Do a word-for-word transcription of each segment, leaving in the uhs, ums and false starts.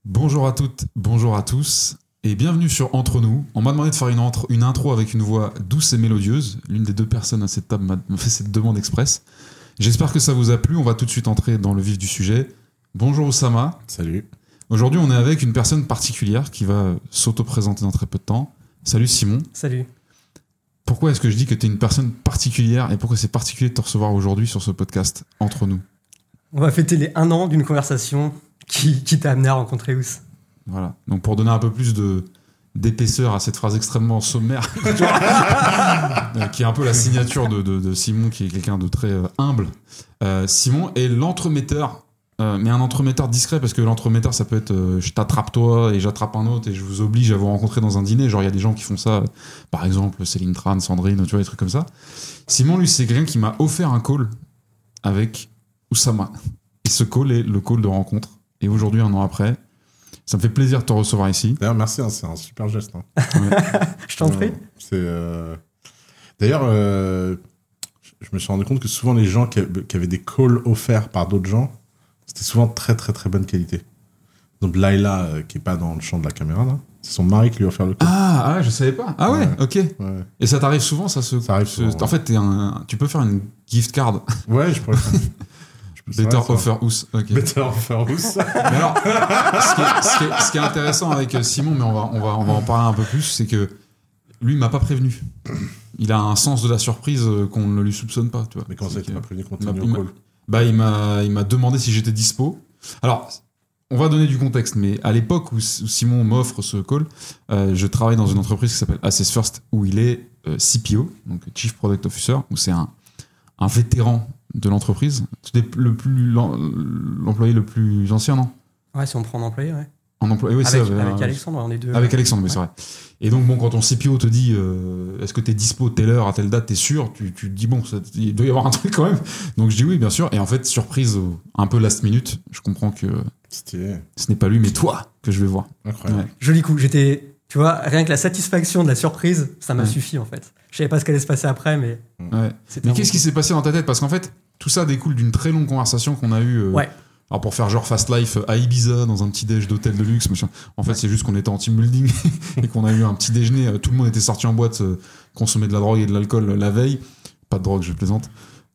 Bonjour à toutes, bonjour à tous, et bienvenue sur Entre nous. On m'a demandé de faire une, entre, une intro avec une voix douce et mélodieuse. L'une des deux personnes à cette table m'a, m'a fait cette demande express. J'espère que ça vous a plu. On va tout de suite entrer dans le vif du sujet. Bonjour Oussama. Salut. Aujourd'hui, on est avec une personne particulière qui va s'auto-présenter dans très peu de temps. Salut Simon. Salut. Pourquoi est-ce que je dis que tu es une personne particulière et pourquoi c'est particulier de te recevoir aujourd'hui sur ce podcast Entre nous? On va fêter les un an d'une conversation qui, qui t'a amené à rencontrer Ous. Voilà. Donc pour donner un peu plus de, d'épaisseur à cette phrase extrêmement sommaire, qui est un peu la signature de, de, de Simon, qui est quelqu'un de très euh, humble. Euh, Simon est l'entremetteur, euh, mais un entremetteur discret, parce que l'entremetteur, ça peut être euh, je t'attrape toi et j'attrape un autre et je vous oblige à vous rencontrer dans un dîner. Genre, il y a des gens qui font ça, euh, par exemple Céline Tran, Sandrine, tu vois, des trucs comme ça. Simon, lui, c'est quelqu'un qui m'a offert un call avec Oussama. Et ce call est le call de rencontre. Et aujourd'hui, un an après, ça me fait plaisir de te recevoir ici. D'ailleurs, merci, hein, c'est un super geste. Hein. Ouais. Je t'en prie. Euh, c'est, euh... D'ailleurs, euh, je me suis rendu compte que souvent les gens qui, qui avaient des calls offerts par d'autres gens, c'était souvent très très très bonne qualité. Donc Laila, euh, qui est pas dans le champ de la caméra, là, c'est son mari qui lui a offert le call. Ah, ah, je savais pas. Ah ouais, Ouais. ok. Ouais, Et ça t'arrive souvent, ça se. Ça arrive se- souvent, En ouais. fait, t'es un, tu peux faire une gift card. ouais je pourrais le faire. Je peux- c'est Better vrai, ça. offer ous. Ok. Better offer Ous. Mais alors, ce qui, est, ce, qui est, ce qui est intéressant avec Simon, mais on va, on va, on va en parler un peu plus, c'est que lui, il m'a pas prévenu. Il a un sens de la surprise euh, qu'on ne lui soupçonne pas, tu vois. Mais comment ça, C'est tu que- m'as prévenu qu'on il m'a- continue il au m'a- call? Bah, il m'a, il m'a demandé si j'étais dispo. Alors, on va donner du contexte, mais à l'époque où, où Simon m'offre ce call, euh, je travaille dans une entreprise qui s'appelle Assess First, où il est euh, C P O, donc Chief Product Officer, où c'est un, un vétéran de l'entreprise. C'est le plus, l'em- l'employé le plus ancien, non? Ouais, si on prend un employé, ouais. En employé, oui, avec c'est euh, avec Alexandre, on est deux. Avec Alexandre, oui, Ouais. c'est vrai. Et donc, bon, quand ton C P O te dit euh, est-ce que t'es dispo telle heure, à telle date, t'es sûr, tu, tu te dis bon, ça, il doit y avoir un truc quand même. Donc, je dis oui, bien sûr. Et en fait, surprise, au- un peu last minute, je comprends que Stylé. ce n'est pas lui, mais toi que je vais voir. Incroyable. Ouais. Joli coup. J'étais, tu vois, rien que la satisfaction de la surprise, ça m'a Ouais. suffi en fait. Je savais pas ce qu'allait se passer après, mais Ouais. c'était Mais un qu'est-ce bon qui s'est passé dans ta tête? Parce qu'en fait, tout ça découle d'une très longue conversation qu'on a eue. euh, Ouais. Alors pour faire genre Fast Life à Ibiza dans un petit déj d'hôtel de luxe, machin. En fait, c'est juste qu'on était en team building et qu'on a eu un petit déjeuner. euh, Tout le monde était sorti en boîte, euh, consommer de la drogue et de l'alcool euh, la veille. Pas de drogue, je plaisante.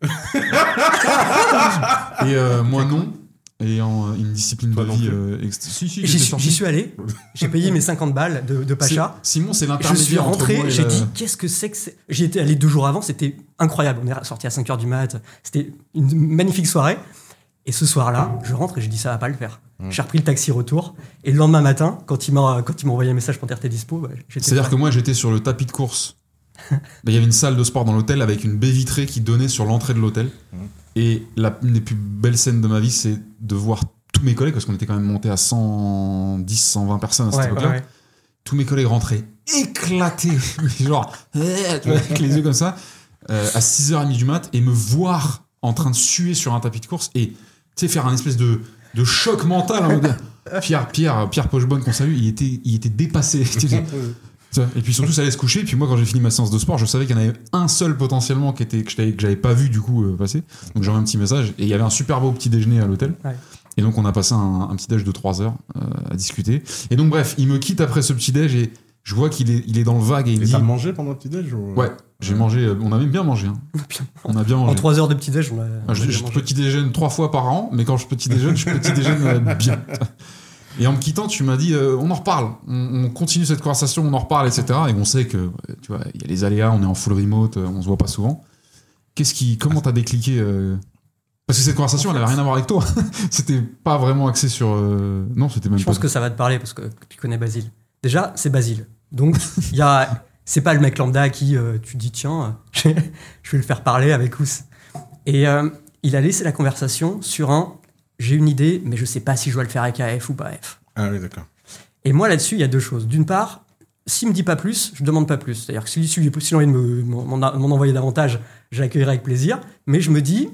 Et euh, moi non. Et en euh, une discipline Toi de non vie. plus. euh, ext- Si, si, J'y j'étais suis, sorti. j'y suis allé, j'ai payé mes cinquante balles de, de Pacha. C'est- Simon, c'est Je l'intermédiaire. suis entre rentré, moi et j'ai la- dit qu'est-ce que c'est que c'est. J'y étais allé deux jours avant, c'était incroyable. On est sorti à cinq heures du mat, c'était une magnifique soirée. Et ce soir-là, je rentre et je dis ça va pas le faire. Mmh. J'ai repris le taxi retour. Et le lendemain matin, quand il m'a, quand il m'a envoyé un message pour dire t'es dispo, bah, j'étais. C'est-à-dire que moi, j'étais sur le tapis de course. Bah, il y avait une salle de sport dans l'hôtel avec une baie vitrée qui donnait sur l'entrée de l'hôtel. Mmh. Et la, une des plus belles scènes de ma vie, c'est de voir tous mes collègues, parce qu'on était quand même monté à cent dix, cent vingt personnes à cette Ouais, époque-là. ouais, ouais. Tous mes collègues rentraient éclatés, mais genre, euh, tu vois, avec les yeux comme ça, euh, à six heures trente du mat, et me voir en train de suer sur un tapis de course et, tu sais, faire un espèce de, de choc mental en mode, Pierre, Pierre, Pierre Pochebonne qu'on salue, il était, il était dépassé. Tu sais. Et puis surtout, ça allait se coucher. Et puis moi, quand j'ai fini ma séance de sport, je savais qu'il y en avait un seul potentiellement qui était, que je n'avais que j'avais pas vu du coup euh, passer. Donc j'ai envoyé un petit message. Et il y avait un super beau petit déjeuner à l'hôtel. Ouais. Et donc on a passé un, un petit déj de trois heures euh, à discuter. Et donc bref, il me quitte après ce petit déj et je vois qu'il est, il est dans le vague et il me Et dit t'as mangé pendant le petit déj ou... ouais, j'ai mangé. euh, On a même bien mangé. Hein. On a bien En mangé. trois heures de petit déj, on a. Ah, on a je, bien je mangé. petit déjeune trois fois par an, mais quand je petit déjeune, je petit déjeune euh, bien. Et en me quittant, tu m'as dit, euh, on en reparle, on, on continue cette conversation, on en reparle, et cetera. Et on sait que, ouais, tu vois, il y a les aléas, on est en full remote, euh, on se voit pas souvent. Qu'est-ce qui, comment t'as décliqué euh... Parce que cette conversation, elle avait rien à voir avec toi. C'était pas vraiment axé sur. Euh... Non, c'était même Je pas. pense que ça va te parler parce que tu connais Basile. Déjà, c'est Basile. Donc, il y a. C'est pas le mec lambda à qui euh, tu dis tiens, je vais le faire parler avec Ous. Et euh, il a laissé la conversation sur un j'ai une idée, mais je sais pas si je dois le faire avec A F ou pas F. Ah oui, d'accord. Et moi là-dessus, il y a deux choses. D'une part, s'il me dit pas plus, je demande pas plus. C'est-à-dire que s'il si, si a envie de me, m'en, m'en envoyer davantage, j'accueillerai avec plaisir. Mais je me dis,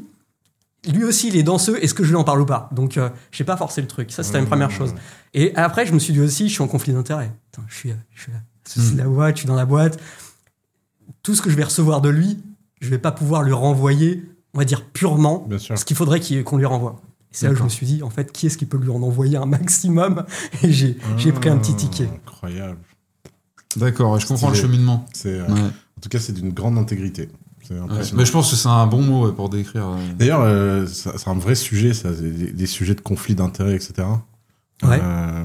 lui aussi, il est danseux, est-ce que je lui en parle ou pas? Donc, euh, je sais pas forcer le truc. Ça, c'était Mmh. une première chose. Et après, je me suis dit aussi, je suis en conflit d'intérêt. Attends, je suis, je suis là. C'est Mmh. la boîte, je suis dans la boîte. Tout ce que je vais recevoir de lui, je vais pas pouvoir lui renvoyer, on va dire purement, Bien sûr. ce qu'il faudrait qu'il- qu'on lui renvoie. Et c'est là où je me suis dit, en fait, qui est-ce qui peut lui en envoyer un maximum? Et j'ai, ah, j'ai pris un petit ticket. Incroyable. D'accord, je comprends c'est, le cheminement. C'est, euh, ouais. En tout cas, c'est d'une grande intégrité. C'est impressionnant. Ouais, mais je pense que c'est un bon mot pour décrire. Euh... D'ailleurs, euh, c'est, c'est un vrai sujet, ça, des, des sujets de conflit d'intérêts, et cetera. Ouais. Euh,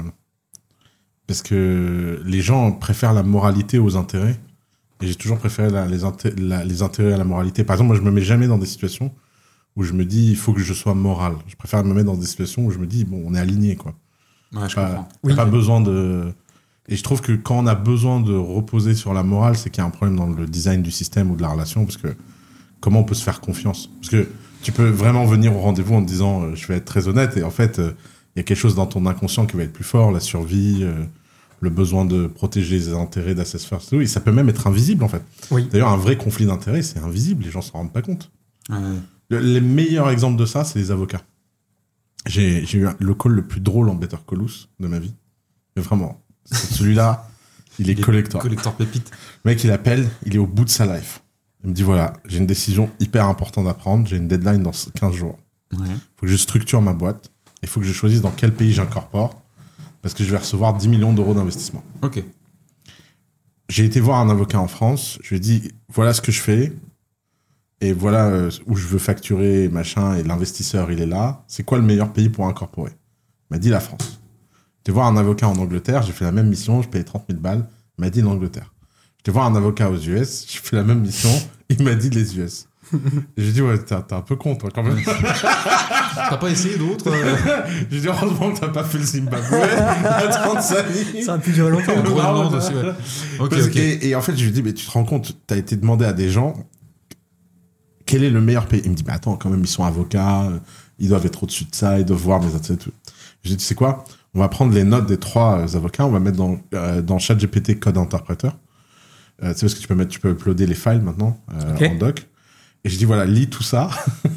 parce que les gens préfèrent la moralité aux intérêts. Et j'ai toujours préféré la, les, inté- la, les intérêts à la moralité. Par exemple, moi, je me mets jamais dans des situations où je me dis, il faut que je sois moral. Je préfère me mettre dans des situations où je me dis, bon, on est aligné, quoi. Ouais, je pas, comprends. Oui. Pas besoin de... Et je trouve que quand on a besoin de reposer sur la morale, c'est qu'il y a un problème dans le design du système ou de la relation, parce que comment on peut se faire confiance? Parce que tu peux vraiment venir au rendez-vous en te disant, euh, je vais être très honnête, et en fait, il euh, y a quelque chose dans ton inconscient qui va être plus fort, la survie, euh, le besoin de protéger les intérêts d'Assess First, et ça peut même être invisible, en fait. Oui. D'ailleurs, un vrai conflit d'intérêts, c'est invisible, les gens s'en rendent pas compte. Ouais. Le, les meilleurs exemples de ça, c'est les avocats. J'ai, j'ai eu le call le plus drôle en Better Call Saul de ma vie. Mais vraiment, celui-là, il est il collector. Collector pépite. Le mec, il appelle, il est au bout de sa life. Il me dit, voilà, j'ai une décision hyper importante à prendre, j'ai une deadline dans quinze jours. Il ouais. faut que je structure ma boîte, il faut que je choisisse dans quel pays j'incorpore, parce que je vais recevoir dix millions d'euros d'investissement. Ok. J'ai été voir un avocat en France, je lui ai dit, voilà ce que je fais, et voilà euh, où je veux facturer, machin, et l'investisseur, il est là. C'est quoi le meilleur pays pour incorporer? Il m'a dit la France. J'étais voir un avocat en Angleterre, j'ai fait la même mission, je payais trente mille balles, il m'a dit l'Angleterre. J'étais voir un avocat aux U S, j'ai fait la même mission, il m'a dit les U S. Et j'ai dit, ouais, t'es, t'es un peu con, toi, quand même. T'as pas essayé d'autres euh... J'ai dit, heureusement que t'as pas fait le Zimbabwe, la Tanzanie. Ça a pu durer longtemps. Le Groenland aussi, ouais. Okay, Parce, okay. Et, et en fait, je lui ai dit, mais tu te rends compte, t'as été demandé à des gens, quel est le meilleur pays? Il me dit, mais attends, quand même, ils sont avocats, ils doivent être au-dessus de ça, ils doivent voir mes intérêts et tout. J'ai dit, tu sais quoi? On va prendre les notes des trois euh, avocats, on va mettre dans, euh, dans ChatGPT Code Interpréteur. Euh, tu sais, parce que tu peux mettre, tu peux uploader les files maintenant, euh, okay. en doc. Et je dis, voilà, lis tout ça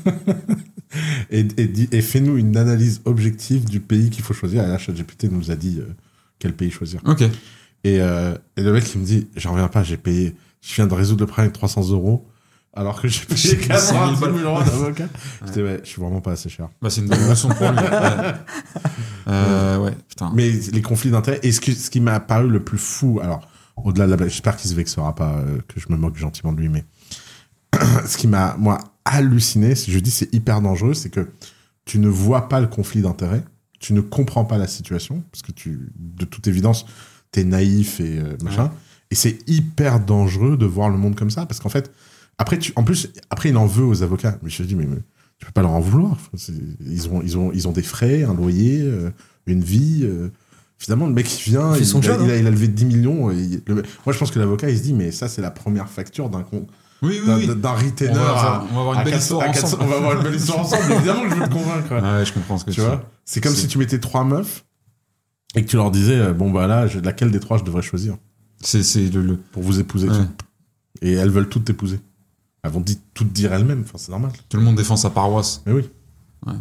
et, et, et fais-nous une analyse objective du pays qu'il faut choisir. Et là, ChatGPT nous a dit euh, quel pays choisir. Ok. Et, euh, et le mec, il me dit, j'en reviens pas, j'ai payé, je viens de résoudre le problème avec trois cents euros, alors que j'ai payé quatre-vingt-dix mille euros d'avocat. Ouais. Je dis, ouais, je suis vraiment pas assez cher. Bah, c'est une bonne leçon pour lui. Ouais. Euh, ouais, putain. Mais les conflits d'intérêts, et ce qui, ce qui m'a paru le plus fou, alors, au-delà de la blague, j'espère qu'il se vexera pas, euh, que je me moque gentiment de lui, mais ce qui m'a, moi, halluciné, c'est, je dis c'est hyper dangereux, c'est que tu ne vois pas le conflit d'intérêts, tu ne comprends pas la situation, parce que tu, de toute évidence, t'es naïf et euh, machin, ouais. Et c'est hyper dangereux de voir le monde comme ça, parce qu'en fait, après, tu, en plus, après, il en veut aux avocats. Mais je te dis, mais, mais tu peux pas leur en vouloir. C'est, ils ont, ils ont, ils ont des frais, un loyer, euh, une vie. Euh, finalement, le mec, il vient, il, son il, job, a, hein. il, a, il a levé dix millions. Et il, le, moi, je pense que l'avocat, il se dit, mais ça, c'est la première facture d'un compte. Oui, oui, d'un, oui. d'un retainer. On va, à, on va avoir une belle histoire ensemble. On va avoir une belle histoire ensemble. Évidemment que je veux te convaincre. Ouais, je comprends ce que tu, tu vois. C'est comme c'est... si tu mettais trois meufs et que tu leur disais, bon, bah là, je, laquelle des trois je devrais choisir? C'est, c'est le, le... Pour vous épouser. Ouais. Et elles veulent toutes t'épouser. Elles vont dit, toutes dire elles-mêmes. Enfin, c'est normal. Tout le monde défend sa paroisse. Mais oui. Ouais.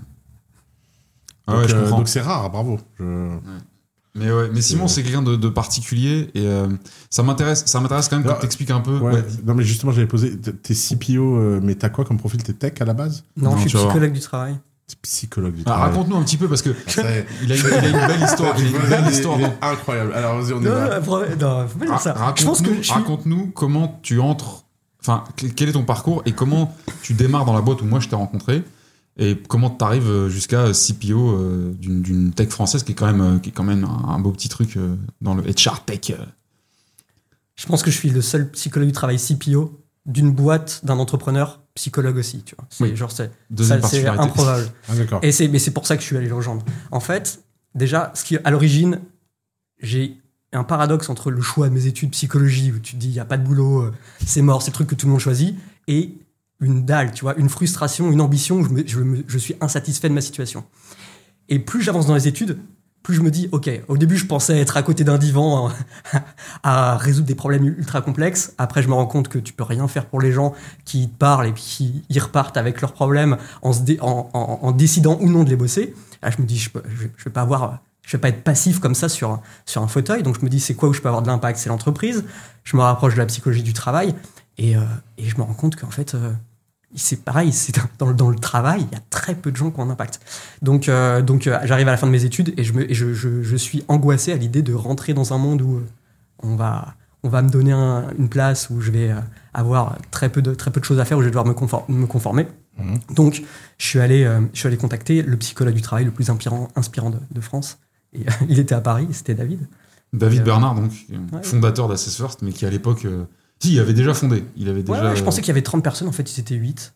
Ah donc, ouais, je euh, comprends. Donc c'est rare, bravo. Je... Ouais. Mais ouais, mais Simon, c'est quelqu'un de, de particulier et euh, ça m'intéresse, ça m'intéresse quand même que tu expliques un peu. Ouais. Ouais. Non, mais justement, j'avais posé. T'es C P O, euh, mais t'as quoi comme profil? T'es tech à la base? Non, non je suis psychologue du travail. T'es psychologue du ah, travail. Raconte-nous un petit peu parce que il, a une, il a une belle histoire. Il a une belle histoire. Il est incroyable. Alors vas-y, on y non, va. Non, non, faut pas dire ça. Ra- je pense que je suis... Raconte-nous comment tu entres. Enfin, quel est ton parcours et comment tu démarres dans la boîte où moi je t'ai rencontré. Et comment tu arrives jusqu'à C P O euh, d'une, d'une tech française qui est quand même, euh, qui est quand même un, un beau petit truc euh, dans le H R tech. Euh. Je pense que je suis le seul psychologue du travail C P O d'une boîte, d'un entrepreneur, psychologue aussi. Tu vois. C'est, oui. genre, c'est, ça, c'est improbable. Ah, d'accord. Et c'est, mais c'est pour ça que je suis allé le rejoindre. En fait, déjà, ce qui, à l'origine, j'ai un paradoxe entre le choix de mes études psychologie, où tu te dis, il n'y a pas de boulot, euh, c'est mort, c'est le truc que tout le monde choisit, et une dalle, tu vois, une frustration, une ambition, je, me, je, me, je suis insatisfait de ma situation. Et plus j'avance dans les études, plus je me dis, ok, au début je pensais être à côté d'un divan à résoudre des problèmes ultra complexes. Après je me rends compte que tu peux rien faire pour les gens qui te parlent et puis qui ils repartent avec leurs problèmes en, se dé, en, en, en décidant ou non de les bosser. Là je me dis, je, peux, je, je vais pas avoir, je vais pas être passif comme ça sur, sur un fauteuil. Donc je me dis, c'est quoi où je peux avoir de l'impact? C'est l'entreprise. Je me rapproche de la psychologie du travail et, euh, et je me rends compte qu'en fait... Euh, c'est pareil, c'est dans, le- dans le travail, il y a très peu de gens qui ont un impact. Donc, euh, donc euh, j'arrive à la fin de mes études et je, me, et je, je, je suis angoissé à l'idée de rentrer dans un monde où euh, on va, on va me donner un- une place où je vais euh, avoir très peu, de, très peu de choses à faire, où je vais devoir me, confor- me conformer. Mhm. Donc, je suis, allé, euh, je suis allé contacter le psychologue du travail le plus inspirant, inspirant de, de France. Et, euh, il était à Paris, c'était David. David Et, euh, Bernard, donc, ouais. fondateur d'Assess First, mais qui à l'époque. euh, Si, il avait déjà fondé. Il avait Ouais, déjà. ouais, je pensais euh, qu'il y avait trente personnes, en fait, ils étaient huit.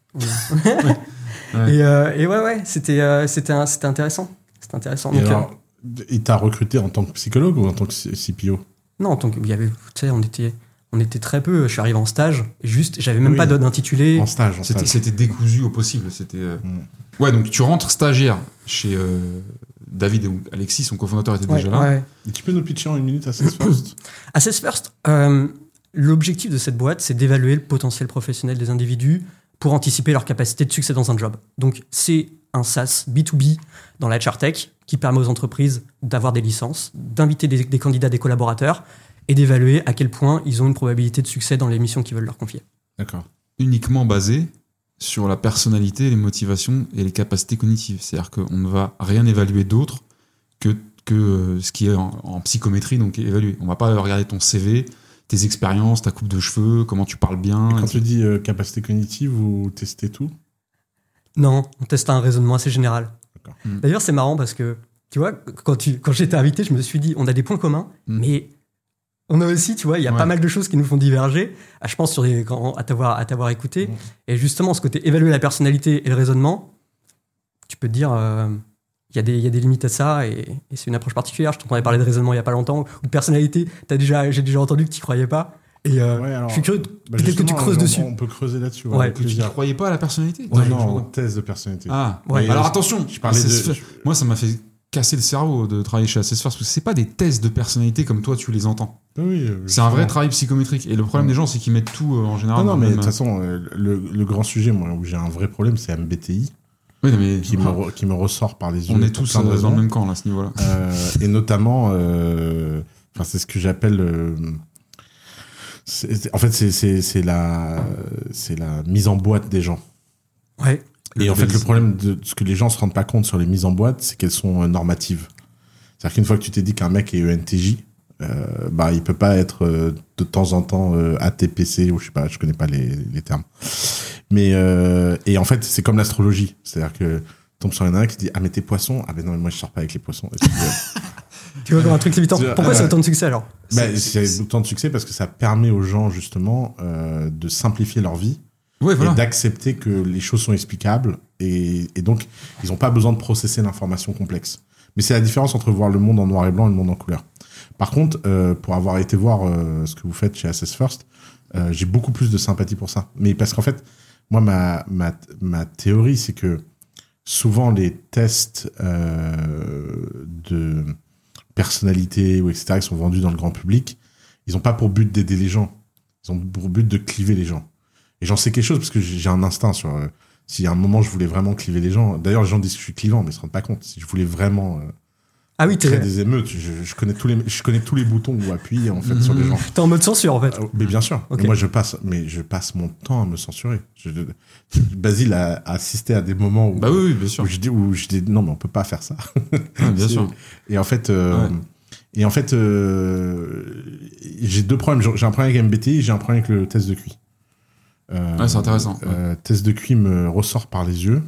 Ouais. Et, euh, et ouais, ouais, c'était, euh, c'était, un- c'était intéressant. C'était intéressant. Et Donc, alors, euh, il t'a recruté en tant que psychologue ou en tant que C P O? non, en tant que, il y avait, tu sais, on était, on était très peu. Je suis arrivé en stage, et juste, j'avais même Oui. pas d'intitulé. En stage, en C'était, stage. c'était décousu au possible. C'était. euh, Mm. Ouais, donc tu rentres stagiaire chez euh, David et Alexis, son cofondateur était Ouais, déjà là. ouais. Et tu peux nous pitcher en une minute Assess First? Assess First, euh, l'objectif de cette boîte, c'est d'évaluer le potentiel professionnel des individus pour anticiper leur capacité de succès dans un job. Donc, c'est un SaaS B deux B dans la H R Tech qui permet aux entreprises d'avoir des licences, d'inviter des, des candidats, des collaborateurs et d'évaluer à quel point ils ont une probabilité de succès dans les missions qu'ils veulent leur confier. D'accord. Uniquement basé sur la personnalité, les motivations et les capacités cognitives. C'est-à-dire qu'on ne va rien évaluer d'autre que, que euh, ce qui est en, en psychométrie, donc évalué. On ne va pas regarder ton C V, tes expériences, ta coupe de cheveux, comment tu parles bien. Quand et tu dis euh, capacité cognitive, vous testez tout? Non, on teste un raisonnement assez général. D'accord. Mm. D'ailleurs, c'est marrant parce que, tu vois, quand, tu, quand j'étais invité, je me suis dit, on a des points communs, Mm. mais on a aussi, tu vois, il y a Ouais. pas mal de choses qui nous font diverger. Ah, je pense sur les, quand- à t'avoir à t'avoir écouté. Mm. Et justement, ce côté évaluer la personnalité et le raisonnement, tu peux te dire, euh, il y, a des- il y a des limites à ça et, et c'est une approche particulière. Je t'entendais parler de raisonnement il y a pas longtemps, ou de personnalité, t'as déjà, j'ai déjà entendu que tu croyais pas. Et euh, Ouais, alors, je suis curieux, de- bah, peut-être que tu justement, creuses on, dessus. On peut creuser là-dessus. Ouais. avec Que tu plaisir. ne croyais pas à la personnalité Non, Je- non, je- thèse de personnalité. Ah, Ouais. alors attention, Je parlais Assess de- First- moi ça m'a fait casser le cerveau de travailler chez Assess First parce que c'est pas des tests de personnalité comme toi tu les entends. Oui, euh, C'est un vrai justement. travail psychométrique. Et le problème Ouais. des gens, c'est qu'ils mettent tout euh, en général. Non, non, dans le mais de même- toute façon, euh, le, le grand sujet, moi, où j'ai un vrai problème, c'est M B T I, Oui, non, mais qui, me, re- qui me ressort par les yeux. on est pour tous plein de euh, dans raisons. le même camp là, à ce niveau-là. Euh, et notamment, euh, enfin, c'est ce que j'appelle. euh, c'est- c'est- en fait, c'est c'est c'est la c'est la mise en boîte des gens. Ouais. Et Le en fait, le labellisme. problème de ce que les gens se rendent pas compte sur les mises en boîte, c'est qu'elles sont euh, normatives. C'est-à-dire qu'une fois que tu t'es dit qu'un mec est E N T J, euh, bah il peut pas être euh, de temps en temps euh, A T P C ou je sais pas, je connais pas les, les termes. Mais euh, et en fait, c'est comme l'astrologie, c'est-à-dire que tu tombes sur un nana qui te dit ah mais t'es poisson, ah ben non mais moi je sors pas avec les poissons. Et puis, euh, Tu vois, comme un truc limitant. Tu- Pourquoi ouais. c'est autant de succès alors? bah, C'est- c'est autant de succès parce que ça permet aux gens justement euh, de simplifier leur vie. Ouais, voilà. Et d'accepter que les choses sont explicables et, et donc ils n'ont pas besoin de processer l'information complexe. Mais c'est la différence entre voir le monde en noir et blanc et le monde en couleur. Par contre, euh, pour avoir été voir euh, ce que vous faites chez Assess First, euh, j'ai beaucoup plus de sympathie pour ça. Mais parce qu'en fait, moi, ma, ma, ma théorie, c'est que souvent les tests euh, de personnalité ou et cetera qui sont vendus dans le grand public, ils n'ont pas pour but d'aider les gens. Ils ont pour but de cliver les gens. Et j'en sais quelque chose parce que j'ai un instinct sur. Euh, si à un moment je voulais vraiment cliver les gens. D'ailleurs, les gens disent que je suis clivant, mais ils se rendent pas compte. Si je voulais vraiment euh, Ah oui, créer t'es des émeutes, je, je connais tous les, je connais tous les boutons où appuyer en fait sur les gens. t'es en mode censure en fait. Ah, mais bien sûr. Ok. Mais moi, je passe, mais je passe mon temps à me censurer. Je, je- Basile a, a assisté à des moments où, Bah oui, oui, bien sûr. où je dis, où je dis, non, mais on peut pas faire ça. Ouais, bien C'est- sûr. Et en fait, euh, Ouais. et en fait, euh, j'ai deux problèmes. J'ai un problème avec M B T I, j'ai un problème avec le test de Q I. Euh, Ouais, c'est intéressant. Euh, test de Q I me ressort par les yeux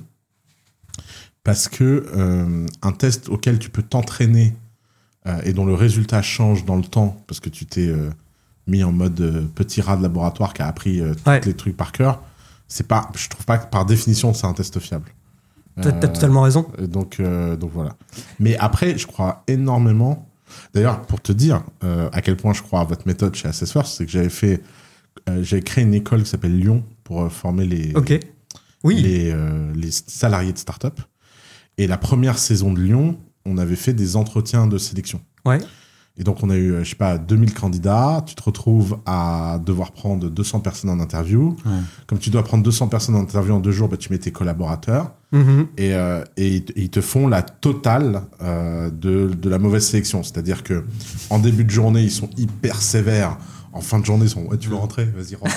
parce que euh, un test auquel tu peux t'entraîner euh, et dont le résultat change dans le temps parce que tu t'es euh, mis en mode euh, petit rat de laboratoire qui a appris euh, tous Ouais. les trucs par cœur, c'est pas, je trouve pas que par définition c'est un test fiable. T'as t'as Euh, totalement raison. euh, Donc, euh, donc voilà. Mais après, je crois énormément. D'ailleurs, pour te dire euh, à quel point je crois à votre méthode chez Assess First, c'est que j'avais fait, euh, j'avais créé une école qui s'appelle Lyon pour euh, former les, Ok. Oui. les, euh, les salariés de start-up. Et la première saison de Lyon, on avait fait des entretiens de sélection. Ouais. Et donc, on a eu, euh, je sais pas, deux mille candidats. Tu te retrouves à devoir prendre deux cents personnes en interview. Ouais. Comme tu dois prendre deux cents personnes en interview en deux jours, bah, tu mets tes collaborateurs. Mhm. Et, euh, et, et ils te font la totale euh, de, de la mauvaise sélection. C'est-à-dire que en début de journée, ils sont hyper sévères en fin de journée, ils sont ouais, tu veux rentrer, vas-y rentre.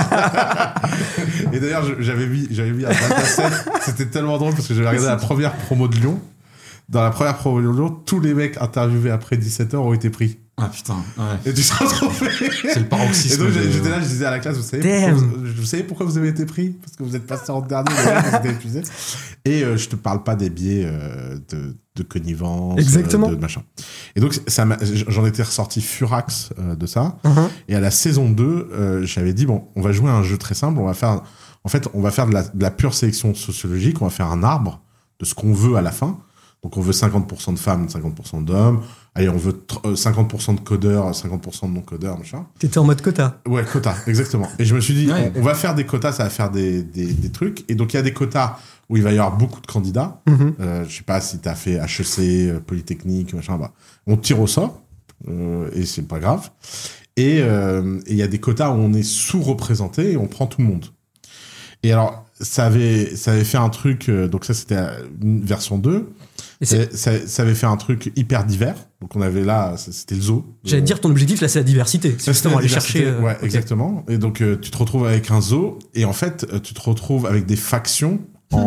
Et d'ailleurs, je- j'avais mis, j'avais mis un dataset. C'était tellement drôle parce que j'avais regardé la première promo de Lyon. Dans la première promo de Lyon, tous les mecs interviewés après dix-sept heures ont été pris. Ah putain, ouais. Et tu te retrouvais. C'est le Et paroxysme. donc de- j'étais là, je disais à la classe, vous savez, Damn. pourquoi vous, vous savez pourquoi vous avez été pris? Parce que vous êtes passé en dernier, les mecs, vous étiez épuisés. Et euh, je te parle pas des biais euh, de, de connivence, Exactement. euh, de machin. Et donc ça m'a- j'en étais ressorti furax euh, de ça. Mhm. Et à la saison deux, euh, j'avais dit, bon, on va jouer à un jeu très simple, on va faire, en fait, on va faire de la, de la pure sélection sociologique, on va faire un arbre de ce qu'on veut à la fin. Donc on veut cinquante pour cent de femmes, cinquante pour cent d'hommes. Allez, on veut tr- euh, cinquante pour cent de codeurs, cinquante pour cent de non-codeurs, machin. T'étais en mode quota. Ouais, quota, exactement. Et je me suis dit, Ouais. on, on va faire des quotas, ça va faire des, des, des trucs. Et donc il y a des quotas où il va y avoir beaucoup de candidats. Mhm. Euh, je sais pas si t'as fait H E C, euh, Polytechnique, machin, bah, on tire au sort, euh, et c'est pas grave. Et euh, et il y a des quotas où on est sous-représenté et on prend tout le monde. Et alors, ça avait, ça avait fait un truc, euh, donc ça c'était une version deux. Et c'est- Et ça, ça avait fait un truc hyper divers. Donc on avait là, c'était le zoo. J'allais Euh, te dire, ton objectif là, c'est la diversité. C'est ça, justement c'était aller la chercher. diversité. euh, Ouais, ok. exactement. Et donc, euh, tu te retrouves avec un zoo, et en fait, euh, tu te retrouves avec des factions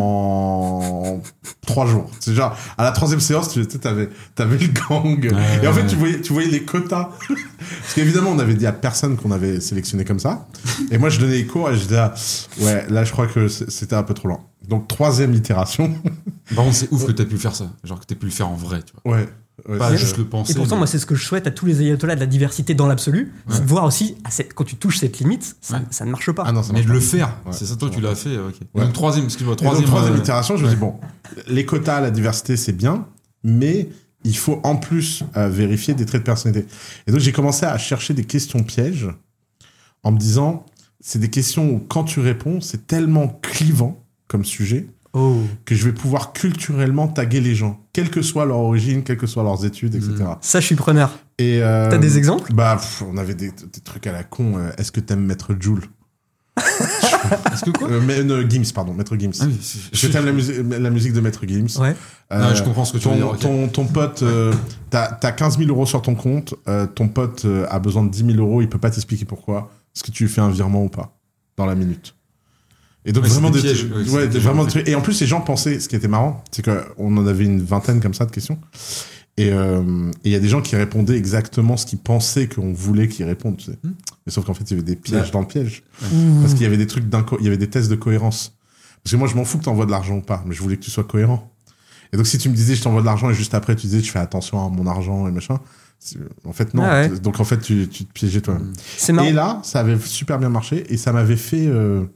en trois jours. C'est genre, à la troisième séance, tu sais, t'avais, t'avais le gang. Ouais, et en fait, ouais. tu voyais, tu voyais les quotas. Parce qu'évidemment, on avait dit à personne qu'on avait sélectionné comme ça. Et moi, je donnais les cours, et je disais, ah, ouais, là, je crois que c- c'était un peu trop lent. Donc, troisième itération. Par contre, c'est ouf que t'aies pu faire ça. Genre que t'aies pu le faire en vrai, tu vois. Ouais. Ouais, Pas c'est- juste le penser. Et pourtant, mais- moi, c'est ce que je souhaite à tous les ayatollahs de la diversité dans l'absolu. Ouais. C'est de voir aussi, à cette- quand tu touches cette limite, ça, Ouais. ça ne marche pas. Ah non, ça Mais marche de le pas. faire. Ouais, C'est ça, toi, ça tu marche l'as fait. Ok. Ouais. Donc, troisième, excuse-moi, Et donc, troisième. troisième euh, itération, je me ouais. dis, bon, les quotas, la diversité, c'est bien, mais il faut en plus euh, vérifier des traits de personnalité. Et donc, j'ai commencé à chercher des questions pièges en me disant, c'est des questions où, quand tu réponds, c'est tellement clivant comme sujet Oh. que je vais pouvoir culturellement taguer les gens, quelle que soit leur origine, quelles que soient leurs études, et cetera. Ça, je suis preneur. Et euh, T'as des exemples? Bah, pff, on avait des, des trucs à la con. euh, Est-ce que t'aimes Maître Joule? Est-ce que quoi euh, mais, euh, Gims, pardon, Maître Gims. Ah oui, c'est- Est-ce que t'aimes la, musique la musique de Maître Gims? Ouais. Euh, Ah, je comprends ce que tu ton, veux dire, ok. ton, ton pote, euh, t'as t'as quinze mille euros sur ton compte, euh, ton pote euh, a besoin de dix mille euros, il peut pas t'expliquer pourquoi. Est-ce que tu lui fais un virement ou pas dans la minute? Et donc Ouais, c'est vraiment des des, pièges, trucs- ouais, c'est ouais, des des- pièges, vraiment en des fait. trucs. Et en plus, les gens pensaient, ce qui était marrant, c'est qu'on en avait une vingtaine comme ça de questions. Et euh, et il y a des gens qui répondaient exactement ce qu'ils pensaient qu'on voulait qu'ils répondent. Tu sais. Hmm. Mais sauf qu'en fait, il y avait des pièges Ouais. dans le piège. Ouh. Parce qu'il y avait des trucs d'inco- il y avait des tests de cohérence. Parce que moi, je m'en fous que t'envoies de l'argent ou pas, mais je voulais que tu sois cohérent. Et donc, si tu me disais, je t'envoie de l'argent, et juste après, tu disais, je fais attention à mon argent et machin, c'est- en fait, non. Ah ouais. Donc, en fait, tu, tu te piégeais toi-même. C'est marrant. Et là, ça avait super bien marché, et ça m'avait fait... euh,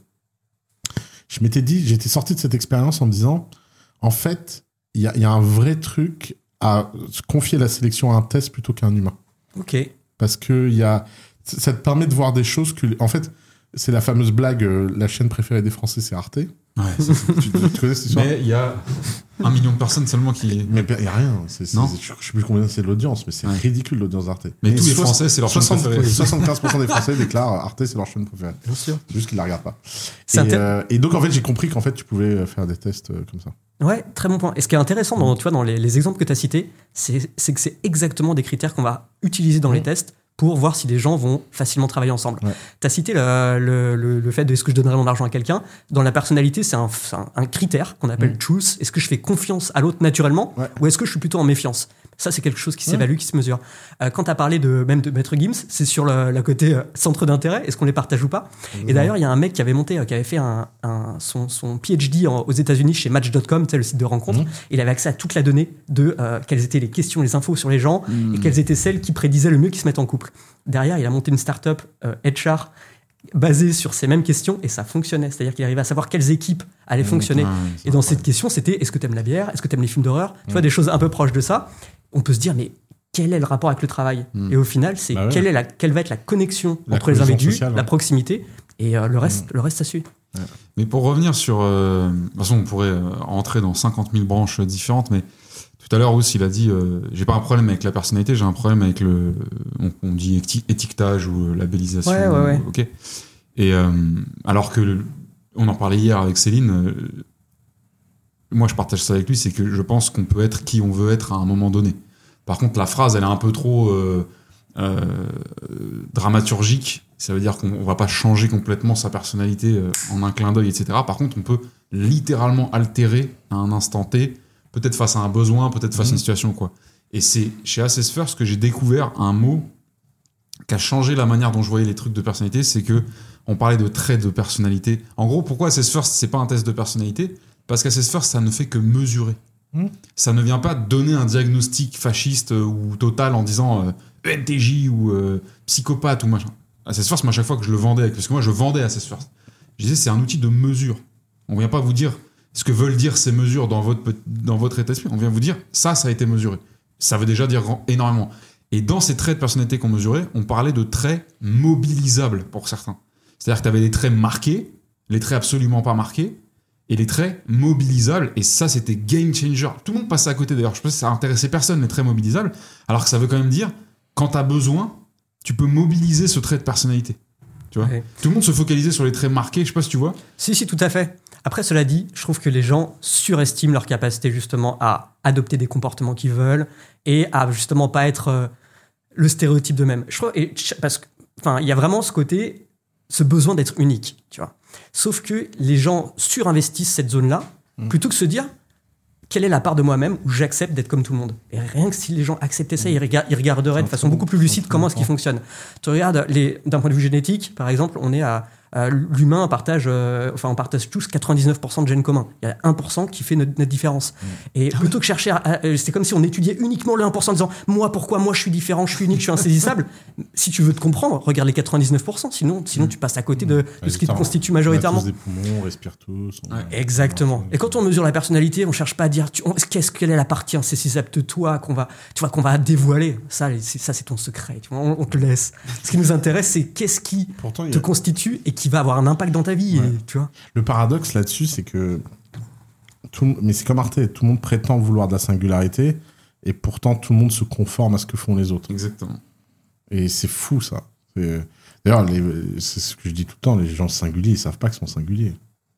Je m'étais dit, j'étais sorti de cette expérience en me disant, en fait, il y a, il y a un vrai truc à confier la sélection à un test plutôt qu'à un humain. Ok. Parce que il y a, ça te permet de voir des choses que, en fait, c'est la fameuse blague, euh, la chaîne préférée des Français, c'est Arte. Ouais, c'est ça. tu, tu connais cette histoire? Mais il y a un million de personnes seulement qui. Mais il n'y a rien. C'est, c'est, Non. je ne sais plus combien c'est l'audience, mais c'est Ouais. ridicule l'audience d'Arte. Mais tous les soix- Français, c'est leur chaîne soixante préférée. soixante-quinze pour cent des Français déclarent Arte, c'est leur chaîne préférée. Bien sûr. C'est juste qu'ils la regardent pas. C'est Et, intér- euh, et donc, en fait, j'ai compris qu'en fait, tu pouvais euh, faire des tests euh, comme ça. Ouais, très bon point. Et ce qui est intéressant dans, tu vois, dans les, les exemples que tu as cités, c'est, c'est que c'est exactement des critères qu'on va utiliser dans les Mm. tests pour voir si les gens vont facilement travailler ensemble. Ouais. Tu as cité le, le, le, le fait de est-ce que je donnerais mon argent à quelqu'un. Dans la personnalité, c'est un, c'est un, un critère qu'on appelle Mm. truth. Est-ce que je fais confiance à l'autre naturellement Ouais. ou est-ce que je suis plutôt en méfiance? Ça, c'est quelque chose qui Ouais. s'évalue, qui se mesure. Euh, quand tu as parlé de, même de Maître Gims, c'est sur le, la côté euh, centre d'intérêt. Est-ce qu'on les partage ou pas? Et d'ailleurs, il y a un mec qui avait monté, euh, qui avait fait un, un- son, son P H D en- aux États-Unis chez Match point com, tu sais, le site de rencontre. Mhm. Il avait accès à toute la donnée de euh, quelles étaient les questions, les infos sur les gens Hmm. et quelles étaient celles qui prédisaient le mieux qu'ils se mettent en couple. Derrière, il a monté une start-up euh, H R basée sur ces mêmes questions et ça fonctionnait. C'est-à-dire qu'il arrivait à savoir quelles équipes allaient fonctionner. Ouais, c'est Et dans incroyable. cette question, c'était est-ce que t'aimes la bière? Est-ce que t'aimes les films d'horreur? Tu vois, Mm. des choses un peu proches de ça. On peut se dire, mais quel est le rapport avec le travail? Mm. Et au final, c'est Bah ouais. quelle, est la, quelle va être la connexion La entre les cohésion individus, sociale, la ouais. proximité, et euh, le reste, le reste, ça suit. Mais pour revenir sur. euh, de toute façon, on pourrait euh, entrer dans cinquante mille branches différentes, mais tout à l'heure, Ous, il a dit euh, j'ai pas un problème avec la personnalité, j'ai un problème avec le. On, on dit éti- étiquetage ou euh, labellisation. Ouais, ouais, ouais. Ok. Et euh, alors que. le- on en parlait hier avec Céline. euh, moi, je partage ça avec lui, c'est que je pense qu'on peut être qui on veut être à un moment donné. Par contre, la phrase, elle est un peu trop. euh, euh, dramaturgique. Ça veut dire qu'on on va pas changer complètement sa personnalité euh, en un clin d'œil, et cetera. Par contre, on peut littéralement altérer à un instant T, peut-être face à un besoin, peut-être face mmh. à une situation, quoi. Et c'est chez Assess First que j'ai découvert un mot qui a changé la manière dont je voyais les trucs de personnalité, c'est que on parlait de traits de personnalité. En gros, pourquoi Assess First, c'est pas un test de personnalité ? Parce qu'Assess First, ça ne fait que mesurer. Mmh. Ça ne vient pas donner un diagnostic fasciste ou total en disant euh, E N T J ou euh, psychopathe ou machin. Assess First, moi, à chaque fois que je le vendais, parce que moi, je vendais Assess First, je disais, c'est un outil de mesure. On vient pas vous dire ce que veulent dire ces mesures dans votre, dans votre état d'esprit. On vient vous dire, ça, ça a été mesuré. Ça veut déjà dire énormément. Et dans ces traits de personnalité qu'on mesurait, on parlait de traits mobilisables pour certains. C'est-à-dire que tu avais des traits marqués, les traits absolument pas marqués, et les traits mobilisables. Et ça, c'était game changer. Tout le monde passait à côté d'ailleurs. Je pense que ça intéressait personne, les traits mobilisables. Alors que ça veut quand même dire, quand tu as besoin, tu peux mobiliser ce trait de personnalité. Tu vois ? Ouais. Tout le monde se focalisait sur les traits marqués. Je sais pas si tu vois. Si, si, tout à fait. Après, cela dit, je trouve que les gens surestiment leur capacité justement à adopter des comportements qu'ils veulent et à justement pas être euh, le stéréotype d'eux-mêmes. Je trouve, et, parce que, enfin, il y a vraiment ce côté, ce besoin d'être unique, tu vois. Sauf que les gens surinvestissent cette zone-là mmh. plutôt que se dire quelle est la part de moi-même où j'accepte d'être comme tout le monde. Et rien que si les gens acceptaient ça, ils, rega- ils regarderaient de façon beaucoup plus lucide comment est-ce qu'ils fonctionnent. Tu regardes, les, d'un point de vue génétique, par exemple, on est à Euh, l'humain partage, euh, enfin on partage tous quatre-vingt-dix-neuf pour cent de gènes communs. Il y a un pour cent qui fait notre, notre différence. Mmh. Et ah plutôt ouais. que chercher, à, à, c'est comme si on étudiait uniquement le un pour cent en disant moi pourquoi moi je suis différent, je suis unique, je suis insaisissable. Si tu veux te comprendre, regarde les quatre-vingt-dix-neuf pour cent. Sinon, sinon mmh. tu passes à côté de, mmh. de ce qui te constitue majoritairement. On a tous des poumons, on respire tous. On... Ouais, exactement. Et quand on mesure la personnalité, on cherche pas à dire tu, on, qu'est-ce quelle est la partie insaisissable de toi qu'on va, tu vois, qu'on va dévoiler. Ça, c'est, ça c'est ton secret. Tu vois, on, on te laisse. Ce qui nous intéresse, c'est qu'est-ce qui Pourtant, te a... constitue et qui va avoir un impact dans ta vie, ouais. et, tu vois. Le paradoxe là-dessus, c'est que tout, mais c'est comme Arte, tout le monde prétend vouloir de la singularité et pourtant tout le monde se conforme à ce que font les autres. Exactement. Et c'est fou ça. C'est, d'ailleurs, les, c'est ce que je dis tout le temps, les gens singuliers, ils savent pas qu'ils sont singuliers.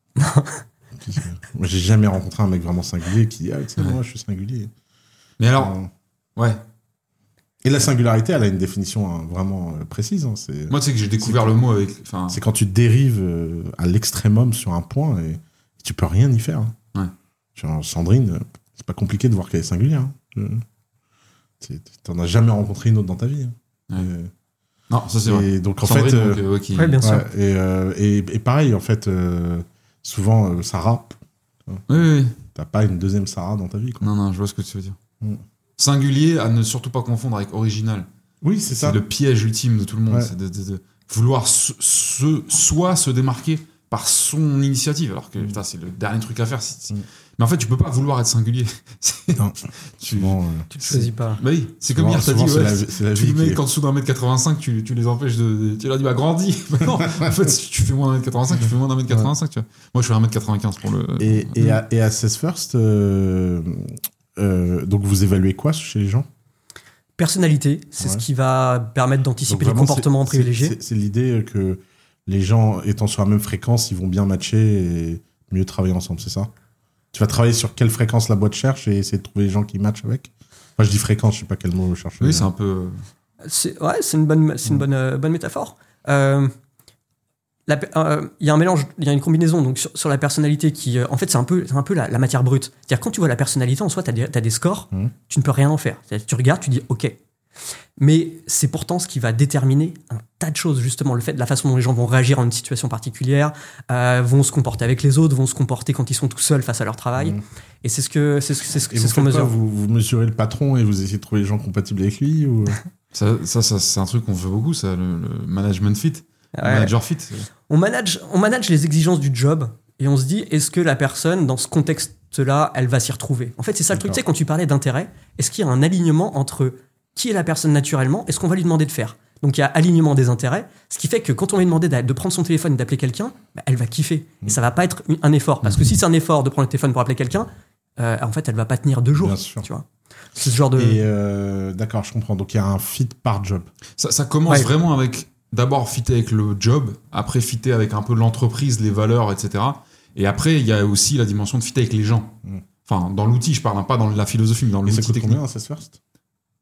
Moi, j'ai jamais rencontré un mec vraiment singulier qui dit ah, tu sais, ouais. moi, je suis singulier. Mais alors, euh, ouais. Et la singularité, elle a une définition hein, vraiment euh, précise. Hein, c'est, Moi, tu sais que j'ai découvert le mot avec. C'est quand tu dérives euh, à l'extrémum sur un point et tu peux rien y faire. Hein. Ouais. Genre, Sandrine, c'est pas compliqué de voir qu'elle est singulière. Hein. Je... T'en as jamais rencontré une autre dans ta vie. Hein. Ouais. Et... Non, ça c'est et vrai. Donc en Sandrine, fait, euh, donc, euh, ouais, qui... ouais, bien sûr. Ouais, et, euh, et, et pareil, en fait, euh, souvent euh, Sarah. Oui, oui, oui. T'as pas une deuxième Sarah dans ta vie. Quoi. Non, non, je vois ce que tu veux dire. Mm. Singulier à ne surtout pas confondre avec original. Oui, c'est, c'est ça. C'est le piège ultime de tout le monde, ouais. c'est de, de, de vouloir se, se, soit se démarquer par son initiative, alors que mm. putain, c'est le dernier truc à faire. C'est, c'est... Mm. Mais en fait, tu peux pas vouloir être singulier. Non, tu souvent, euh, tu le choisis pas. Bah oui, c'est comme hier, t'as dit, c'est ouais, la, c'est la tous les mecs est... en dessous d'un mètre quatre-vingt-cinq, tu, tu les empêches de. Tu leur dis, bah grandis. Bah non, en fait, si tu fais moins d'un mètre quatre-vingt-cinq, tu fais moins d'un mètre quatre-vingt-cinq, ouais. Tu vois. Moi, je fais un mètre quatre-vingt-quinze pour le. Et, et, à, et à Assess First, euh, euh, donc vous évaluez quoi chez les gens ? Personnalité, c'est ouais. ce qui va permettre d'anticiper les comportements c'est, privilégiés. C'est, c'est, c'est l'idée que les gens étant sur la même fréquence, ils vont bien matcher et mieux travailler ensemble, c'est ça ? Tu vas travailler sur quelle fréquence la boîte cherche et essayer de trouver les gens qui matchent avec ? Enfin, je dis fréquence, je sais pas quel mot je cherche. Oui, c'est un peu... C'est, ouais, c'est une bonne, c'est une bonne, euh, bonne métaphore. Euh, il euh, y a un mélange, il y a une combinaison donc sur, sur la personnalité qui, euh, en fait, c'est un peu, c'est un peu la, la matière brute. C'est-à-dire quand tu vois la personnalité en soi, t'as des, t'as des scores, mmh. tu ne peux rien en faire. C'est-à-dire, tu regardes, tu dis OK. Mais c'est pourtant ce qui va déterminer un tas de choses, justement, le fait de la façon dont les gens vont réagir en une situation particulière, euh, vont se comporter avec les autres, vont se comporter quand ils sont tout seuls face à leur travail. Mmh. Et c'est ce que c'est ce, c'est ce, c'est ce qu'on mesure. Vous, vous mesurez le patron et vous essayez de trouver les gens compatibles avec lui ou... ça, ça, ça, c'est un truc qu'on fait beaucoup, ça, le, le management fit, ouais. le manager fit. On manage, on manage les exigences du job et on se dit, est-ce que la personne, dans ce contexte-là, elle va s'y retrouver ? En fait, c'est ça D'accord. le truc. Tu sais, quand tu parlais d'intérêt, est-ce qu'il y a un alignement entre qui est la personne naturellement et ce qu'on va lui demander de faire ? Donc, il y a alignement des intérêts, ce qui fait que quand on va lui demander de prendre son téléphone et d'appeler quelqu'un, bah, elle va kiffer. Mmh. Et ça va pas être un effort. Parce que si c'est un effort de prendre le téléphone pour appeler quelqu'un, euh, en fait, elle va pas tenir deux jours. Bien sûr. Tu vois. C'est ce genre de... Et euh, d'accord, je comprends. Donc, il y a un fit par job. Ça, ça commence ouais. vraiment avec, d'abord, fitter avec le job, après, fitter avec un peu l'entreprise, les valeurs, et cetera. Et après, il y a aussi la dimension de fitter avec les gens. Mmh. Enfin, dans l'outil, je parle, hein, pas dans la philosophie, mais dans et l'outil ça coûte technique. Combien, Assess First ?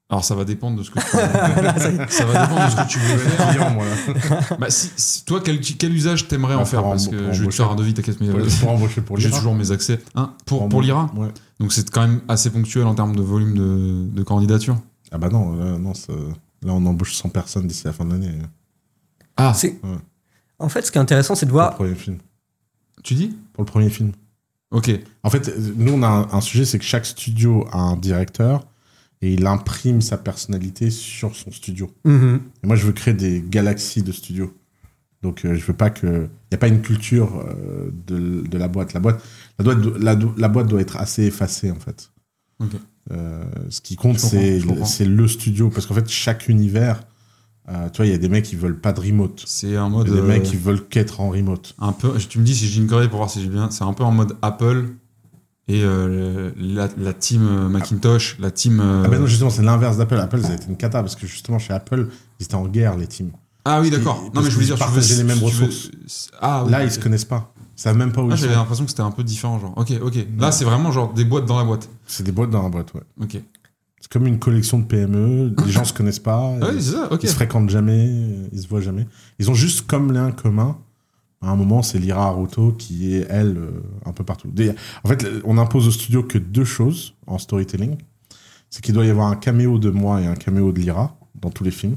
Alors ça va dépendre de ce que tu ça va dépendre de ce que tu veux faire. Client, moi, là. Bah, si, si- toi, quel, quel usage t'aimerais Bah, en faire pour parce embo- que pour je vais te embaucher. faire un devis, t'inquiète, mais Pour, euh, pour embaucher pour j'ai l'I R A. toujours mes accès. Hein, pour, pour embaucher- l'I R A. Ouais. Donc c'est quand même assez ponctuel en termes de volume de, de candidature. Ah bah non, là, non ça- là on embauche cent personnes d'ici la fin de l'année. Ah, C'est- Ouais. En fait, ce qui est intéressant, c'est de Pour le voir. premier film. tu dis Pour le premier film. Ok. En fait, nous on a un, un sujet, c'est que chaque studio a un directeur et il imprime sa personnalité sur son studio. Mhm. Et moi je veux créer des galaxies de studios. Donc euh, je veux pas que... Il n'y a pas une culture euh, de, de la boîte. La boîte, la, boîte, la, la boîte doit être assez effacée en fait. Ok. Euh, ce qui compte, Je comprends, c'est je comprends. c'est le studio. Parce qu'en fait, chaque univers, euh, tu vois, il y a des mecs qui veulent pas de remote. C'est un Il mode. y a des euh, mecs qui veulent qu'être en remote. un peu. Tu me dis si je dis une connerie pour voir si j'ai bien. C'est un peu en mode Apple et euh, la, la team euh, Macintosh, la team. euh, Ah ben non, justement, c'est l'inverse d'Apple. Apple, ça a été une cata parce que justement, chez Apple, ils étaient en guerre, les teams. Ah oui, d'accord. Parce Non, qu'ils- mais je voulais dire, parce tu veux, qu'ils partageaient les mêmes tu veux- ressources. Ah, oui. Là, ils se connaissent pas. Ils savent même pas où Ah, ils j'avais sont. l'impression que c'était un peu différent, genre. Ok, ok. Là, c'est vraiment genre des boîtes dans la boîte. C'est des boîtes dans la boîte, ouais. Ok. C'est comme une collection de P M E. Les gens se connaissent pas. Ah oui, ils, c'est ça, ok. ils se fréquentent jamais. Ils se voient jamais. Ils ont juste comme lien commun. À un moment, c'est Lyra Haruto qui est, elle, euh, un peu partout. Des- En fait, on impose au studio que deux choses en storytelling. C'est qu'il doit y avoir un caméo de moi et un caméo de Lyra dans tous les films.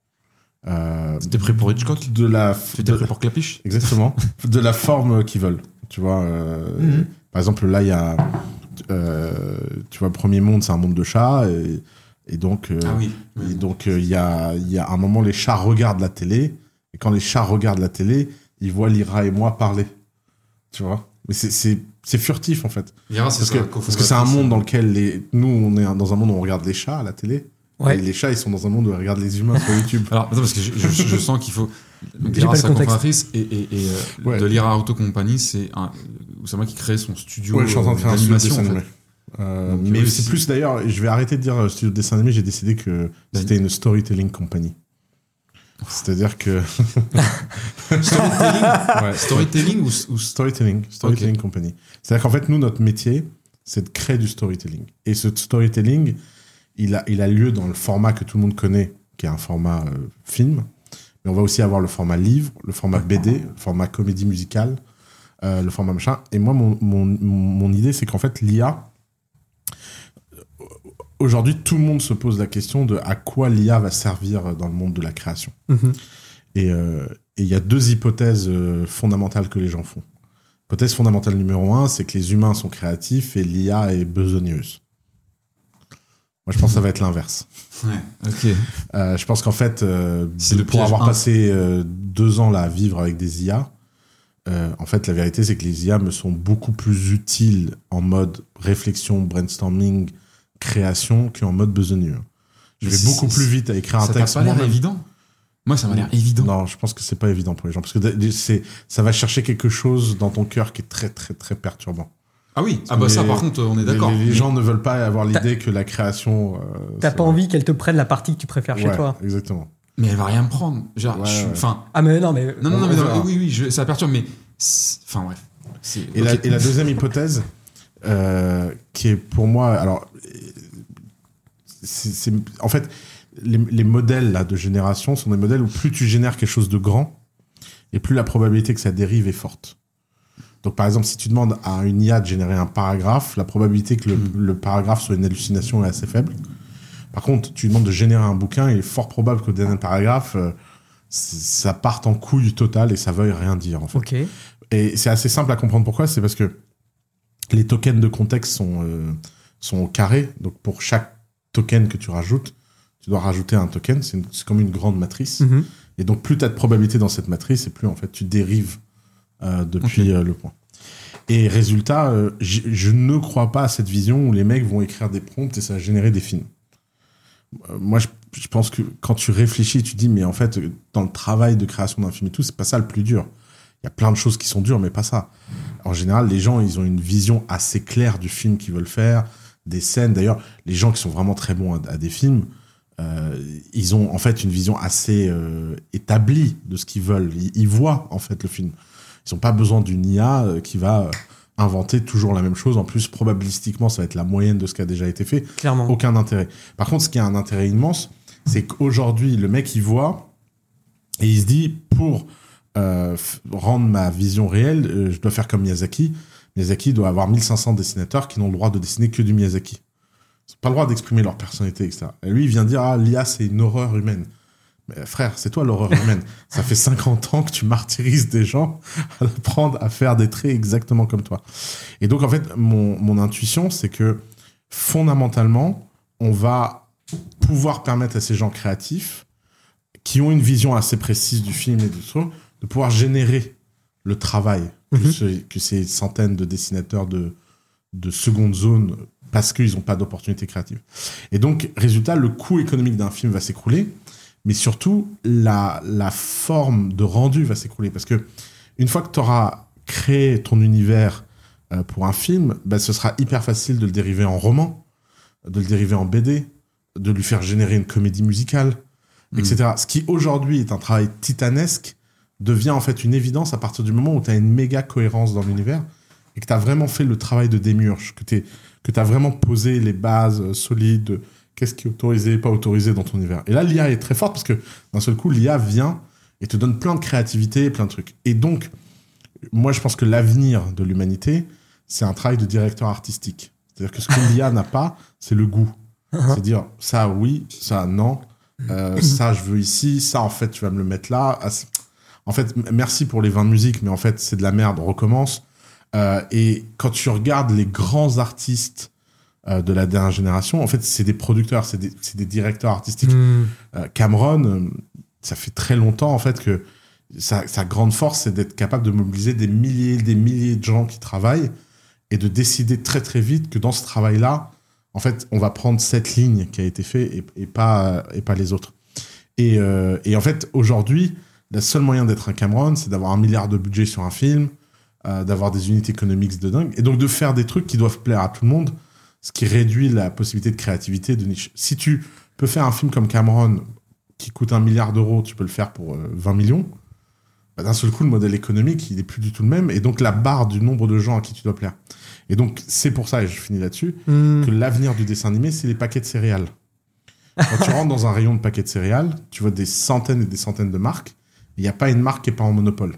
Euh, T'es prêt pour Hitchcock de la, Tu étais de- prêt pour Clapiche Exactement. De la forme qu'ils veulent. Tu vois, euh, Mhm. par exemple, là, il y a. euh, tu vois, le premier monde, c'est un monde de chats. Et, et donc, euh, Ah oui. et donc euh, il y, a, il y a un moment, les chats regardent la télé. Et quand les chats regardent la télé, ils voient Lyra et moi parler. Tu vois. Mais c'est- c'est c'est furtif, en fait. Lyra, c'est Parce ça, que parce que c'est un monde dans lequel les, nous, on est dans un monde où on regarde les chats à la télé. Ouais. Et les chats, ils sont dans un monde où ils regardent les humains sur YouTube. Alors, attends, parce que je, je- je sens qu'il faut. Donc, J'ai Lyra, pas le sa contexte. cofondatrice, et, et, et euh, Ouais. de Lyra Auto Company, c'est un. Oussama qui crée son studio Ouais, je suis en train de euh, créer un studio de d'animation, dessin en animé. fait. Euh, Donc, mais oui, c'est c'est- plus d'ailleurs, je vais arrêter de dire euh, studio de dessin animé, j'ai décidé que c'était une storytelling company. C'est-à-dire que. Storytelling, Ouais, storytelling ou, ou- storytelling, storytelling company. C'est-à-dire qu'en fait, nous, notre métier, c'est de créer du storytelling. Et ce storytelling, il a, il a lieu dans le format que tout le monde connaît, qui est un format euh, film. Mais on va aussi avoir le format livre, le format B D, le format comédie musicale, euh, le format machin. Et moi, mon, mon, mon idée, c'est qu'en fait, l'I A, aujourd'hui, tout le monde se pose la question de à quoi l'I A va servir dans le monde de la création. Mhm. Et euh, et il y a deux hypothèses euh, fondamentales que les gens font. Hypothèse fondamentale numéro un, c'est que les humains sont créatifs et l'I A est besogneuse. Moi, je pense que ça va être l'inverse. Ouais, ok. Euh, je pense qu'en fait, euh, C'est le pour piège avoir un. passé euh, deux ans là à vivre avec des I A, euh, en fait, la vérité, c'est que les I A me sont beaucoup plus utiles en mode réflexion, brainstorming, création qu'en mode besogneux. Je Mais vais c'est- beaucoup c'est- plus vite à écrire un Ça t'a texte. pas l'air moi-même. évident Moi, ça m'a l'air évident. Non, je pense que c'est pas évident pour les gens parce que d- c'est ça va chercher quelque chose dans ton cœur qui est très très très perturbant. Ah oui, ah bah ça Mais- par contre, on est Les, d'accord. les- les Mais- gens ne veulent pas avoir l'idée que la création. euh, T'as c'est- pas envie qu'elle te prenne la partie que tu préfères chez Ouais, toi. Exactement. Mais elle va rien me prendre. Genre, Ouais, je suis- ouais. Enfin, Ah, mais non, mais. non, non, On- non, mais on non, verra. oui, oui, je- ça perturbe, mais c'est- enfin bref. C'est- Et, ok. la, et la deuxième hypothèse, euh, qui est pour moi, alors, c'est, c'est- en fait, les, les modèles là, de génération sont des modèles où plus tu génères quelque chose de grand, et plus la probabilité que ça dérive est forte. Donc, par exemple, si tu demandes à une I A de générer un paragraphe, la probabilité que le, Mm. le paragraphe soit une hallucination est assez faible. Par contre, tu lui demandes de générer un bouquin, il est fort probable qu'au dernier paragraphe, euh, c- ça parte en couille totale et ça veuille rien dire, en fait. Ok. Et c'est assez simple à comprendre pourquoi. C'est parce que les tokens de contexte sont, euh, sont au carré. Donc, pour chaque token que tu rajoutes, tu dois rajouter un token. C'est, une- c'est comme une grande matrice. Mhm. Et donc, plus tu as de probabilité dans cette matrice, et plus, en fait, tu dérives euh, depuis Ok. euh, le point. Et résultat, euh, j- je ne crois pas à cette vision où les mecs vont écrire des prompts et ça va générer des films. Euh, moi, je, je pense que quand tu réfléchis, tu te dis, mais en fait, dans le travail de création d'un film et tout, c'est pas ça le plus dur. Il y a plein de choses qui sont dures, mais pas ça. En général, les gens, ils ont une vision assez claire du film qu'ils veulent faire, des scènes. D'ailleurs, les gens qui sont vraiment très bons à, à des films, euh, ils ont en fait une vision assez euh, établie de ce qu'ils veulent. Ils, ils voient en fait le film. Ils n'ont pas besoin d'une I A euh, qui va inventer toujours la même chose. En plus, probabilistiquement, ça va être la moyenne de ce qui a déjà été fait. Clairement. Aucun intérêt. Par contre, ce qui a un intérêt immense, c'est qu'aujourd'hui, le mec, il voit et il se dit, pour euh, rendre ma vision réelle, euh, je dois faire comme Miyazaki. Miyazaki doit avoir mille cinq cents dessinateurs qui n'ont le droit de dessiner que du Miyazaki. Ils n'ont pas le droit d'exprimer leur personnalité, et cetera. Et lui, il vient dire, ah, l'I A, c'est une horreur humaine. Mais frère, c'est toi l'horreur humaine. Ça fait cinquante ans que tu martyrises des gens à apprendre à faire des traits exactement comme toi. Et donc, en fait, mon, mon intuition, c'est que fondamentalement, on va pouvoir permettre à ces gens créatifs qui ont une vision assez précise du film et du truc, de pouvoir générer le travail que, Mm-hmm. ce, que ces centaines de dessinateurs de, de seconde zone, parce qu'ils n'ont pas d'opportunité créative. Et donc, résultat, le coût économique d'un film va s'écrouler, mais surtout, la, la forme de rendu va s'écrouler. Parce que une fois que tu auras créé ton univers euh, pour un film, bah, ce sera hyper facile de le dériver en roman, de le dériver en B D, de lui faire générer une comédie musicale, mmh. et cetera. Ce qui, aujourd'hui, est un travail titanesque, devient en fait une évidence à partir du moment où tu as une méga cohérence dans l'univers et que tu as vraiment fait le travail de démiurge, que tu que as vraiment posé les bases euh, solides de qu'est-ce qui est autorisé, pas autorisé dans ton univers. Et là, l'I A est très forte parce que d'un seul coup, l'I A vient et te donne plein de créativité, plein de trucs. Et donc, moi, je pense que l'avenir de l'humanité, c'est un travail de directeur artistique. C'est-à-dire que ce que l'I A n'a pas, c'est le goût. C'est-à-dire, ça, oui, ça, non. Euh, ça, je veux ici. Ça, en fait, tu vas me le mettre là. En fait, merci pour les vingt de musique, mais en fait, c'est de la merde. On recommence. Euh, et quand tu regardes les grands artistes Euh, de la dernière génération, en fait, c'est des producteurs, c'est des, c'est des directeurs artistiques. Mmh. Euh, Cameron, euh, ça fait très longtemps, en fait, que sa, sa grande force, c'est d'être capable de mobiliser des milliers, des milliers de gens qui travaillent et de décider très, très vite que dans ce travail-là, en fait, on va prendre cette ligne qui a été faite et, et, pas, et pas les autres. Et, euh, et en fait, aujourd'hui, le seul moyen d'être un Cameron, c'est d'avoir un milliard de budget sur un film, euh, d'avoir des unités économiques de dingue, et donc de faire des trucs qui doivent plaire à tout le monde, ce qui réduit la possibilité de créativité, de niche. Si tu peux faire un film comme Cameron qui coûte un milliard d'euros, tu peux le faire pour euh, vingt millions, bah, d'un seul coup, le modèle économique, il n'est plus du tout le même, et donc la barre du nombre de gens à qui tu dois plaire. Et donc, c'est pour ça, et je finis là-dessus, mmh. que l'avenir du dessin animé, c'est les paquets de céréales. Quand tu rentres dans un rayon de paquets de céréales, tu vois des centaines et des centaines de marques, il n'y a pas une marque qui n'est pas en monopole.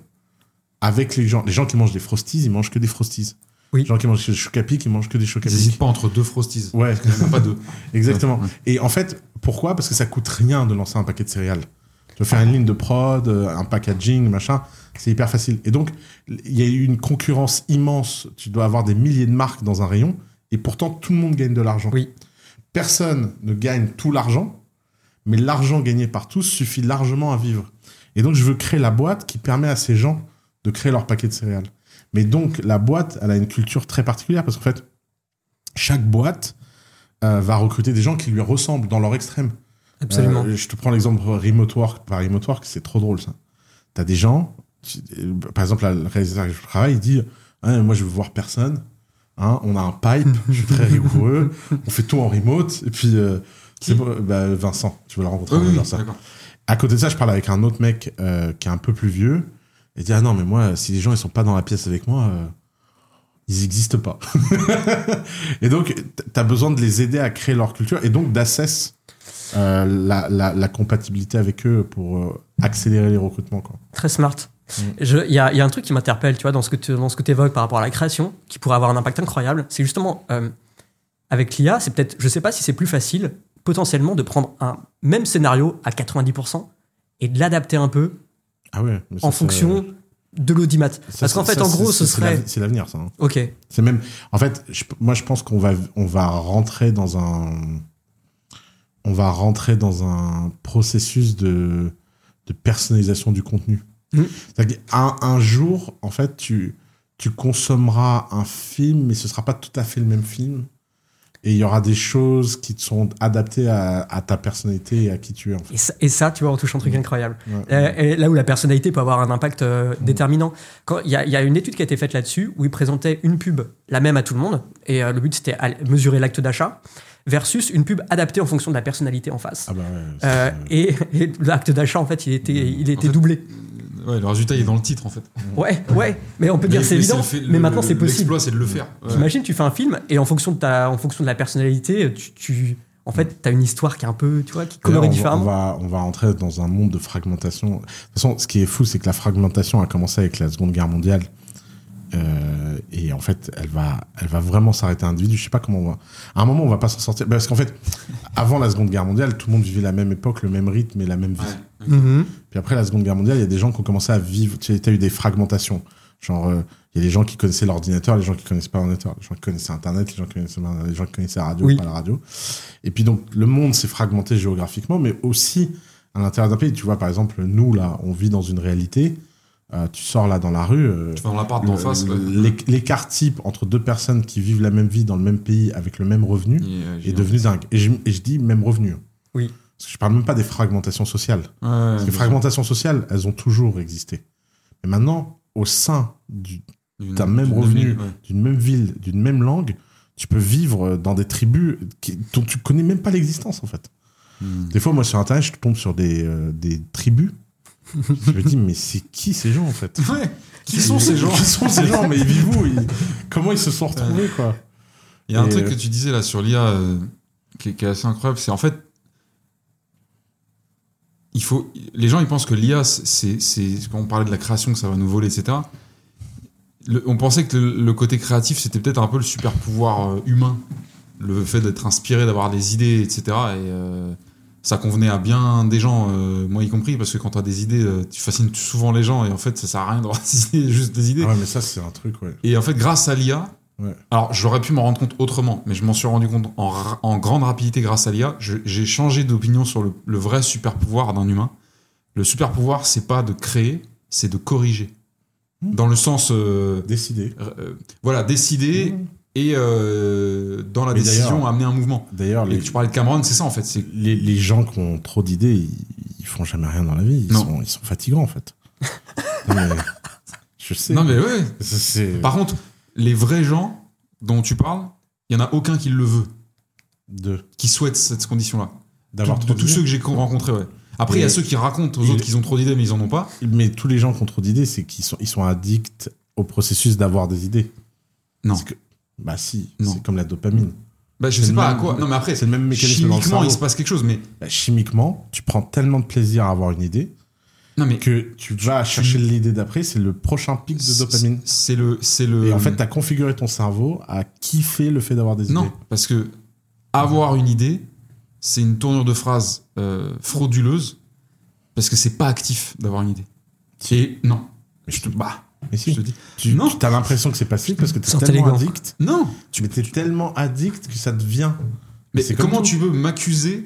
Avec les gens, les gens qui mangent des Frosties, ils mangent que des Frosties. Oui. Les gens qui mangent des Chocapic, qui mangent que des Chocapic. Ils n'hésitent pas entre deux Frosties. Ouais. Il n'y en a pas deux. Exactement. Ouais. Et en fait, pourquoi ? Parce que ça coûte rien de lancer un paquet de céréales. Tu veux faire une ligne de prod, un packaging, machin, c'est hyper facile. Et donc, il y a eu une concurrence immense. Tu dois avoir des milliers de marques dans un rayon, et pourtant, tout le monde gagne de l'argent. Oui. Personne ne gagne tout l'argent, mais l'argent gagné par tous suffit largement à vivre. Et donc, je veux créer la boîte qui permet à ces gens de créer leur paquet de céréales. Mais donc, la boîte, elle a une culture très particulière parce qu'en fait, chaque boîte euh, va recruter des gens qui lui ressemblent dans leur extrême. Absolument. Euh, je te prends l'exemple Remote Work. Par Remote Work, c'est trop drôle, ça. T'as des gens, tu, par exemple, le réalisateur avec qui je travaille, il dit hein, « Moi, je veux voir personne. Hein, on a un pipe, je suis très rigoureux. On fait tout en remote. » Et puis, euh, c'est bah, Vincent, tu veux le rencontrer. Oui, oui, Vincent. À côté de ça, je parle avec un autre mec euh, qui est un peu plus vieux. Et dit, ah non, mais moi, si les gens, ils sont pas dans la pièce avec moi, euh, ils n'existent pas. Et donc, t'as besoin de les aider à créer leur culture et donc d'assess euh, la, la, la compatibilité avec eux pour euh, accélérer les recrutements, quoi. Très smart. Il mm. y, a, y a un truc qui m'interpelle, tu vois, dans ce que tu dans ce que évoques par rapport à la création, qui pourrait avoir un impact incroyable. C'est justement, euh, avec l'I A, c'est peut-être, je sais pas si c'est plus facile, potentiellement, de prendre un même scénario à quatre-vingt-dix pour cent et de l'adapter un peu. Ah ouais, en fonction de l'audimat. Parce qu'en fait, ça, en gros, c'est, ce serait... C'est l'avenir, ça. Hein. Ok. C'est même... En fait, je, moi, je pense qu'on va, on va rentrer dans un... On va rentrer dans un processus de, de personnalisation du contenu. Mmh. C'est-à-dire qu'un un jour, en fait, tu, tu consommeras un film, mais ce sera pas tout à fait le même film. Et il y aura des choses qui te sont adaptées à, à ta personnalité et à qui tu es. En fait. et, ça, et ça, tu vois, on touche un truc incroyable. Ouais, euh, ouais. Et là où la personnalité peut avoir un impact euh, ouais. déterminant. Il y, y a une étude qui a été faite là-dessus où ils présentaient une pub, la même à tout le monde, et euh, le but c'était à mesurer l'acte d'achat, versus une pub adaptée en fonction de la personnalité en face. Ah bah ouais, euh, et, et l'acte d'achat, en fait, il était, il était en fait, doublé. ouais, le résultat il est dans le titre en fait. Ouais, ouais, mais on peut dire Mais- c'est mais évident, c'est le fait- mais le- maintenant le- c'est possible. L'exploit c'est de le faire. Ouais. T'imagines, tu fais un film et en fonction de, ta, en fonction de la personnalité, tu, tu, en fait, t'as une histoire qui est un peu, tu vois, qui D'ailleurs, colorie on va- différemment. On va, on va rentrer dans un monde de fragmentation. De toute façon, ce qui est fou, c'est que la fragmentation a commencé avec la Seconde Guerre mondiale. Euh, et en fait, elle va, elle va vraiment s'arrêter à l'individu. Je sais pas comment on va. À un moment, on va pas s'en sortir. Parce qu'en fait, avant la Seconde Guerre mondiale, tout le monde vivait la même époque, le même rythme et la même vie. Ouais. Mhm. Puis après la Seconde Guerre mondiale, il y a des gens qui ont commencé à vivre. Tu sais, t'as eu des fragmentations. Genre, euh, il y a les gens qui connaissaient l'ordinateur, les gens qui connaissaient pas l'ordinateur, les gens qui connaissaient Internet, les gens qui connaissaient, les gens qui connaissaient la radio, Oui. pas la radio. Et puis donc, le monde s'est fragmenté géographiquement, mais aussi à l'intérieur d'un pays. Tu vois, par exemple, nous, là, on vit dans une réalité. Euh, tu sors là dans la rue. euh, Tu vas dans l'appart d'en le- face. ouais. l'é- L'écart type entre deux personnes qui vivent la même vie dans le même pays avec le même revenu Il est, euh, est géant. devenu dingue. Et je, et je dis même revenu. Oui. Parce que je parle même pas des fragmentations sociales. Ouais, Parce que les bien fragmentations sociales, elles ont toujours existé. Mais maintenant, au sein du, sûr. d'un D'une- même d'une revenu, demi- ouais. d'une même ville, d'une même langue, tu peux vivre dans des tribus qui- dont tu connais même pas l'existence, en fait. Hmm. Des fois, moi, sur Internet, je tombe sur des, euh, des tribus. Je me dis, mais c'est qui ces gens, en fait? Ouais. Qui sont ces gens Qui sont ces gens? Mais ils vivent où? Ils- Comment ils se sont retrouvés, quoi? Il y a un Et, truc euh, que tu disais là sur l'I A euh, qui, est- qui est assez incroyable, c'est en fait, il faut, les gens ils pensent que l'I A, c'est, c'est, quand on parlait de la création, que ça va nous voler, et cetera. Le- on pensait que le, le côté créatif, c'était peut-être un peu le super pouvoir euh, humain, le fait d'être inspiré, d'avoir des idées, et cetera. Et euh, ça convenait à bien des gens, euh, moi y compris, parce que quand tu as des idées, euh, tu fascines souvent les gens, et en fait, ça sert à rien d'avoir des idées, juste des idées. Ah ouais, mais ça, c'est un truc, ouais. Et en fait, grâce à l'I A, Ouais. alors j'aurais pu m'en rendre compte autrement, mais je m'en suis rendu compte en, ra- en grande rapidité grâce à l'I A. Je- J'ai changé d'opinion sur le, le vrai super pouvoir d'un humain. Le super pouvoir, c'est pas de créer, c'est de corriger. Mmh. Dans le sens, euh, Décidé. euh, voilà, décider Mmh. et euh, dans la Mais décision d'ailleurs- amener un mouvement. D'ailleurs, Et les, tu parlais de Cameron, c'est ça en fait. C'est les, les gens qui ont trop d'idées, ils, ils font jamais rien dans la vie. Ils, Non. sont, ils sont fatigants, en fait. Non, mais, je sais. non mais ouais. C'est- c'est- Par contre, les vrais gens dont tu parles, il y en a aucun qui le veut, de qui souhaite cette condition-là. d'avoir de trop de tous d'idées. ceux que j'ai rencontrés, ouais. Après, il y a Et- ceux qui racontent aux il- autres qu'ils ont trop d'idées, mais ils en ont pas. Mais tous les gens qui ont trop d'idées, c'est qu'ils sont, ils sont addicts au processus d'avoir des idées. Non. Parce que- bah si, Non. c'est comme la dopamine. Bah, je C'est sais le pas à même- quoi. Non, mais après, c'est le même mécanisme dans le chimiquement, il cerveau. se passe quelque chose, mais. Bah, chimiquement, tu prends tellement de plaisir à avoir une idée Non, mais. que tu vas chercher l'idée d'après, c'est le prochain pic de dopamine. C'est le. C'est le. Et en fait, tu as configuré ton cerveau à kiffer le fait d'avoir des Non, idées. parce que avoir une idée, c'est une tournure de phrase euh, frauduleuse, parce que c'est pas actif d'avoir une idée. Et non. Mais Je te. Bah, Mais je si, te dis. tu, Non. tu as l'impression que c'est passif parce que tu es Sans tellement élégant. addict. Non. Tu es tellement addict que ça devient. Mais c'est comme comment tout. tu veux m'accuser?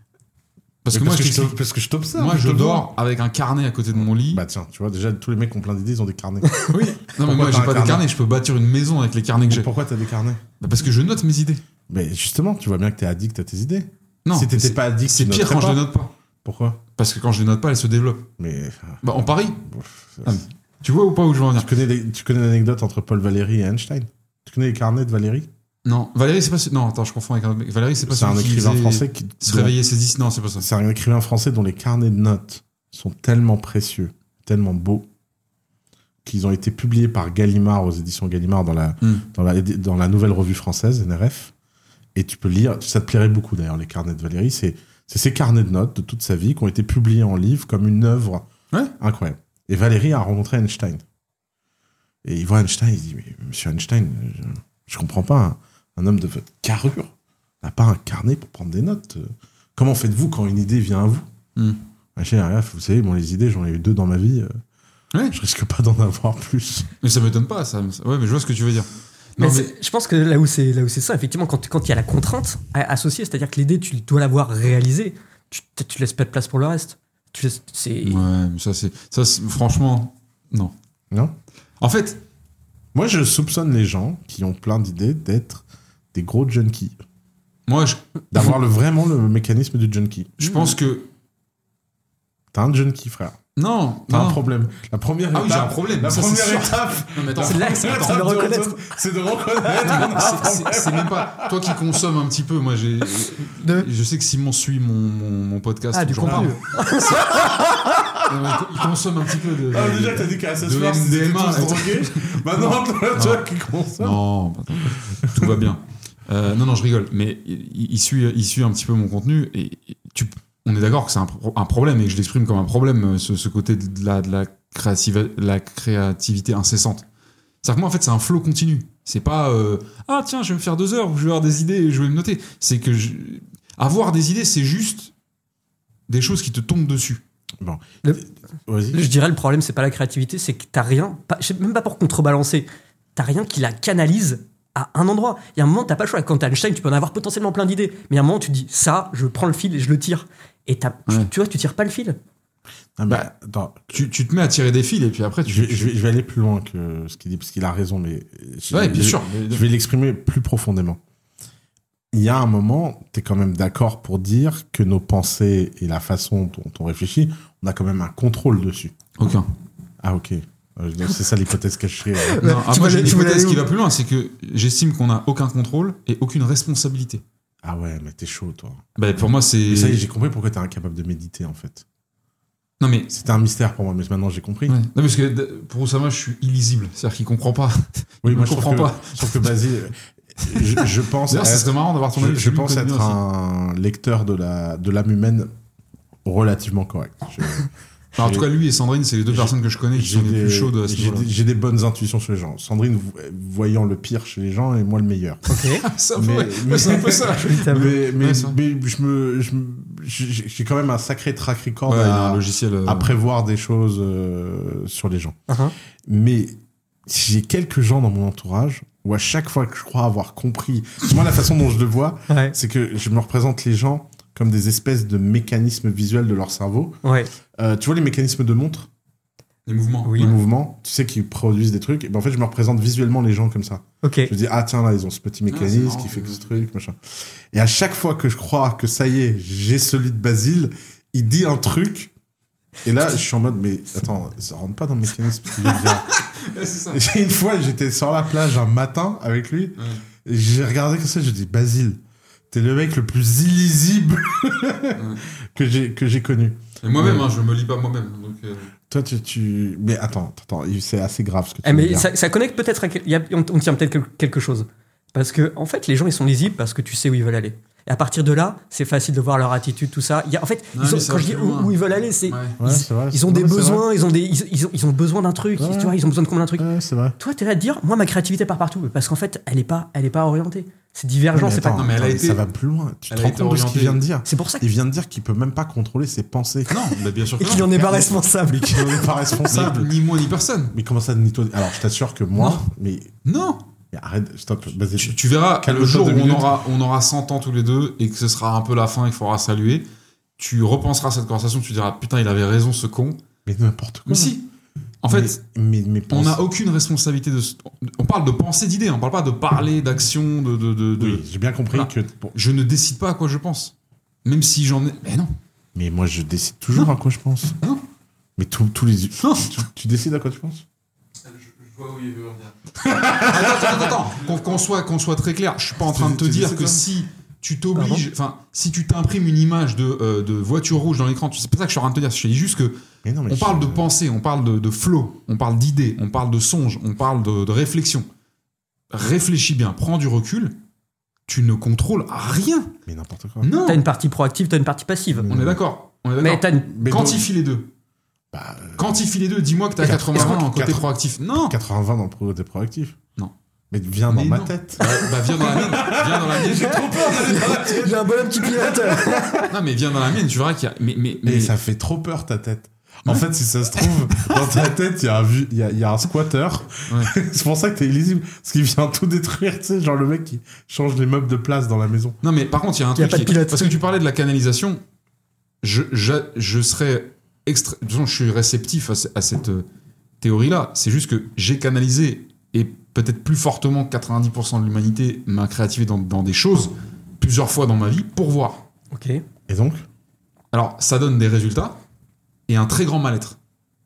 Parce Mais que moi, parce je que je t'explique. te- parce que je t'observe. Moi, je te dors avec un carnet à côté de mon lit. Bah tiens, tu vois, déjà, tous les mecs qui ont plein d'idées, ils ont des carnets. oui. Non, mais Pourquoi moi, t'as j'ai un pas de carnet carnet. Je peux bâtir une maison avec les carnets que j'ai. Pourquoi t'as des carnets? Bah, parce que je note mes idées. Mais justement, tu vois bien que t'es addict à tes idées. Non. Si t'étais c'est- pas addict, C'est tu pire noterais quand je pas. les note pas. Pourquoi? Parce que quand je les note pas, elles se développent. Mais. Bah, on parie. Ouf, Ah, mais- Tu vois ou pas où je veux en venir? Tu connais, les- tu connais l'anecdote entre Paul Valéry et Einstein? Tu connais les carnets de Valéry? Non. Valérie, c'est pas. ce- Non, attends, je confonds avec un mec. Valérie, c'est pas C'est un celui qui écrivain faisait français qui. Se dont- réveiller ses dix. Non, c'est pas ça. C'est un écrivain français dont les carnets de notes sont tellement précieux, tellement beaux, qu'ils ont été publiés par Gallimard aux éditions Gallimard dans la, Hmm. dans la, dans la nouvelle revue française, N R F. Et tu peux lire, ça te plairait beaucoup d'ailleurs, les carnets de Valéry. C'est, c'est ces carnets de notes de toute sa vie qui ont été publiés en livre comme une œuvre Ouais. incroyable. Et Valéry a rencontré Einstein. Et il voit Einstein, il dit, mais monsieur Einstein, je, je comprends pas, un, un homme de votre carrure n'a pas un carnet pour prendre des notes. Comment faites-vous quand une idée vient à vous? Hmm. Ah, chez R F, vous savez, bon, les idées, j'en ai eu deux dans ma vie. euh, Ouais. Je risque pas d'en avoir plus. Mais ça m'étonne pas. Ça. Ouais, mais je vois ce que tu veux dire. Mais Non, mais- c'est- je pense que là où c'est là où c'est ça, effectivement, quand quand il y a la contrainte a- associée, c'est-à-dire que l'idée tu dois l'avoir réalisée, tu, tu laisses pas de place pour le reste. Tu laisses, c'est Ouais, mais ça, c'est. Ça, c'est- franchement, non. Non? En fait, Moi, je soupçonne les gens qui ont plein d'idées d'être des gros junkies. moi, je, D'avoir le, vraiment le mécanisme du junkie. je pense que. T'as un junkie, frère. Non, T'as non. un problème. La première Ah oui, étape. j'ai un problème. La ça, c'est première sûr. étape. Non, mais attends, C'est là- la c'est première de étape le reconnaître. de- C'est de reconnaître. Non, mais un c'est- problème. c'est- c'est même pas. Toi qui consommes un petit peu, moi, j'ai. De- Je sais que Simon suit mon, mon, mon podcast. Ah, du j'en contenu. parle. Il consomme un petit peu de. Ah, déjà, t'as dit qu'à S S de First, ils étaient M D M A, tous drogués. Maintenant, tu vois qui consomme. Non, attends, tout va bien. Euh, non, non, je rigole. Mais il, il, suit, il suit un petit peu mon contenu. Et tu, on est d'accord que c'est un, un problème et que je l'exprime comme un problème, ce, ce côté de la, de la, créative, la créativité incessante. C'est-à-dire que moi, en fait, c'est un flow continu. C'est pas euh, ah tiens, je vais me faire deux heures où je vais avoir des idées et je vais me noter. C'est que je... avoir des idées, c'est juste des choses qui te tombent dessus. Bon, Le- vas-y. Je dirais le problème, c'est pas la créativité, c'est que t'as rien, pas, je sais même pas pour contrebalancer, t'as rien qui la canalise à un endroit. Il y a un moment, t'as pas le choix. Quand t'as Einstein, tu peux en avoir potentiellement plein d'idées. Mais il y a un moment, tu dis ça, je prends le fil et je le tire. Et t'as, Ouais. tu, tu vois, tu tires pas le fil. Ah, bah, attends, Tu, tu te mets à tirer des fils et puis après, tu. je, vais, je, vais, je vais aller plus loin que ce qu'il dit, parce qu'il a raison, mais. je- Ouais, bien je- sûr. Je vais l'exprimer plus profondément. Il y a un moment, tu es quand même d'accord pour dire que nos pensées et la façon dont on réfléchit, on a quand même un contrôle dessus. Aucun. Ah, ok. Euh, donc C'est ça l'hypothèse cachée. euh. Non, ah, Tu moi, voulais- j'ai une tu voulais hypothèse aller qui où va plus loin, c'est que j'estime qu'on n'a aucun contrôle et aucune responsabilité. Ah ouais, mais t'es chaud, toi. Bah, pour moi, c'est. Mais ça y est, j'ai compris pourquoi t'es incapable de méditer, en fait. Non, mais. C'était un mystère pour moi, mais maintenant j'ai compris. Ouais. Non, parce que d- pour Oussama, je suis illisible. C'est-à-dire qu'il comprend pas. Oui, Il moi me je comprend trouve que, pas. je trouve que Basile, je, je pense D'ailleurs, ça être, serait marrant d'avoir ton je, avis. je parce que lui pense me connaît être bien un aussi. lecteur de la de l'âme humaine relativement correct. Je- Enfin, en tout cas, lui et Sandrine, c'est les deux j'ai- personnes que je connais qui j'ai sont les des- plus chaudes à ce j'ai niveau-là. des, j'ai des bonnes intuitions sur les gens. Sandrine vo- voyant le pire chez les gens et moi le meilleur. Ok. Ça, Mais- ouais, mais- c'est un peu ça. mais mais, Ouais, c'est vrai. mais je me je me- j'ai j'ai quand même un sacré track record Ouais, il y a un à, logiciel. euh, à prévoir des choses euh, sur les gens. Uh-huh. Mais j'ai quelques gens dans mon entourage où à chaque fois que je crois avoir compris, moi la façon dont je le vois, Ouais. c'est que je me représente les gens comme des espèces de mécanismes visuels de leur cerveau. Ouais. Euh, tu vois les mécanismes de montre, Les mouvements. Oui. les mouvements, tu sais, qui produisent des trucs. Et ben en fait, je me représente visuellement les gens comme ça. Ok. Je me dis, ah tiens, là, ils ont ce petit c'est mécanisme marrant, qui fait que c'est- ce truc, machin. Et à chaque fois que je crois que ça y est, j'ai celui de Basile, il dit un truc. Et là, je suis en mode, mais attends, ça rentre pas dans le mécanisme qu'il vient de dire. Ouais, c'est ça. Et une fois, j'étais sur la plage un matin avec lui. Ouais. Et j'ai regardé comme ça, je dis, Basile, t'es le mec le plus illisible que j'ai que j'ai connu. Et moi-même, Ouais. hein, je me lis pas moi-même. Donc, euh, Toi, tu, tu... Mais attends, attends, c'est assez grave ce que tu Eh, veux mais dire. ça, ça connecte peut-être à quel- il y a- on, on tient peut-être quel- quelque chose. Parce que, en fait, les gens, ils sont lisibles parce que tu sais où ils veulent aller. Et à partir de là, c'est facile de voir leur attitude, tout ça. Il y a, en fait, Non, ils ont- mais ça quand va je dis plus où, loin. où ils veulent aller, c'est. ouais. Ouais, ils- c'est vrai, Ils ont c'est des vrai, c'est besoins, ils ont, des, ils, ils ont, ils ont besoin d'un truc, Ouais. tu vois, ils ont besoin de combien d'un truc. vrai. Ouais, c'est vrai. Toi, t'es là à te dire, moi, ma créativité part partout. Parce qu'en fait, elle est pas, elle est pas orientée. C'est divergent, Ouais, mais c'est pas. attends, Non, mais elle a attends, été- ça va plus loin. Tu elle te a rends été compte de ce qu'il orientée. vient de dire. C'est pour ça Il vient de dire qu'il peut même pas contrôler ses pensées. Non, bah, bien sûr que et qu'il non. en est pas Merde. responsable. Mais qu'il n'en est pas responsable. Mais ni moi ni personne. Mais comment ça, ni toi Alors, je t'assure que moi, Non. mais, Non. mais arrête, stop, Basile. Tu, tu verras, Calme-toi le jour où deux on minutes. aura, on aura cent ans tous les deux et que ce sera un peu la fin et qu'il faudra saluer, tu repenseras à cette conversation, tu diras putain, il avait raison ce con. Mais n'importe quoi. Mais si. En fait, mais, mais, mais on pense- n'a aucune responsabilité de. On parle de pensée, d'idées, on parle pas de parler, d'action, de. de, de, de- Oui, j'ai bien compris Voilà. que. bon, Je ne décide pas à quoi je pense. Même si j'en ai. Mais non. mais moi, je décide toujours Non. à quoi je pense. Non. Mais tous tous les. Non. Tu, tu décides à quoi tu penses Je, vois où il veut revenir. attends, attends, attends. Qu'on, qu'on soit, qu'on soit très clair. Je suis pas en train de te Tu- tu dire décides que ça si tu t'obliges. Enfin, si tu t'imprimes une image de, euh, de voiture rouge dans l'écran, c'est pas ça que je suis en train de te dire. Je te dis juste que. Mais non, mais On je- parle de pensée, on parle de, de flow, on parle d'idées, on parle de songe, on parle de, de réflexion. Réfléchis bien, prends du recul, tu ne contrôles rien. Mais n'importe quoi. Non, T'as une partie proactive, t'as une partie passive. Mais on est d'accord. On est Mais d'accord. t'as une. Mais Quantifie les deux. Bah, euh, Quantifie les deux, dis-moi que t'as Est-ce que- quatre-vingts est-ce que en côté quatre- proactif. Non quatre-vingts dans le pro des proactifs. Non. Mais viens dans Mais ma non. tête. Bah, bah, viens dans la mienne, viens dans la mienne. J'ai un bonhomme qui pilote. Non mais viens dans la mienne, tu verras qu'il y a... Mais, mais, Mais mais... ça fait trop peur ta tête. En Ouais. fait, si ça se trouve, dans ta tête, il y, a un vu- il y, a, il y a un squatter. Ouais. C'est pour ça que t'es illisible. Parce qu'il vient tout détruire, tu sais, genre le mec qui change les meubles de place dans la maison. Non mais par contre, il y a un Il y a truc... pas de qui est- pilote. Parce que tu parlais de la canalisation, je, je, je serais... Extra... De toute façon, je suis réceptif à, ce- à cette euh, théorie-là. C'est juste que j'ai canalisé, et peut-être plus fortement que quatre-vingt-dix pour cent de l'humanité, ma créativité dans, dans des choses, plusieurs fois dans ma vie, pour voir. Ok. Et donc Alors, ça donne des résultats, et un très grand mal-être.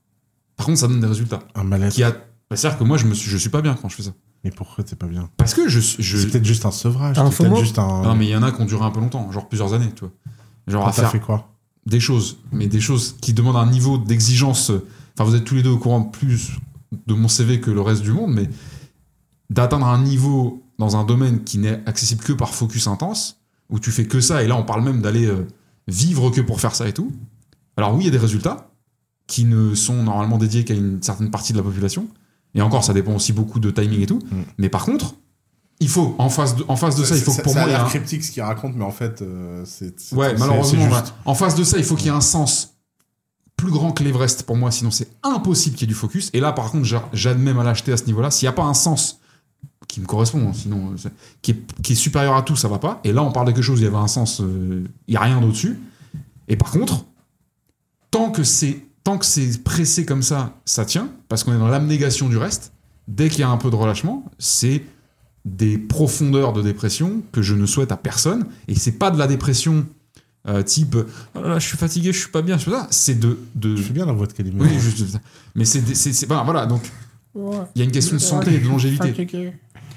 Par contre, ça donne des résultats. Un mal-être. Qui a... bah, c'est-à-dire que moi, je, me suis... je suis pas bien quand je fais ça. Mais pourquoi t'es pas bien Parce que je... je... C'est peut-être juste un sevrage. T'as un C'est peut-être FOMO juste un. Non, mais il y en a qui ont duré un peu longtemps, genre plusieurs années, tu vois. Genre Ah, à t'as faire... fait quoi des choses, mais des choses qui demandent un niveau d'exigence. Enfin, vous êtes tous les deux au courant plus de mon C V que le reste du monde, mais d'atteindre un niveau dans un domaine qui n'est accessible que par focus intense, où tu fais que ça, et là on parle même d'aller euh, vivre que pour faire ça et tout. Alors oui, il y a des résultats qui ne sont normalement dédiés qu'à une certaine partie de la population, et encore, ça dépend aussi beaucoup de timing et tout, mm. mais par contre, il faut, en face de, en face de ça, il faut que pour ça moi... Ça a l'air un... cryptique ce qu'il raconte, mais en fait, euh, c'est, c'est... Ouais, c'est, malheureusement, c'est ouais. En face de ça, il faut qu'il y ait un sens plus grand que l'Everest pour moi, sinon c'est impossible qu'il y ait du focus. Et là, par contre, j'admets ma lâcheté à ce niveau-là. S'il n'y a pas un sens qui me correspond, sinon, qui est, qui est supérieur à tout, ça va pas. Et là, on parle de quelque chose où il y avait un sens, euh, il n'y a rien d'au-dessus. Et par contre, tant que c'est, tant que c'est pressé comme ça, ça tient, parce qu'on est dans l'abnégation du reste. Dès qu'il y a un peu de relâchement, c'est des profondeurs de dépression que je ne souhaite à personne. Et c'est pas de la dépression euh, type oh là, je suis fatigué, je suis pas bien, je suis pas ça. C'est de, de... Je fais bien la voix de Calimero. Oui, juste, mais c'est, c'est, c'est voilà, voilà, donc il y a une question de santé et de longévité.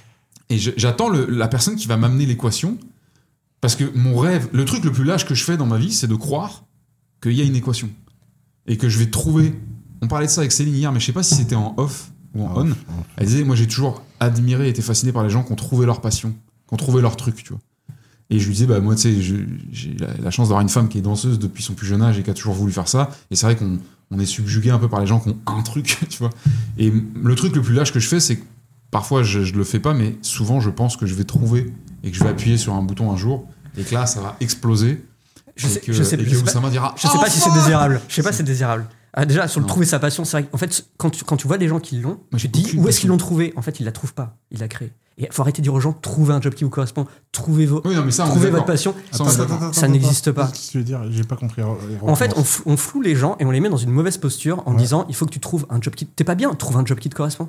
Et je, j'attends le, la personne qui va m'amener l'équation, parce que mon rêve, le truc le plus lâche que je fais dans ma vie, c'est de croire qu'il y a une équation et que je vais trouver. On parlait de ça avec Céline hier, mais je sais pas si c'était en off ou en on. Off. Elle disait, moi j'ai toujours admiré et été fasciné par les gens qui ont trouvé leur passion, qui ont trouvé leur truc, tu vois. Et je lui disais, bah moi tu sais, j'ai la, la chance d'avoir une femme qui est danseuse depuis son plus jeune âge et qui a toujours voulu faire ça. Et c'est vrai qu'on on est subjugué un peu par les gens qui ont un truc, tu vois. Et le truc le plus lâche que je fais, c'est que parfois je, je le fais pas, mais souvent je pense que je vais trouver et que je vais appuyer sur un bouton un jour et que là ça va exploser. Je sais, que, je sais, et que je sais ça pas, dira, je sais pas si c'est désirable. Je sais pas si c'est désirable. Ah, déjà, sur le non. trouver sa passion, c'est vrai qu'en fait, quand tu, quand tu vois des gens qui l'ont, moi, tu te dis où est-ce qu'ils l'ont trouvé. En fait, ils la trouvent pas. Ils la créent. Et il faut arrêter de dire aux gens, trouvez un job qui vous correspond, trouvez, vos, oui, non, mais ça, trouvez votre passion. Attends, ça attends, ça n'existe pas. Qu'est-ce que tu veux dire ? J'ai pas compris. En fait, on, f- on floue les gens et on les met dans une mauvaise posture en ouais. disant, il faut que tu trouves un job qui... T'es pas bien, trouve un job qui te correspond.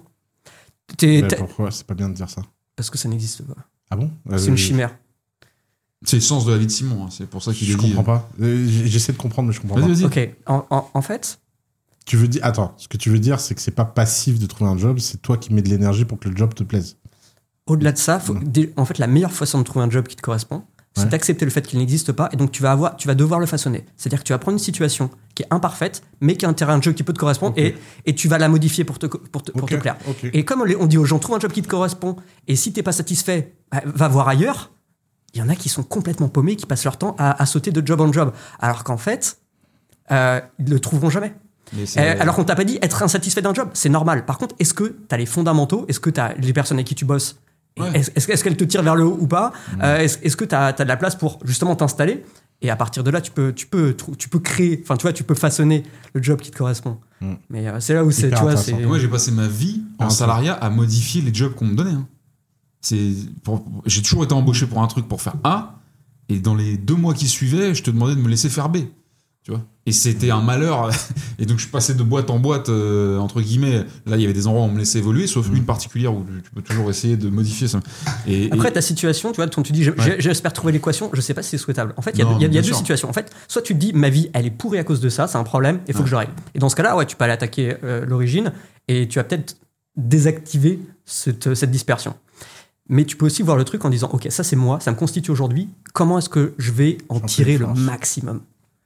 T'es, mais pourquoi c'est pas bien de dire ça ? Parce que ça n'existe pas. Ah bon ? C'est euh, une chimère. C'est le sens de la vie de Simon, hein. C'est pour ça qu'il je est dit. Je comprends pas. J'essaie de comprendre, mais je comprends vas-y, pas. vas-y. Ok, en, en, en fait... Tu veux dire... Attends, ce que tu veux dire, c'est que c'est pas passif de trouver un job, c'est toi qui mets de l'énergie pour que le job te plaise. Au-delà de ça, faut, mmh. en fait, la meilleure façon de trouver un job qui te correspond, c'est ouais. d'accepter le fait qu'il n'existe pas, et donc tu vas, avoir, tu vas devoir le façonner. C'est-à-dire que tu vas prendre une situation qui est imparfaite, mais qui a un terrain de jeu qui peut te correspondre, okay. et, et tu vas la modifier pour te, pour te, pour okay. te plaire. Okay. Et comme on dit aux gens, trouve un job qui te correspond, et si t'es pas satisfait, bah, va voir ailleurs. Il y en a qui sont complètement paumés, qui passent leur temps à, à sauter de job en job, alors qu'en fait, euh, ils le trouveront jamais. Euh, alors qu'on t'a pas dit être insatisfait d'un job, c'est normal. Par contre, est-ce que t'as les fondamentaux ? Est-ce que t'as les personnes avec qui tu bosses ? Ouais. Est-ce, est-ce, est-ce qu'elles te tirent vers le haut ou pas ? mmh. euh, est-ce, est-ce que t'as, t'as de la place pour justement t'installer ? Et à partir de là, tu peux, tu peux, tu peux créer, enfin tu vois, tu peux façonner le job qui te correspond. mmh. Mais euh, c'est là où c'est, tu vois, c'est. Moi, j'ai passé ma vie en salariat à modifier les jobs qu'on me donnait. Hein. C'est pour... J'ai toujours été embauché pour un truc pour faire A, et dans les deux mois qui suivaient, je te demandais de me laisser faire B. Tu vois, et c'était un malheur. Et donc je passais de boîte en boîte, euh, entre guillemets. Là, il y avait des endroits où on me laissait évoluer, sauf mmh. une particulière où tu peux toujours essayer de modifier ça. Et, Après, et... ta situation, tu vois, quand tu dis ouais. j'espère trouver l'équation, je sais pas si c'est souhaitable. En fait, il y a, non, y a, y a deux sûr. situations. En fait, soit tu te dis ma vie, elle est pourrie à cause de ça, c'est un problème, il faut ouais. que je règle. Et dans ce cas-là, ouais, tu peux aller attaquer euh, l'origine et tu vas peut-être désactiver cette, cette dispersion. Mais tu peux aussi voir le truc en disant ok, ça c'est moi, ça me constitue aujourd'hui. Comment est-ce que je vais en J'en tirer le maximum ?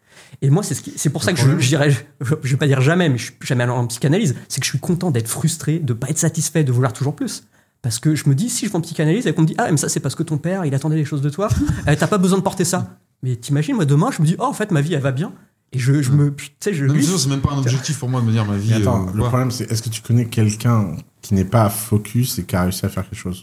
Et moi, c'est, ce qui, c'est pour le ça que je, je dirais, je, je vais pas dire jamais, mais je suis jamais allé en psychanalyse, c'est que je suis content d'être frustré, de pas être satisfait, de vouloir toujours plus. Parce que je me dis, si je vais en psychanalyse et qu'on me dit, ah, mais ça, c'est parce que ton père, il attendait les choses de toi, euh, t'as pas besoin de porter ça. Mais t'imagines, moi, demain, je me dis, oh, en fait, ma vie, elle va bien. Et je, je me, tu sais, je. Non, mais c'est, c'est même pas un objectif pour moi de me dire ma vie. Attends, euh, le problème, c'est, est-ce que tu connais quelqu'un qui n'est pas focus et qui a réussi à faire quelque chose ?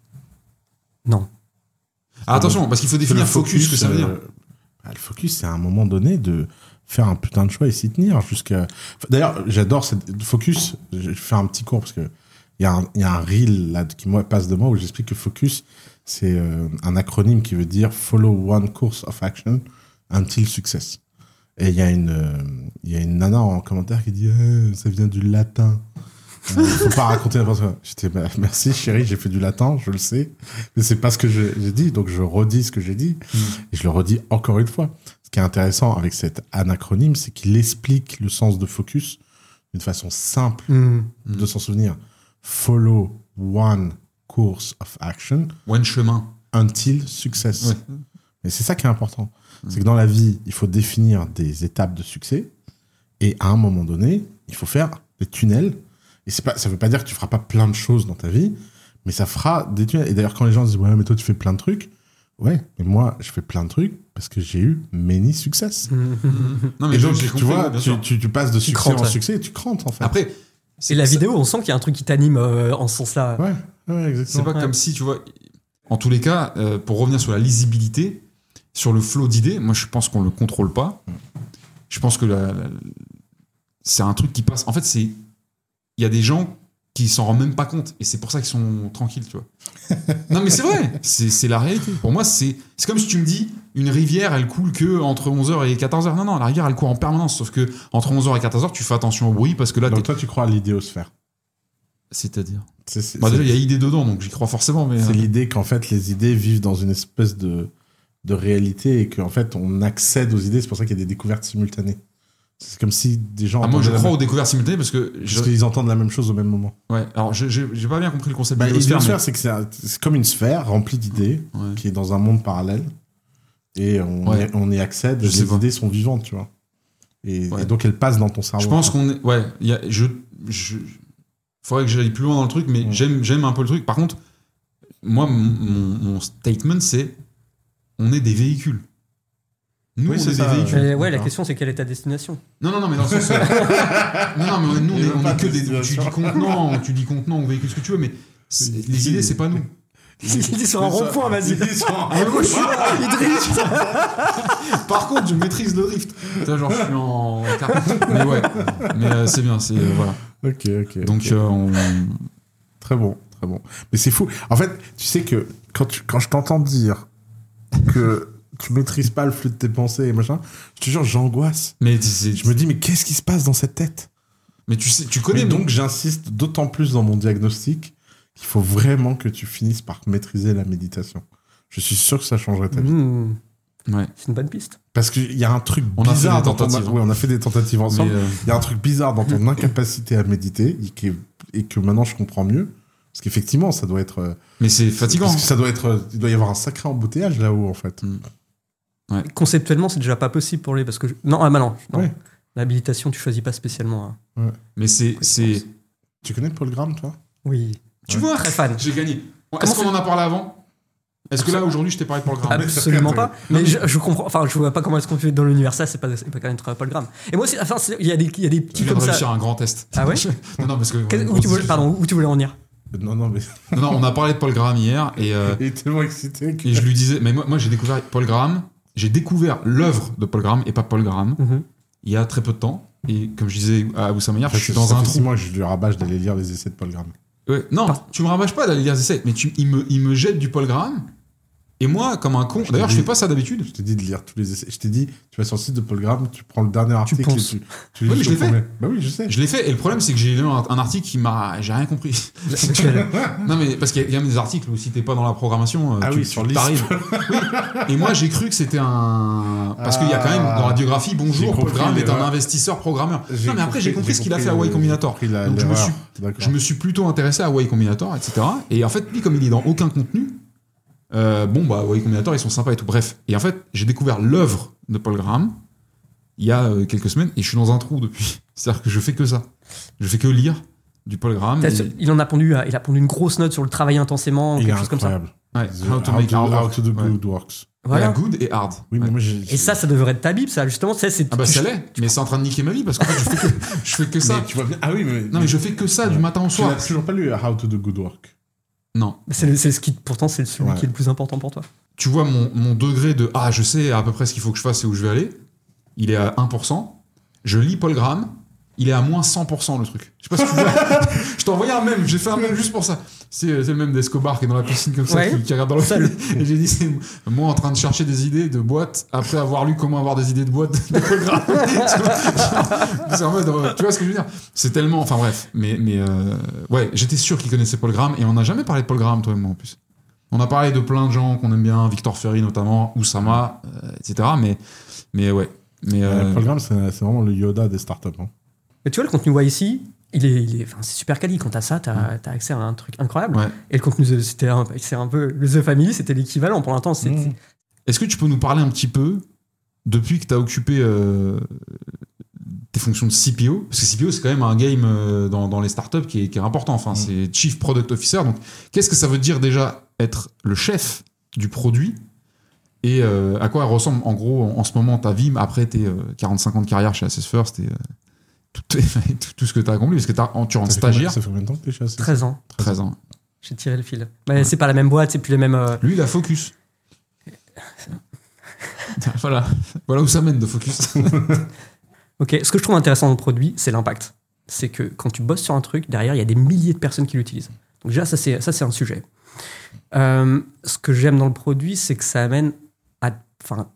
Non. Ah, attention, parce qu'il faut définir focus, focus, ce que ça veut dire. Euh, bah, le focus, c'est à un moment donné de faire un putain de choix et s'y tenir jusqu'à. Enfin, d'ailleurs, j'adore cette focus. Je vais faire un petit cours parce que il y a un, il y a un reel là qui moi passe de moi où j'explique que focus, c'est euh, un acronyme qui veut dire follow one course of action until success. Et il y a une, euh, il y a une nana en commentaire qui dit eh, ça vient du latin. Euh, faut pas raconter n'importe quoi. J'étais bah, merci chérie, j'ai fait du latin, je le sais, mais c'est pas ce que j'ai, j'ai dit, donc je redis ce que j'ai dit mmh. et je le redis encore une fois. Ce qui est intéressant avec cet anacronyme, c'est qu'il explique le sens de focus d'une façon simple mmh. de s'en souvenir. Follow one course of action. One chemin. Until success. Ouais. Mais c'est ça qui est important. C'est que dans la vie, il faut définir des étapes de succès. Et à un moment donné, il faut faire des tunnels. Et c'est pas, ça veut pas dire que tu feras pas plein de choses dans ta vie, mais ça fera des tunnels. Et d'ailleurs, quand les gens disent, ouais, mais toi, tu fais plein de trucs. Ouais, mais moi, je fais plein de trucs parce que j'ai eu many success. Non, mais et je- donc, j'ai tu compris, vois, bien tu, sûr. tu, tu passes de Tu succès crantes, en ouais. succès et tu crantes, en fait. Après, c'est- Et la ça- vidéo, on sent qu'il y a un truc qui t'anime euh, en ce sens-là. Ouais, ouais, c'est exactement. pas Ouais. comme si, tu vois, en tous les cas, euh, pour revenir sur la lisibilité, sur le flow d'idées, moi, je pense qu'on le contrôle pas. Je pense que la- la- c'est un truc qui passe. En fait, c'est il y a des gens qui s'en rendent même pas compte et c'est pour ça qu'ils sont tranquilles, tu vois. Non, mais c'est vrai, c'est c'est la réalité. Pour moi, c'est c'est comme si tu me dis une rivière, elle coule que entre onze heures et quatorze heures. Non, non, la rivière, elle court en permanence, sauf que entre onze heures et quatorze heures, tu fais attention au bruit parce que là, Donc t'es- toi, tu crois à l'idéosphère. c'est-à-dire. C'est c'est- Bah, déjà, il y a c'est- idée dedans, donc j'y crois forcément, mais c'est euh, l'idée qu'en fait, les idées vivent dans une espèce de, de réalité et qu'en fait, on accède aux idées. C'est pour ça qu'il y a des découvertes simultanées. C'est comme si des gens... ah, moi, je entendaient la crois même- aux découvertes simultanées parce que je- Parce qu'ils entendent la même chose au même moment. ouais. Alors, je- j'ai j'ai pas bien compris le concept Bah, de l'idéosphère, l'idéosphère, mais- c'est que c'est un- c'est comme une sphère remplie d'idées Ouais. qui est dans un monde parallèle et on, Ouais. y, on y accède. Je sais Les pas. idées sont vivantes, tu vois. Et, Ouais. et donc, elles passent dans ton cerveau. Je pense qu'on est. Ouais, il y a, je, je. Faudrait que j'aille plus loin dans le truc, mais Ouais. j'aime, j'aime un peu le truc. Par contre, moi, mon, mon- mon statement, c'est on est des véhicules. Nous, Oui, on c'est est ça, des véhicules. Mais ouais, la D'accord. question, c'est quelle est ta destination? Non, non, non, mais dans le sens. euh, non, non, mais on est- nous, on Il est, veut on pas est que de des. Tu destination. dis contenant, tu dis contenant ou véhicule, ce que tu veux, mais c'est- Oui. les idées, c'est pas nous. Il dit sur un rond-point, vas-y. Il dit sur un Ah, moi, je suis là, il drift. Par contre, je maîtrise le drift. Tu vois, genre, je suis en. Mais ouais, mais euh, c'est bien, c'est. euh, voilà. Ok, ok. Donc, ok. euh, on. Très bon, très bon. Mais c'est fou. En fait, tu sais que quand, tu, quand je t'entends dire que tu maîtrises pas le flux de tes pensées et machin, je te jure, j'angoisse. Mais, c'est- Je me dis, mais qu'est-ce qui se passe dans cette tête? mais tu sais, tu connais. Mais mon- donc, j'insiste d'autant plus dans mon diagnostic qu'il faut vraiment que tu finisses par maîtriser la méditation. Je suis sûr que ça changerait ta vie. Mmh, Ouais. c'est une bonne piste. Parce qu'il y a un truc On a fait bizarre des dans ton... tentatives, hein. Oui, on a fait des tentatives ensemble. Mais, euh, Il y a un truc bizarre dans ton incapacité à méditer et, qui est- et que maintenant je comprends mieux. Parce qu'effectivement, ça doit être... euh, mais c'est fatigant. Parce que ça doit être... euh, Il doit y avoir un sacré embouteillage là-haut, en fait. Conceptuellement, c'est déjà pas possible pour lui parce que je- non, ah bah non, non. Ouais. L'habilitation, tu choisis pas spécialement. hein. Mais c'est, c'est. Tu connais Paul Graham, toi? Oui, Tu vois, très fan. j'ai gagné. Est-ce Comment qu'on en a parlé avant? Est-ce que là aujourd'hui je t'ai parlé de Paul Graham? Absolument pas. Non, Mais mais- je, je comprends. Enfin, je vois pas comment est-ce qu'on fait dans l'univers ça. C'est pas, c'est pas quand même Paul Graham. Et moi aussi. Enfin, c'est- il y a des, il y a des Tu petits viens de comme ça. réussir un grand test. Ah ouais. Non, non, parce que. Qu'est- Où tu voulais, pardon, où tu voulais en venir? Non, non, mais Non, non, on a parlé de Paul Graham hier et, euh, il est tellement excité que... et je lui disais, mais moi, moi j'ai découvert Paul Graham, j'ai découvert l'œuvre de Paul Graham et pas Paul Graham Mhm. il y a très peu de temps. Et comme je disais à Oussama hier, Enfin, je suis ça dans fait un six trou. mois que je lui rabâche d'aller lire les essais de Paul Graham. Ouais, non, Par- tu me rabâches pas d'aller lire des essais, mais tu, il, me, il me jette du Paul Graham. Et moi, comme un con, Je d'ailleurs, t'ai je dit- fais pas ça d'habitude. Je t'ai dit de lire tous les essais. Je t'ai dit, tu vas sur le site de Paul Graham, tu prends le dernier article penses. et tu, tu lis Oui, mais je jusqu'au l'ai fait. premier. Bah oui, je sais. Je l'ai fait, et le problème, c'est que j'ai lu un, un article qui m'a. J'ai rien compris. Non, mais parce qu'il y a- il y a même des articles où si t'es pas dans la programmation, euh, Ah tu, oui, tu sur Lisp. t'arrives. Oui. Et moi, j'ai cru que c'était un. Parce qu'il y a quand même dans la biographie, J'ai bonjour, Paul compris Graham est un l'erreur. investisseur programmeur. J'ai Non, mais après, j'ai compris ce qu'il a fait à Y Combinator. compris la- Donc, je me l'erreur. suis- D'accord. Je me suis plutôt intéressé à Y Combinator, et cetera. Et en fait, lui, comme il est dans aucun contenu, euh, bon, bah, Y Combinator, ils sont sympas et tout. Bref. Et en fait, j'ai découvert l'œuvre de Paul Graham il y a euh, quelques semaines et je suis dans un trou depuis. C'est-à-dire que je fais que ça. Je fais que lire du Paul Graham. T'as- et- Il en a pondu, euh, il a pondu une grosse note sur le travail intensément ou Il est quelque chose comme ça. incroyable. Ouais, The- How to How make to- hard how work. to do Ouais. good works. Voilà. Ouais, good et hard. Oui, mais Ouais. moi, j'ai. Et ça, ça devrait être ta bible, ça. Justement, tu sais, c'est. Ah bah tu- ça l'est, mais c'est en train de niquer ma vie parce qu'en fait je fais que, je fais que ça. Mais tu vois bien. Ah oui, mais. Non mais je fais que ça du Ouais. matin au Tu l'as soir. toujours pas lu How to do good work. Non. C'est le- c'est ce qui, pourtant, c'est celui Ouais. qui est le plus important pour toi. Tu vois mon, mon degré de ah je sais à peu près ce qu'il faut que je fasse et où je vais aller, il est à un pour cent. Je lis Paul Graham, il est à moins cent pour cent le truc. Je sais pas si tu vois. Je t'ai envoyé un mème, j'ai fait un mème juste pour ça. C'est c'est le même d'Escobar qui est dans la piscine comme ça, Ouais. qui, qui regarde dans le Ça, le- Et j'ai dit c'est moi en train de chercher des idées de boîtes après avoir lu comment avoir des idées de boîtes de Paul Graham. C'est en mode, euh, tu vois ce que je veux dire? C'est tellement, enfin bref, mais mais euh, ouais, j'étais sûr qu'il connaissait Paul Graham et on n'a jamais parlé de Paul Graham toi et moi en plus. On a parlé de plein de gens qu'on aime bien, Victor Ferry notamment, Oussama, euh, et cetera. Mais mais ouais, mais Euh, euh, Paul Graham, c'est c'est vraiment le Yoda des startups. Hein. Mais tu vois, le contenu Y C, il est, il est, enfin, c'est super quali. Quand t'as ça, t'as as accès à un truc incroyable. Ouais. Et le contenu, de- c'était un, c'est un peu. Le The Family, c'était l'équivalent. Pour l'instant, c'est. Mmh. est-ce que tu peux nous parler un petit peu depuis que tu as occupé euh, tes fonctions de C P O, parce que C P O c'est quand même un game euh, dans, dans les startups qui est, qui est important, enfin, mmh. c'est Chief Product Officer, donc qu'est-ce que ça veut dire déjà être le chef du produit et euh, à quoi ressemble en gros en, en ce moment ta vie après tes euh, quarante-cinq ans de carrière chez Assess First et euh, tout, tout, tout ce que tu as accompli, parce que t'as, tu rentres stagiaire. Ça fait combien de temps que tu es chez Assess? treize ans. treize ans. J'ai tiré le fil. Mais ouais. C'est pas la même boîte, c'est plus les mêmes. Euh... Lui, il a Focus. voilà. Voilà où ça mène de Focus. Ok, ce que je trouve intéressant dans le produit, c'est l'impact. C'est que quand tu bosses sur un truc, derrière, il y a des milliers de personnes qui l'utilisent. Donc déjà, ça, c'est, ça, c'est un sujet. Euh, ce que j'aime dans le produit, c'est que ça amène à... Enfin,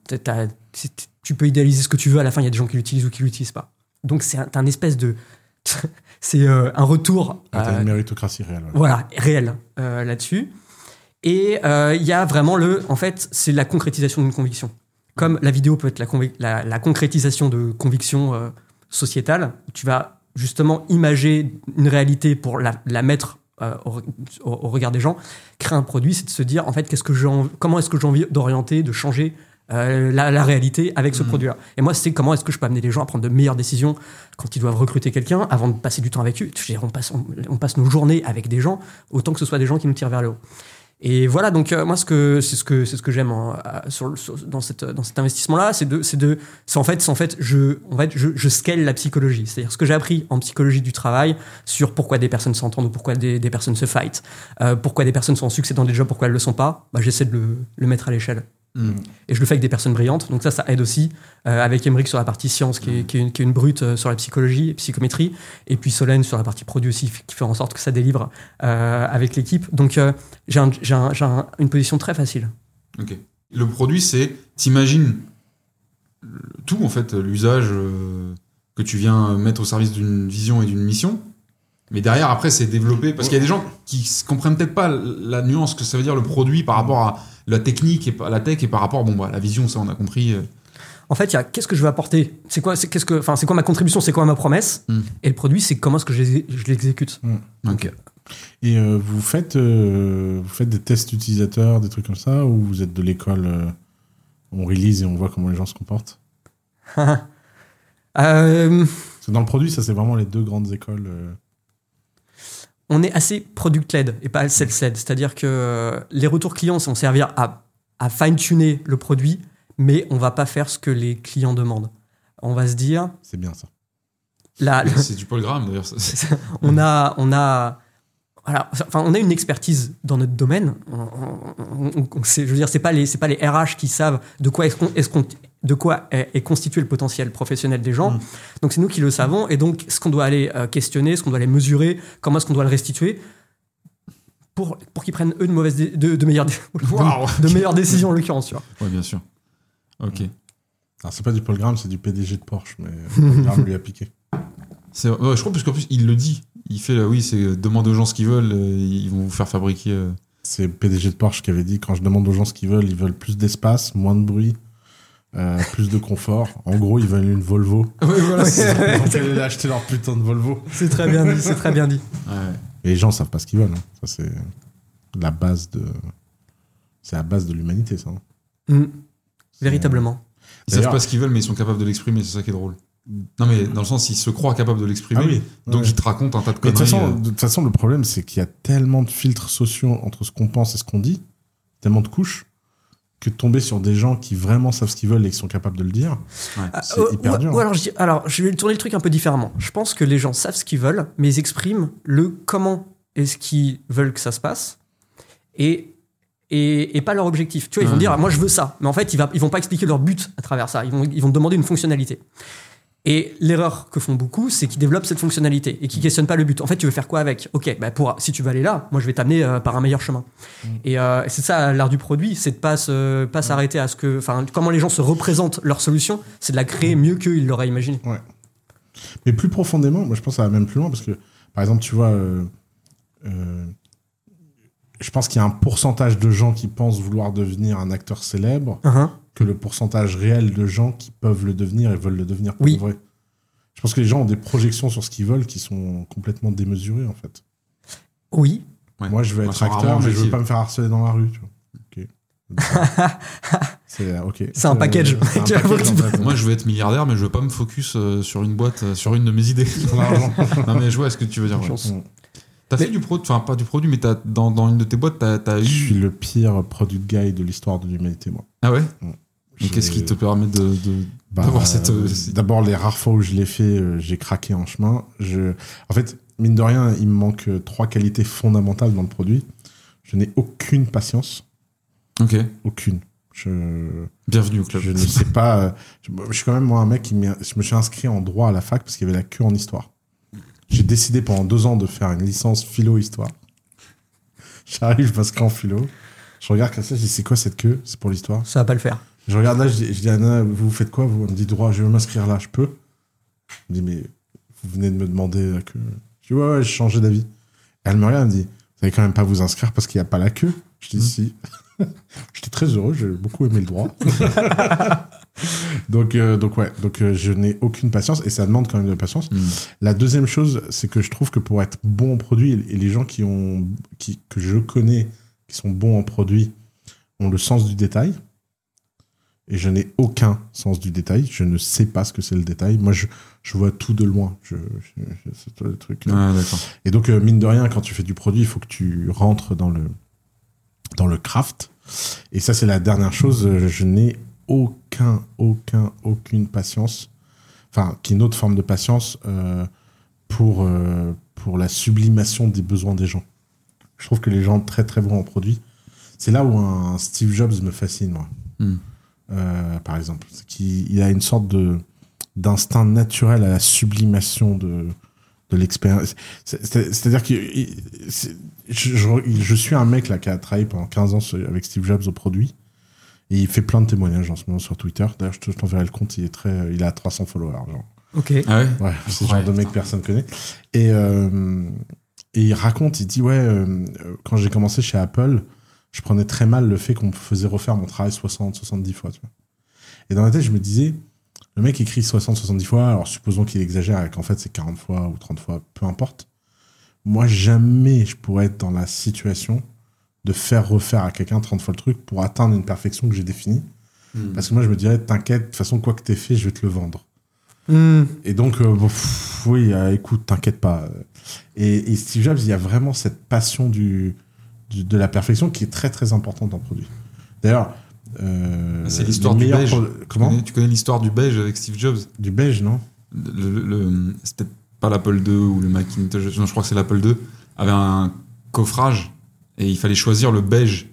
tu peux idéaliser ce que tu veux, à la fin, il y a des gens qui l'utilisent ou qui l'utilisent pas. Donc c'est un, un espèce de... c'est euh, un retour... Ah, t'as euh, une méritocratie réelle. Ouais. Voilà, réelle euh, là-dessus. Et il euh, y a vraiment le... En fait, c'est la concrétisation d'une conviction. Comme la vidéo peut être la, convi- la, la concrétisation de convictions euh, sociétales, tu vas justement imager une réalité pour la, la mettre euh, au, au, au regard des gens. Créer un produit, c'est de se dire, en fait, qu'est-ce que j'ai envie, comment est-ce que j'ai envie d'orienter, de changer euh, la, la réalité avec ce mmh. produit-là. Et moi, c'est comment est-ce que je peux amener les gens à prendre de meilleures décisions quand ils doivent recruter quelqu'un, avant de passer du temps avec eux. Je veux dire, on, passe, on, on passe nos journées avec des gens, autant que ce soit des gens qui nous tirent vers le haut. Et voilà, donc euh, moi ce que c'est ce que c'est ce que j'aime hein, sur, sur dans cette dans cet investissement là, c'est de c'est de c'est en fait c'est en fait je en fait je je scale la psychologie, c'est-à-dire ce que j'ai appris en psychologie du travail sur pourquoi des personnes s'entendent ou pourquoi des des personnes se fight, euh, pourquoi des personnes sont en succès dans des jobs, pourquoi elles le sont pas, bah j'essaie de le le mettre à l'échelle. Mmh. Et je le fais avec des personnes brillantes, donc ça, ça aide aussi euh, avec Émeric sur la partie science qui est, qui est, une, qui est une brute euh, sur la psychologie et psychométrie, et puis Solène sur la partie produit aussi qui fait en sorte que ça délivre euh, avec l'équipe. Donc euh, j'ai, un, j'ai, un, j'ai un, une position très facile. Ok. Le produit, c'est t'imagines tout en fait, l'usage euh, que tu viens mettre au service d'une vision et d'une mission. Mais derrière, après, c'est développé. Parce qu'il y a des gens qui comprennent peut-être pas la nuance que ça veut dire le produit par rapport à la technique et la tech et par rapport bon, bah, à la vision, ça, on a compris. En fait, il y a qu'est-ce que je veux apporter, c'est quoi, c'est, qu'est-ce que, enfin, c'est quoi ma contribution, c'est quoi ma promesse, mm. et le produit, c'est comment est-ce que je, je l'exécute. Mm. Donc, okay. Et euh, vous, faites, euh, vous faites des tests utilisateurs, des trucs comme ça, ou vous êtes de l'école, euh, on release et on voit comment les gens se comportent euh... Parce que dans le produit, ça, c'est vraiment les deux grandes écoles. Euh... On est assez product-led et pas self-led. C'est-à-dire que les retours clients vont servir à, à fine-tuner le produit, mais on va pas faire ce que les clients demandent. On va se dire... C'est bien ça. Là, le, c'est du Paul Graham d'ailleurs. Ça, on a... On a voilà, enfin, on a une expertise dans notre domaine. On, on, on, on sait, je veux dire, c'est pas les, c'est pas les R H qui savent de quoi est-ce qu'on, est-ce qu'on, de quoi est, est constitué le potentiel professionnel des gens. Mmh. Donc c'est nous qui le savons. Et donc ce qu'on doit aller euh, questionner, ce qu'on doit aller mesurer, comment est-ce qu'on doit le restituer pour pour qu'ils prennent eux de mauvaises, dé- de, de meilleures, dé- wow. de, de meilleures décisions en l'occurrence. Tu vois. Ouais, bien sûr. Ok. Alors c'est pas du Paul Graham, c'est du P D G de Porsche, mais Paul Graham lui a piqué. C'est, ouais, je crois parce qu'en plus il le dit. Il fait là, oui, c'est demander aux gens ce qu'ils veulent, euh, ils vont vous faire fabriquer. Euh... C'est le P D G de Porsche qui avait dit quand je demande aux gens ce qu'ils veulent, ils veulent plus d'espace, moins de bruit, euh, plus de confort. En gros, ils veulent une Volvo. Oui, voilà. C'est... Donc ils allaient acheter leur putain de Volvo. C'est très bien dit. C'est très bien dit. Ouais. Et les gens savent pas ce qu'ils veulent. Hein. Ça c'est la base de, c'est la base de l'humanité, ça. Hein. Mmh. Véritablement. Ils D'ailleurs, savent pas ce qu'ils veulent, mais ils sont capables de l'exprimer. C'est ça qui est drôle. Non, mais dans le sens, ils se croient capables de l'exprimer, ah oui, donc ouais. Ils te racontent un tas de conneries. De toute façon, de toute façon, le problème, c'est qu'il y a tellement de filtres sociaux entre ce qu'on pense et ce qu'on dit, tellement de couches, que de tomber sur des gens qui vraiment savent ce qu'ils veulent et qui sont capables de le dire, ouais. c'est euh, hyper ou, dur. Ou alors, je, alors, je vais tourner le truc un peu différemment. Je pense que les gens savent ce qu'ils veulent, mais ils expriment le comment est-ce qu'ils veulent que ça se passe, et Et, et pas leur objectif. Tu vois, ils vont mmh. dire, moi je veux ça. Mais en fait, ils, va, ils vont pas expliquer leur but à travers ça. Ils vont, ils vont demander une fonctionnalité. Et l'erreur que font beaucoup, c'est qu'ils développent cette fonctionnalité et qu'ils questionnent pas le but. En fait, tu veux faire quoi avec ? Ok, bah pour, si tu veux aller là, moi je vais t'amener euh, par un meilleur chemin. Mmh. Et euh, c'est ça l'art du produit, c'est de pas, se, pas mmh. s'arrêter à ce que. Enfin, comment les gens se représentent leur solution, c'est de la créer mieux qu'ils l'auraient imaginé. Ouais. Mais plus profondément, moi je pense que ça va même plus loin parce que, par exemple, tu vois. Euh, euh, Je pense qu'il y a un pourcentage de gens qui pensent vouloir devenir un acteur célèbre uh-huh. que le pourcentage réel de gens qui peuvent le devenir et veulent le devenir pour oui. vrai. Je pense que les gens ont des projections sur ce qu'ils veulent qui sont complètement démesurées, en fait. Oui. Ouais. Moi, je veux être acteur, mais je veux pas me faire harceler dans la rue. Tu vois. Okay. C'est ok. C'est un package. C'est un Tu vois, package, en fait. Moi, je veux être milliardaire, mais je veux pas me focus euh, sur une boîte, euh, sur une de mes idées. Non, mais je vois ce que tu veux dire. Ouais. Chance. T'as Mais- fait du produit, enfin pas du produit, mais t'as, dans, dans une de tes boîtes, t'as, t'as Je suis eu. le pire product guy de l'histoire de l'humanité, moi. Ah ouais. Mm. Mais Je- qu'est-ce qui te permet de, de Bah, d'avoir cette. euh, euh, cette- D'abord, les rares fois où je l'ai fait, euh, j'ai craqué en chemin. Je... En fait, mine de rien, il me manque euh, trois qualités fondamentales dans le produit. Je n'ai aucune patience. Ok. Aucune. Je, Bienvenue au club. je ne sais pas. euh, Je, je suis quand même, moi, un mec qui m'y- je me suis inscrit en droit à la fac parce qu'il y avait la queue en histoire. J'ai décidé pendant deux ans de faire une licence philo-histoire. J'arrive, je m'inscris en philo. Je regarde comme ça, je dis c'est quoi cette queue? C'est pour l'histoire. Ça va pas le faire. Je regarde là, je dis, je dis à Nana, vous faites quoi vous? Elle me dit droit, je vais m'inscrire là, je peux? Je me dis, mais vous venez de me demander la queue. Je dis, ouais, ouais, j'ai changé d'avis. Elle me regarde, elle me dit, vous allez quand même pas vous inscrire parce qu'il n'y a pas la queue? Je dis, Mmh. si. J'étais très heureux, j'ai beaucoup aimé le droit. donc, euh, donc, ouais, donc euh, je n'ai aucune patience et ça demande quand même de la patience. Mm. La deuxième chose, c'est que je trouve que pour être bon en produit, et les gens qui ont, qui, que je connais, qui sont bons en produit, ont le sens du détail. Et je n'ai aucun sens du détail. Je ne sais pas ce que c'est le détail. Moi, je, je vois tout de loin. Je, je, je- c'est toi le truc. Ouais, d'accord. Et donc, euh, mine de rien, quand tu fais du produit, il faut que tu rentres dans le, dans le craft. Et ça, c'est la dernière chose. Euh, Je n'ai aucun, aucun, aucune patience. Enfin, qui est une autre forme de patience euh, pour, euh, pour la sublimation des besoins des gens. Je trouve que les gens très, très bons en produit, c'est là où un Steve Jobs me fascine, moi. Mm. Euh, par exemple. C'est qu'il il a une sorte de d'instinct naturel à la sublimation de, de l'expérience. C'est- c'est- C'est-à-dire que il- c'est- je, je, je suis un mec là qui a travaillé pendant quinze ans sur- avec Steve Jobs au produit. Et il fait plein de témoignages en ce moment sur Twitter. D'ailleurs, je te- je t'enverrai le compte, il est très, il a trois cents followers. Genre. Ok. Ah ouais. Ouais, c'est le Ouais, genre de mec que putain. personne connaît. Et, euh, et il raconte, il dit, ouais, euh, quand j'ai commencé chez Apple, je prenais très mal le fait qu'on me faisait refaire mon travail soixante, soixante-dix fois. Tu vois. Et dans ma tête, je me disais, le mec écrit soixante, soixante-dix fois, alors supposons qu'il exagère et qu'en fait c'est quarante fois ou trente fois, peu importe. Moi, jamais je pourrais être dans la situation de faire refaire à quelqu'un trente fois le truc pour atteindre une perfection que j'ai définie. Mm. Parce que moi, je me dirais, t'inquiète, de toute façon, quoi que t'aies fait, je vais te le vendre. Hmm. Et donc, euh, bon, pff, oui, euh, écoute, t'inquiète pas. Et, et Steve Jobs, il y a vraiment cette passion du, du- de la perfection qui est très, très importante dans le produit. D'ailleurs, euh, C'est l'histoire les du meilleurs beige. pro- Tu Comment connais, tu connais l'histoire du beige avec Steve Jobs? Du beige, non? Le, le- le- c'est peut-être pas l'Apple deux ou le Macintosh, non, je crois que c'est l'Apple deux, avait un coffrage et il fallait choisir le beige,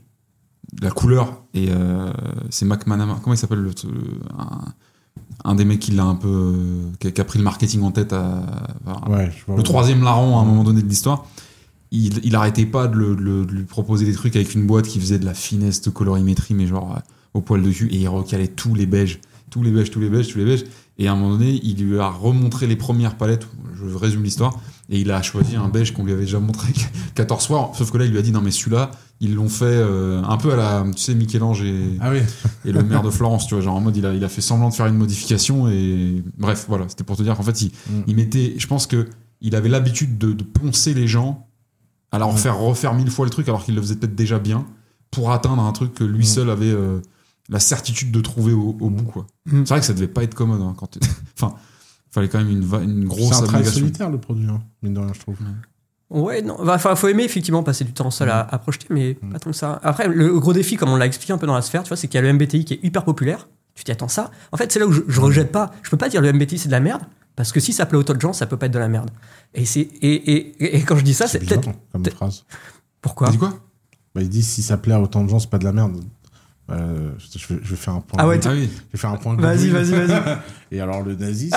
la couleur. Et euh, c'est Mac Manama, comment il s'appelle le, le- un, un des mecs qui l'a un peu, euh, qui a, qui a pris le marketing en tête à, à- Ouais, je vois. le troisième larron à un moment donné de l'histoire. Il, il arrêtait pas de, le- de le- de lui proposer des trucs avec une boîte qui faisait de la finesse de colorimétrie, mais genre euh, au poil de cul, et il recalait tous les beiges, tous les beiges, tous les beiges, tous les beiges. Et à un moment donné, il lui a remontré les premières palettes, je résume l'histoire, et il a choisi un beige qu'on lui avait déjà montré quatorze fois, sauf que là, il lui a dit non, mais celui-là, ils l'ont fait euh, un peu à la, tu sais, Michel-Ange et, Ah oui. et le maire de Florence, tu vois, genre en mode, il a, il a fait semblant de faire une modification, et bref, voilà, c'était pour te dire qu'en fait, il, Mm. il mettait, je pense que il avait l'habitude de, de poncer les gens à leur Ouais. faire refaire mille fois le truc alors qu'il le faisait peut-être déjà bien pour atteindre un truc que lui Mm. seul avait euh, la certitude de trouver au, au bout, quoi. Mm. C'est vrai que ça devait pas être commode, hein, quand t'es- enfin, fallait quand même une, va- une grosse C'est un travail abnégation. solitaire, le produit, hein, mine de rien, je trouve. Ouais, non. Enfin, faut aimer effectivement passer du temps seul à, à projeter, mais Mm. pas tant que ça. Après, le gros défi, comme on l'a expliqué un peu dans la sphère, tu vois, c'est qu'il y a le M B T I qui est hyper populaire. Tu t'y attends ça. En fait, c'est là où je, je rejette pas. Je peux pas dire le M B T I c'est de la merde, parce que si ça plaît autant de gens, ça peut pas être de la merde. Et c'est et, et, et quand je dis ça, c'est bizarre peut-être comme peut-être- phrase. pourquoi. T'as dit quoi? Bah, il dit si ça plaît à autant de gens, c'est pas de la merde. Euh, je, je vais, je vais faire un point. Ah ouais, Ah oui. Je vais faire un point. Vas-y, Google. vas-y, vas-y. Et alors le nazisme,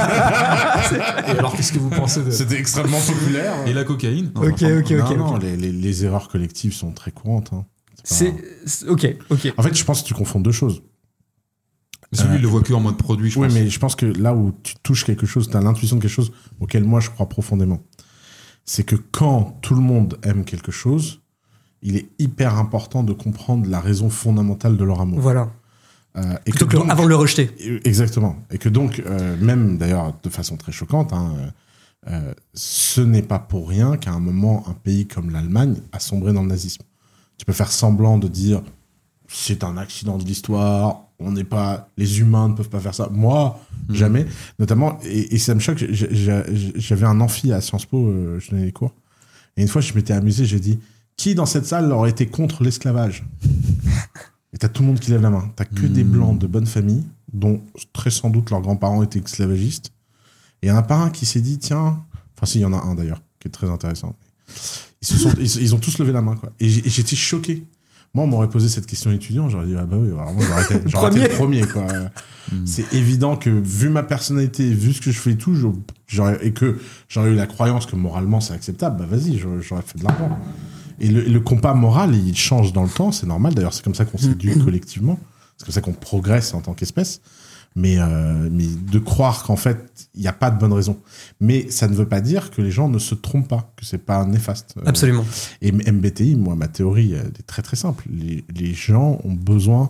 Et alors, qu'est-ce que vous pensez de... c'était extrêmement populaire. Et la cocaïne? Non, Ok, enfin, ok, non, ok. non, ok. Les, les, les erreurs collectives sont très courantes. Hein. C'est pas- C'est c'est- ok, ok. En fait, je pense que tu confonds deux choses. Mais celui, Euh, il le voit que en mode produit, je Oui, pense. mais je pense que là où tu touches quelque chose, tu as l'intuition de quelque chose auquel moi je crois profondément. C'est que quand tout le monde aime quelque chose, il est hyper important de comprendre la raison fondamentale de leur amour. Voilà. Euh, et Plutôt que que donc- avant de le rejeter. Exactement. Et que donc, euh, même d'ailleurs de façon très choquante, hein, euh, ce n'est pas pour rien qu'à un moment, un pays comme l'Allemagne a sombré dans le nazisme. Tu peux faire semblant de dire c'est un accident de l'histoire. On n'est pas, les humains ne peuvent pas faire ça. Moi, mmh. jamais. Notamment, et, et ça me choque. J'avais un amphi à Sciences Po, euh, je donnais des cours. Et une fois, je m'étais amusé. J'ai dit, qui dans cette salle aurait été contre l'esclavage? Et t'as tout le monde qui lève la main. T'as que mmh. des blancs de bonne famille, dont très sans doute leurs grands-parents étaient esclavagistes. Et il y en a pas un qui s'est dit, tiens, enfin si, il y en a un d'ailleurs, qui est très intéressant. Ils, se sont, ils, ils ont tous levé la main, quoi. Et j'étais choqué. Moi, on m'aurait posé cette question étudiant, j'aurais dit, ah bah oui, alors moi, j'aurais été, j'aurais été le premier, quoi. Mm. C'est évident que, vu ma personnalité, vu ce que je fais et tout, j'aurais, et que j'aurais eu la croyance que moralement c'est acceptable, bah vas-y, j'aurais fait de l'argent. Et le, le compas moral, il change dans le temps, c'est normal. D'ailleurs, c'est comme ça qu'on s'éduque collectivement. C'est comme ça qu'on progresse en tant qu'espèce. Mais, euh, mais de croire qu'en fait, il n'y a pas de bonne raison. Mais ça ne veut pas dire que les gens ne se trompent pas, que c'est pas néfaste. Absolument. Et M B T I, moi, ma théorie, elle est très très simple. Les, les gens ont besoin,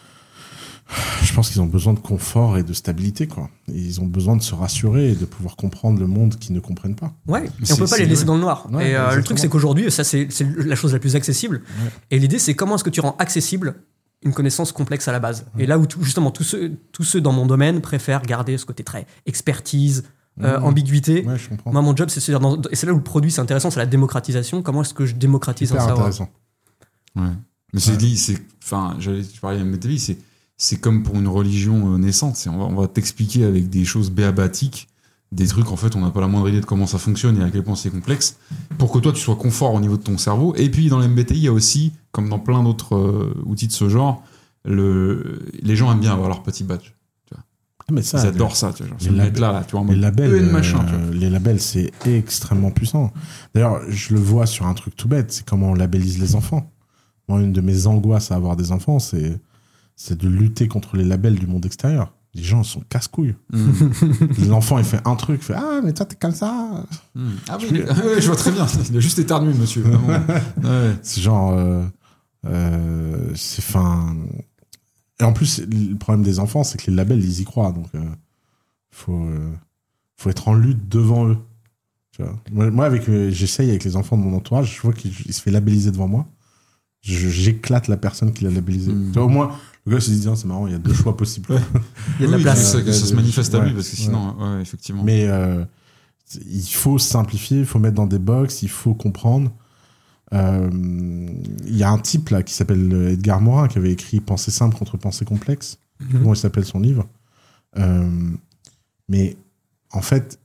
je pense qu'ils ont besoin de confort et de stabilité, quoi. Et ils ont besoin de se rassurer et de pouvoir comprendre le monde qu'ils ne comprennent pas. Ouais, et on peut pas les laisser vrai. dans le noir. Ouais, et euh, le truc, c'est qu'aujourd'hui, ça, c'est, c'est la chose la plus accessible. Ouais. Et l'idée, c'est comment est-ce que tu rends accessible une connaissance complexe à la base. Ouais. Et là où, tout, justement, tous ceux, tous ceux dans mon domaine préfèrent garder ce côté très expertise, mmh. euh, ambiguïté. Ouais, je comprends. Moi, mon job, c'est, dans, et c'est là où le produit, c'est intéressant, c'est la démocratisation. Comment est-ce que je démocratise Hyper un savoir? Intéressant. Ouais. Mais c'est dit, c'est, enfin, j'allais te parler de M B T I, c'est, c'est comme pour une religion naissante. C'est, on va, on va t'expliquer avec des choses béabatiques, des trucs, en fait, on n'a pas la moindre idée de comment ça fonctionne et à quel point c'est complexe, pour que toi, tu sois confort au niveau de ton cerveau. Et puis, dans l'M B T I, il y a aussi, comme dans plein d'autres euh, outils de ce genre, le... les gens aiment bien avoir leur petit badge. Tu vois. Mais ça, ils adorent ça. Tu vois, genre, les, lab... là, là, tu vois, les labels, euh, machin, tu vois. les labels, c'est extrêmement puissant. D'ailleurs, je le vois sur un truc tout bête, c'est comment on labellise les enfants. Moi, une de mes angoisses à avoir des enfants, c'est, c'est de lutter contre les labels du monde extérieur. Les gens sont casse-couilles. Mm. L'enfant, il fait un truc, il fait « Ah, mais toi, t'es comme ça. Mm. » Ah oui, je, je vois très bien. Il a juste éternué, monsieur. Ouais. C'est genre... Euh, euh, c'est fin... Et en plus, le problème des enfants, c'est que les labels, ils y croient. Donc, il euh, faut, euh, faut être en lutte devant eux. Tu vois. Moi, moi avec, euh, j'essaye avec les enfants de mon entourage, je vois qu'il il se fait labelliser devant moi. Je, j'éclate la personne qui l'a labellisé. Mm. Tu vois, au moins... Le gars se dit, c'est marrant, il y a deux choix possibles. Ouais. Il y a de la oui, place. Ça, que ça se manifeste à ouais, lui, parce que sinon, ouais, ouais effectivement. Mais euh, il faut simplifier, il faut mettre dans des box, il faut comprendre. Il euh, y a un type là qui s'appelle Edgar Morin qui avait écrit Pensée simple contre pensée complexe. Mm-hmm. Comment il s'appelle son livre. Euh, mais en fait,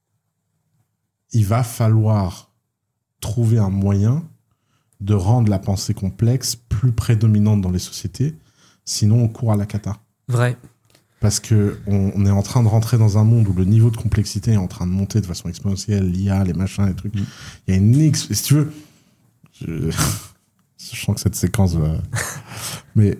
il va falloir trouver un moyen de rendre la pensée complexe plus prédominante dans les sociétés. Sinon, on court à la cata. Vrai. Parce que on, on est en train de rentrer dans un monde où le niveau de complexité est en train de monter de façon exponentielle, l'I A, les machins, les trucs. Il mm. y a une ex... Si tu veux... Je, je sens que cette séquence va... Mais...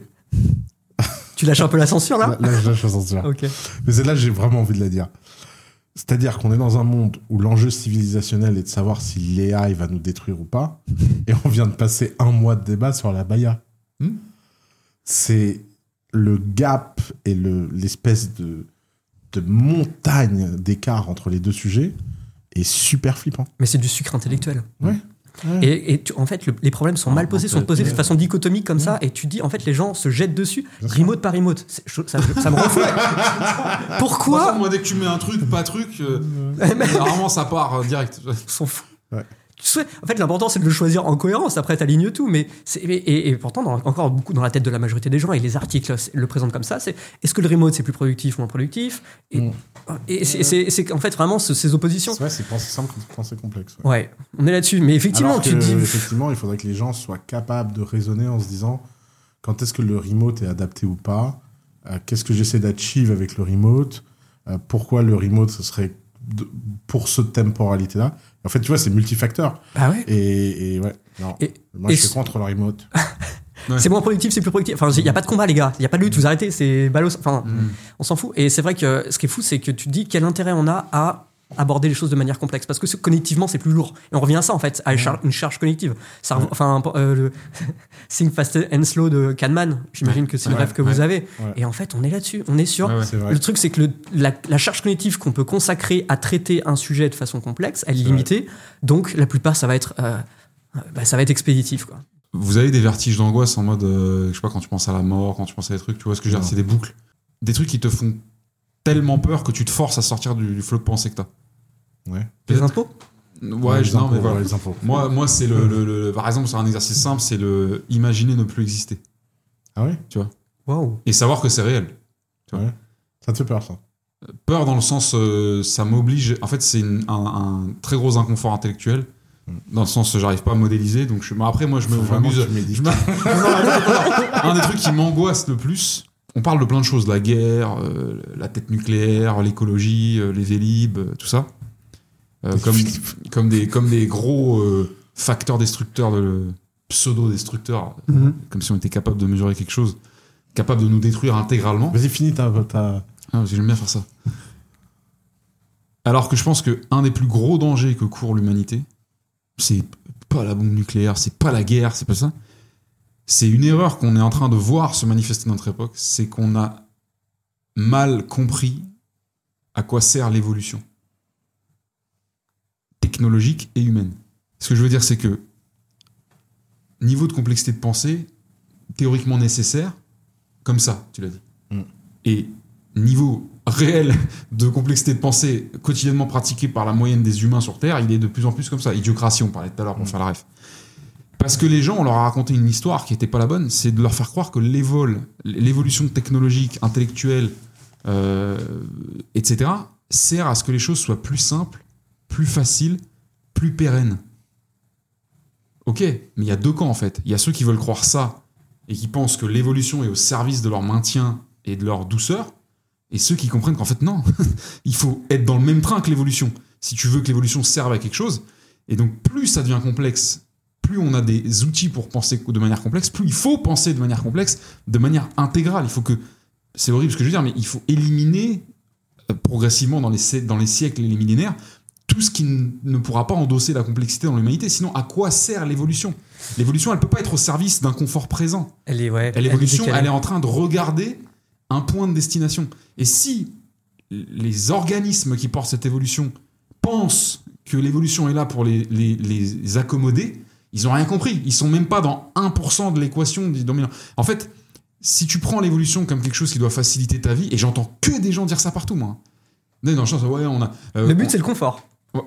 Tu lâches un peu la censure, là? Là, là je lâche la censure. Ok. Mais c'est là j'ai vraiment envie de la dire. C'est-à-dire qu'on est dans un monde où l'enjeu civilisationnel est de savoir si l'A I va nous détruire ou pas. Et on vient de passer un mois de débat sur la Baïa. Mm. C'est le gap et le, l'espèce de, de montagne d'écart entre les deux sujets est super flippant. Mais c'est du sucre intellectuel. Ouais. Ouais. Et, et tu, en fait, le, les problèmes sont ah, mal posés, sont posés de façon dichotomique comme ouais. ça, et tu dis, en fait, les gens se jettent dessus, remote par remote. C'est, ça, ça me rend fou. Pourquoi moi, dès que tu mets un truc, pas truc, euh, normalement, ça part euh, direct. Ils s'en foutent. Ouais. En fait, l'important, c'est de le choisir en cohérence. Après, t'alignes tout. Mais c'est, et, et pourtant, dans, encore beaucoup dans la tête de la majorité des gens, et les articles le présentent comme ça, c'est est-ce que le remote, c'est plus productif ou moins productif? Et, mm. et c'est, c'est, c'est en fait vraiment ce, ces oppositions. C'est vrai, c'est penser simple contre penser complexe. Ouais. ouais, on est là-dessus. Mais effectivement, Alors tu que, dis. Effectivement, il faudrait que les gens soient capables de raisonner en se disant quand est-ce que le remote est adapté ou pas? euh, Qu'est-ce que j'essaie d'achieve avec le remote? euh, Pourquoi le remote, ce serait de, pour cette temporalité-là? En fait, tu vois, c'est multifacteur. Ah ouais. Et, et ouais, non. Et, Moi, et je suis contre le remote. Ouais. C'est moins productif, c'est plus productif. Enfin, il n'y a pas de combat, les gars. Il n'y a pas de lutte, vous arrêtez, c'est balos. Enfin, mm. on s'en fout. Et c'est vrai que ce qui est fou, c'est que tu te dis quel intérêt on a à aborder les choses de manière complexe. Parce que connectivement, c'est plus lourd. Et on revient à ça, en fait, à mm. une charge cognitive. Ça, ouais. Enfin, euh, le Think Fast and Slow de Kahneman, j'imagine ouais. que c'est ouais. le rêve que ouais. vous avez. Ouais. Et en fait, on est là-dessus. On est sur. Ouais, ouais. Le truc, c'est que le, la, la charge cognitive qu'on peut consacrer à traiter un sujet de façon complexe, elle est, est limitée. Vrai. Donc, la plupart, ça va être, euh, bah, ça va être expéditif, quoi. vous avez des vertiges d'angoisse en mode, euh, je sais pas, quand tu penses à la mort, quand tu penses à des trucs, tu vois ce que je veux dire, c'est des boucles. Des trucs qui te font tellement peur que tu te forces à sortir du, du flot de pensée que t'as. Ouais. Les impôts? Ouais, Ouais, je, les non, impôts, mais voilà. ouais, les impôts. Moi, moi c'est le, le, le- Par exemple, c'est un exercice simple, c'est le imaginer ne plus exister. Ah ouais? Waouh. Et savoir que c'est réel. Ouais. Ça te fait peur, ça? Peur dans le sens, euh, ça m'oblige. En fait, c'est une- un, un très gros inconfort intellectuel. Dans le sens, j'arrive pas à modéliser. Donc, je... mais après, moi, je me. Faut vraiment m'amuse- que tu médites. je me- Non, non, attends, attends. Un des trucs qui m'angoisse le plus. On parle de plein de choses, la guerre, euh, la tête nucléaire, l'écologie, euh, les Vélib, euh, tout ça. Euh, comme, comme, des, comme des gros euh, facteurs destructeurs, de, pseudo-destructeurs, Mhm. comme si on était capable de mesurer quelque chose, capable de nous détruire intégralement. Vas-y, finis ta... ta... Ah, parce que j'aime bien faire ça. Alors que je pense qu'un des plus gros dangers que court l'humanité, c'est pas la bombe nucléaire, c'est pas la guerre, c'est pas ça. C'est une erreur qu'on est en train de voir se manifester dans notre époque, c'est qu'on a mal compris à quoi sert l'évolution technologique et humaine. Ce que je veux dire, c'est que niveau de complexité de pensée, théoriquement nécessaire, comme ça, tu l'as dit. Mm. Et niveau réel de complexité de pensée quotidiennement pratiqué par la moyenne des humains sur Terre, il est de plus en plus comme ça. Idiocratie, on parlait tout à l'heure pour Mm. faire la ref. Parce que les gens, on leur a raconté une histoire qui n'était pas la bonne, c'est de leur faire croire que l'évol, l'évolution technologique, intellectuelle, euh, et cetera, sert à ce que les choses soient plus simples, plus faciles, plus pérennes. Ok, mais il y a deux camps en fait. Il y a ceux qui veulent croire ça et qui pensent que l'évolution est au service de leur maintien et de leur douceur, et ceux qui comprennent qu'en fait non, il faut être dans le même train que l'évolution si tu veux que l'évolution serve à quelque chose. Et donc plus ça devient complexe, plus on a des outils pour penser de manière complexe, plus il faut penser de manière complexe, de manière intégrale. Il faut que, c'est horrible ce que je veux dire, mais il faut éliminer euh, progressivement dans les, sé- dans les siècles et les millénaires tout ce qui n- ne pourra pas endosser la complexité dans l'humanité. Sinon, à quoi sert l'évolution? L'évolution, elle peut pas être au service d'un confort présent. Elle est, ouais. Et l'évolution, elle est décalée. elle est en train de regarder un point de destination. Et si les organismes qui portent cette évolution pensent que l'évolution est là pour les, les, les accommoder, ils n'ont rien compris. Ils sont même pas dans un pour cent de l'équation du dominant. En fait, si tu prends l'évolution comme quelque chose qui doit faciliter ta vie, et j'entends que des gens dire ça partout, moi. Non, non, je pense, ouais, on a, euh, Le but, on- c'est le confort.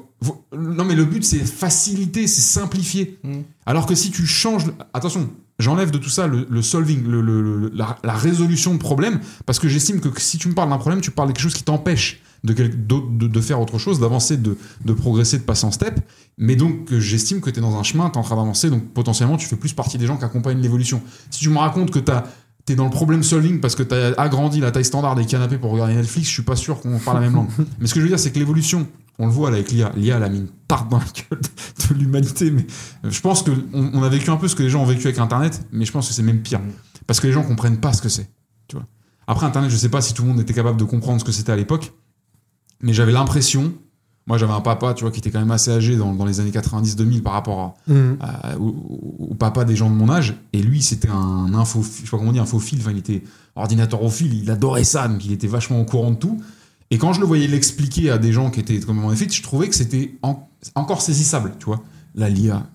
non, mais le but, c'est faciliter, c'est simplifier. Mm. Alors que si tu changes... le- Attention, j'enlève de tout ça le, le solving, le, le- le- la, la résolution de problème, parce que j'estime que si tu me parles d'un problème, tu parles de quelque chose qui t'empêche de, quel- d'autre- de, de faire autre chose, d'avancer, de, de progresser, de passer en step. Mais donc, euh, j'estime que tu es dans un chemin, tu es en train d'avancer, donc potentiellement, tu fais plus partie des gens qui accompagnent l'évolution. Si tu me racontes que tu es dans le problem solving parce que tu as agrandi la taille standard des canapés pour regarder Netflix, je suis pas sûr qu'on parle la même langue. Mais ce que je veux dire, c'est que l'évolution, on le voit là avec l'I A, l'I A elle a mis une tarte dans la gueule de, de l'humanité, mais euh, je pense qu'on on a vécu un peu ce que les gens ont vécu avec Internet, mais je pense que c'est même pire. Parce que les gens comprennent pas ce que c'est. Tu vois. Après Internet, je sais pas si tout le monde était capable de comprendre ce que c'était à l'époque, mais j'avais l'impression, moi j'avais un papa, tu vois, qui était quand même assez âgé dans, dans les années quatre-vingt-dix deux mille par rapport à, Mhm. à- au, au papa des gens de mon âge, et lui c'était un info, je sais pas comment on dit, infophile, enfin il était ordinateurophile, il adorait ça, donc il était vachement au courant de tout. Et quand je le voyais l'expliquer à des gens qui étaient comme en effet, je trouvais que c'était en- encore saisissable, tu vois. Là, l'I A,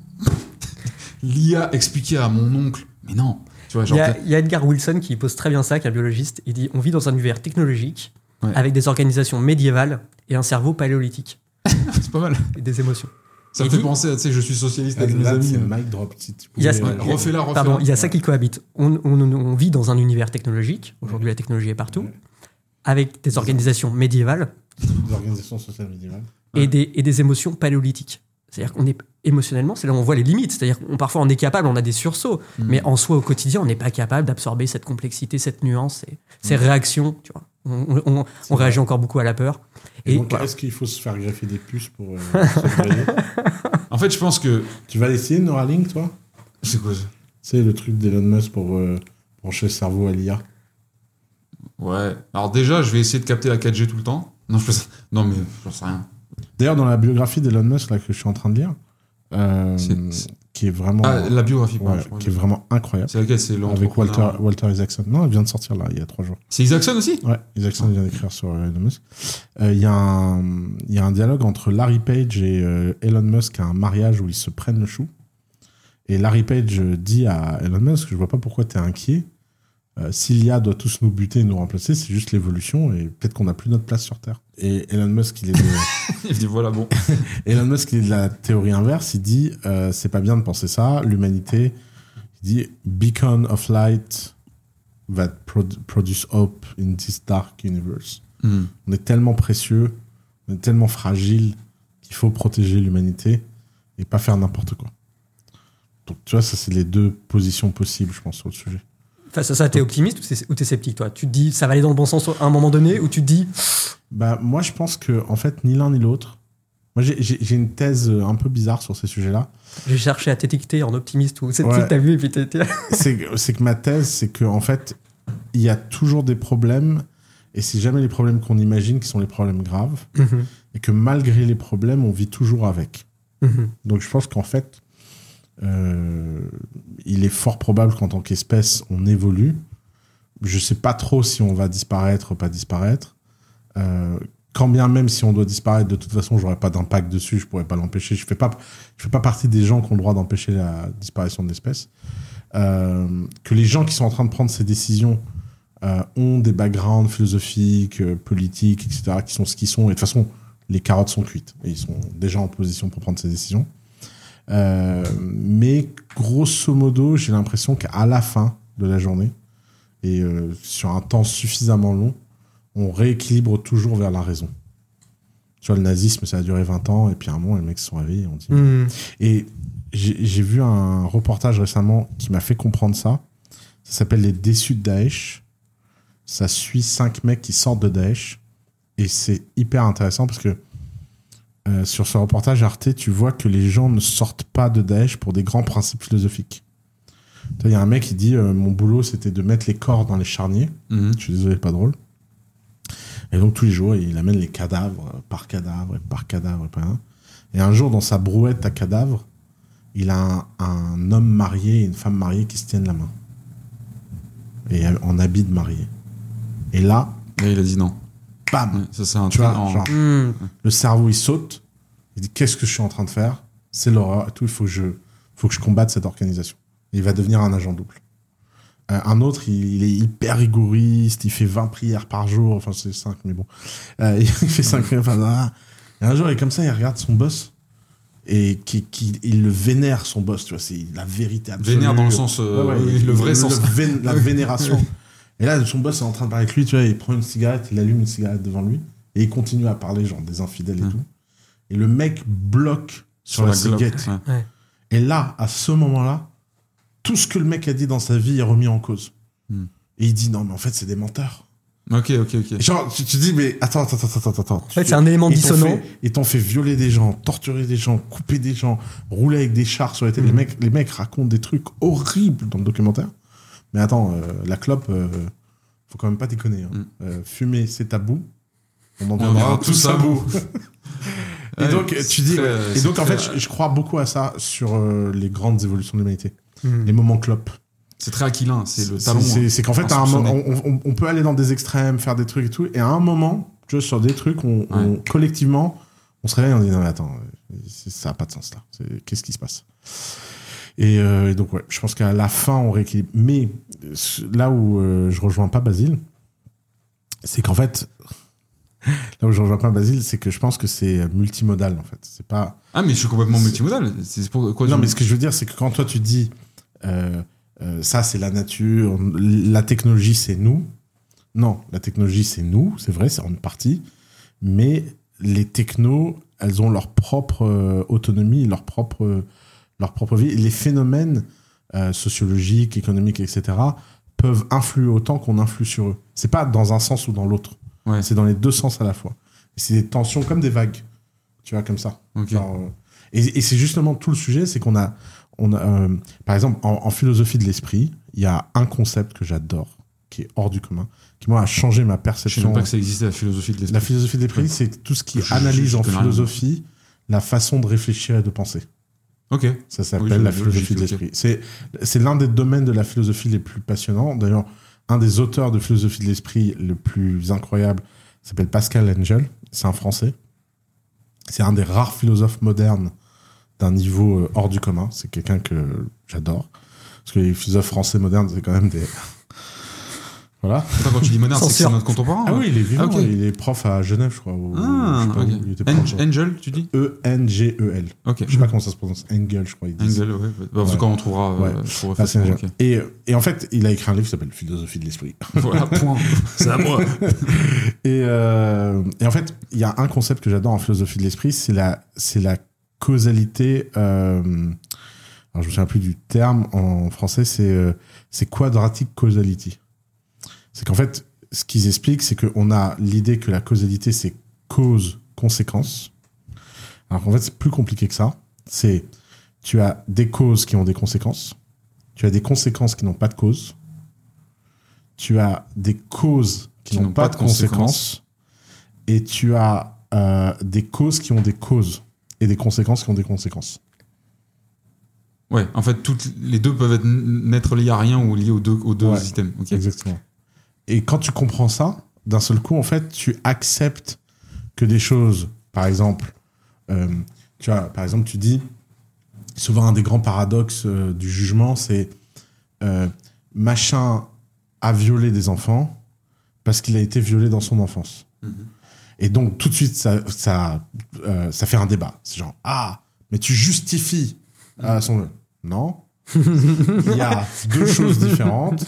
l'I A expliqué à mon oncle, mais non, tu vois, Il genre y, a, il y a Edgar Wilson qui pose très bien ça, qui est un biologiste. Il dit: on vit dans un univers technologique Ouais. avec des organisations médiévales et un cerveau paléolithique c'est pas mal. et des émotions. Ça me Il fait dit- penser à, tu sais, je suis socialiste avec mes Là, amis. c'est euh. mic drop. Si tu Il y a- pouvais, Ouais, euh, refais-la, refais-la. Pardon, il y a ça qui cohabite. On, on- on vit dans un univers technologique. Aujourd'hui, la technologie est partout. Ouais. Avec des organisations médiévales des organisations sociales médiévales. et, des, et des émotions paléolithiques. C'est-à-dire qu'on est émotionnellement, c'est là où on voit les limites. C'est-à-dire qu'on parfois on est capable, on a des sursauts, Mm. mais en soi au quotidien, on n'est pas capable d'absorber cette complexité, cette nuance, et ces réactions. Tu vois, on, on- on réagit encore beaucoup à la peur. Et Et donc, voilà. est-ce qu'il faut se faire greffer des puces pour euh, se noyer? En fait, je pense que. Tu vas l'essayer, Neuralink, toi? C'est quoi ça? C'est le truc d'Elon Musk pour euh, brancher le cerveau à l'I A. Ouais. Alors, déjà, je vais essayer de capter la quatre G tout le temps. Non, je fais ça. Non, mais j'en sais rien. D'ailleurs, dans la biographie d'Elon Musk là, que je suis en train de lire, euh, C'est- c'est- qui est vraiment, Ah, la biographie, ouais, pardon, je crois. qui est vraiment incroyable, C'est laquelle? C'est avec l'entrepreneur. Walter, Walter Isaacson. Non, elle vient de sortir là, il y a trois jours. C'est Isaacson aussi? Ouais, Isaacson vient d'écrire sur euh, Elon Musk. Euh, Il y, a un- il y a un dialogue entre Larry Page et euh, Elon Musk à un mariage où ils se prennent le chou. Et Larry Page dit à Elon Musk, je vois pas pourquoi t'es inquiet. Euh, si l'I A doit tous nous buter et nous remplacer, c'est juste l'évolution et peut-être qu'on n'a plus notre place sur Terre. Et Elon Musk, il est de... il dit voilà, bon. Elon Musk, il est de la théorie inverse. Il dit, euh, c'est pas bien de penser ça. L'humanité, il dit, beacon of light that prod- produce hope in this dark universe. Mm. On est tellement précieux, on est tellement fragile qu'il faut protéger l'humanité et pas faire n'importe quoi. Donc, tu vois, ça, c'est les deux positions possibles, je pense, sur le sujet. Face à ça, t'es optimiste ou t'es, ou t'es sceptique, toi? Tu te dis, ça va aller dans le bon sens à un moment donné, ou tu te dis... Bah, moi, je pense que, en fait, ni l'un ni l'autre. Moi, j'ai, j'ai, j'ai une thèse un peu bizarre sur ces sujets-là. J'ai cherché à t'étiqueter en optimiste, ou c'est Ouais. ce que t'as vu, et puis t'es... t'es... c'est, c'est que ma thèse, c'est que, en fait, il y a toujours des problèmes, et c'est jamais les problèmes qu'on imagine qui sont les problèmes graves, Mhm. et que malgré les problèmes, on vit toujours avec. Mhm. Donc, je pense qu'en fait, euh, il est fort probable qu'en tant qu'espèce, on évolue. Je sais pas trop si on va disparaître ou pas disparaître. Euh, quand bien même si on doit disparaître, de toute façon, j'aurais pas d'impact dessus, je pourrais pas l'empêcher. Je fais pas, je fais pas partie des gens qui ont le droit d'empêcher la disparition de l'espèce. Euh, que les gens qui sont en train de prendre ces décisions euh, ont des backgrounds philosophiques, euh, politiques, et cetera, qui sont ce qu'ils sont. Et de toute façon, les carottes sont cuites. Et ils sont déjà en position pour prendre ces décisions. Euh, mais grosso modo, j'ai l'impression qu'à la fin de la journée, et euh, sur un temps suffisamment long, on rééquilibre toujours vers la raison. Tu vois, le nazisme, ça a duré vingt ans, et puis à un moment, les mecs se sont réveillés. On dit... Mhm. Et j'ai, j'ai vu un reportage récemment qui m'a fait comprendre ça. Ça s'appelle Les Déçus de Daesh. Ça suit cinq mecs qui sortent de Daesh. Et c'est hyper intéressant parce que euh, sur ce reportage Arte, tu vois que les gens ne sortent pas de Daesh pour des grands principes philosophiques. Il y a un mec qui dit euh, mon boulot, c'était de mettre les corps dans les charniers. Mhm. Je suis désolé, pas drôle. Et donc, tous les jours, il amène les cadavres par cadavre, et par cadavre, et par un. Et un jour, dans sa brouette à cadavres, il a un, un homme marié et une femme mariée qui se tiennent la main. Et en habit de marié. Et là, Et il a dit non. bam, Ouais, ça, c'est un tu truc vois, en- genre, Mhm. le cerveau, il saute. Il dit, qu'est-ce que je suis en train de faire? C'est l'horreur et tout. Il faut que je, faut que je combatte cette organisation. Et il va devenir un agent double. Euh, un autre, il, il est hyper rigoriste. Il fait vingt prières par jour. Enfin, c'est cinq, mais bon. Euh, il fait cinq prières. Enfin, ah. Et un jour, il est comme ça, il regarde son boss. Et qui, qui, il le vénère, son boss. Tu vois, c'est la vérité absolue. Vénère dans le sens, euh, Ouais, ouais, oui, le vrai sens. vén- la vénération. Et là, son boss est en train de parler avec lui, tu vois, il prend une cigarette, il allume une cigarette devant lui, et il continue à parler, genre, des infidèles et Mmh. tout. Et le mec bloque sur, la, globe. cigarette. Ouais. Ouais. Et là, à ce moment-là, tout ce que le mec a dit dans sa vie est remis en cause. Mmh. Et il dit, non, mais en fait, c'est des menteurs. Ok, ok, ok. Et genre, tu te dis, mais attends, attends, attends, attends, attends. En fait, c'est un élément Ils t'ont dissonant. fait- Ils t'ont fait violer des gens, torturer des gens, couper des gens, rouler avec des chars sur les têtes. Mhm. Les, mecs, les mecs racontent des trucs horribles dans le documentaire. Mais attends, euh, la clope, euh, faut quand même pas déconner. Hein. Mhm. Euh, fumer, c'est tabou. On en On deviendra verra tous tous à à bout. Et Ouais, donc, c'est tu dis. très- Et c'est donc, en très- fait, je, je crois beaucoup à ça sur euh, les grandes évolutions de l'humanité. Mhm. Les moments clope. C'est très aquilin, c'est le C'est- talon. C'est c'est qu'en fait, à un moment, insoupçonné. on, on- on peut aller dans des extrêmes, faire des trucs et tout. Et à un moment, tu vois, sur des trucs, on, on- collectivement, on se réveille et on dit non, mais attends, euh, c'est- ça n'a pas de sens là. C'est- Qu'est-ce qui se passe? Et, euh, et donc, ouais, je pense qu'à la fin, on rééquilibre. Mais euh, là où euh, je rejoins pas Basile, c'est qu'en fait, là où je rejoins pas Basile, c'est que je pense que c'est multimodal en fait. C'est pas. Ah, mais je suis complètement multimodal. C'est pour quoi Non, tu- mais ce que je veux dire, c'est que quand toi tu dis euh, euh, ça, c'est la nature, la technologie, c'est nous. Non, la technologie, c'est nous, c'est vrai, c'est en partie. Mais les technos, elles ont leur propre euh, autonomie, leur propre, euh, leur propre vie. Et les phénomènes euh, sociologiques, économiques, et cetera, peuvent influer autant qu'on influe sur eux. C'est pas dans un sens ou dans l'autre. Ouais. C'est dans les deux sens à la fois. Et c'est des tensions comme des vagues. Tu vois, comme ça. Ok. Genre, euh, et, et c'est justement tout le sujet, c'est qu'on a, on a euh, par exemple, en, en philosophie de l'esprit, il y a un concept que j'adore, qui est hors du commun, qui moi a changé ma Je sais perception. même pas que ça existait, la philosophie de l'esprit. La philosophie de l'esprit, c'est tout ce qui Je- je- analyse je en connais rien. philosophie la façon de réfléchir et de penser. Ok. Ça s'appelle Oui, je- la je- philosophie je- de ok. l'esprit. C'est, c'est l'un des domaines de la philosophie les plus passionnants. D'ailleurs, un des auteurs de philosophie de l'esprit le plus incroyable s'appelle Pascal Engel. C'est un Français. C'est un des rares philosophes modernes d'un niveau euh, hors du commun. C'est quelqu'un que j'adore. Parce que les philosophes français modernes, c'est quand même des... Voilà. Attends, quand tu dis moderne, c'est que c'est notre contemporain? Ah ouais. oui, il est vivant. Ah, okay. Il est prof à Genève, je crois. Ou, Ah, je sais pas ok. où il était prof. Ang- Angel, tu dis? E N G E L. Ok. Je sais pas comment ça se prononce. Engel, je crois. Ils disent. Angel, ouais. Bah, parce Ouais. que quand on trouvera. Ouais. Euh, je trouverai Ah, c'est facilement, Angel. ok. Et, et en fait, il a écrit un livre qui s'appelle Philosophie de l'esprit. Voilà, point. C'est à moi. Et, euh, et en fait, il y a un concept que j'adore en philosophie de l'esprit, c'est la, c'est la causalité. Euh, alors, je me souviens plus du terme en français, c'est, euh, c'est quadratic causality. C'est qu'en fait, ce qu'ils expliquent, c'est qu'on a l'idée que la causalité, c'est cause-conséquence. Alors qu'en fait, c'est plus compliqué que ça. C'est, tu as des causes qui ont des conséquences. Tu as des conséquences qui n'ont pas de cause. Tu as des causes qui, qui n'ont pas, pas de conséquences. conséquences. Et tu as euh, des causes qui ont des causes. Et des conséquences qui ont des conséquences. Ouais, en fait, toutes les deux peuvent être n'être liés à rien ou liés aux deux, aux deux ouais, items. Okay. Exactement. Et quand tu comprends ça, d'un seul coup, en fait, tu acceptes que des choses, par exemple, euh, tu vois, par exemple, tu dis, souvent un des grands paradoxes euh, du jugement, c'est euh, machin a violé des enfants parce qu'il a été violé dans son enfance. Mm-hmm. Et donc, tout de suite, ça, ça, euh, ça fait un débat. C'est genre, ah, mais tu justifies euh, son... Non. Il y a deux choses différentes.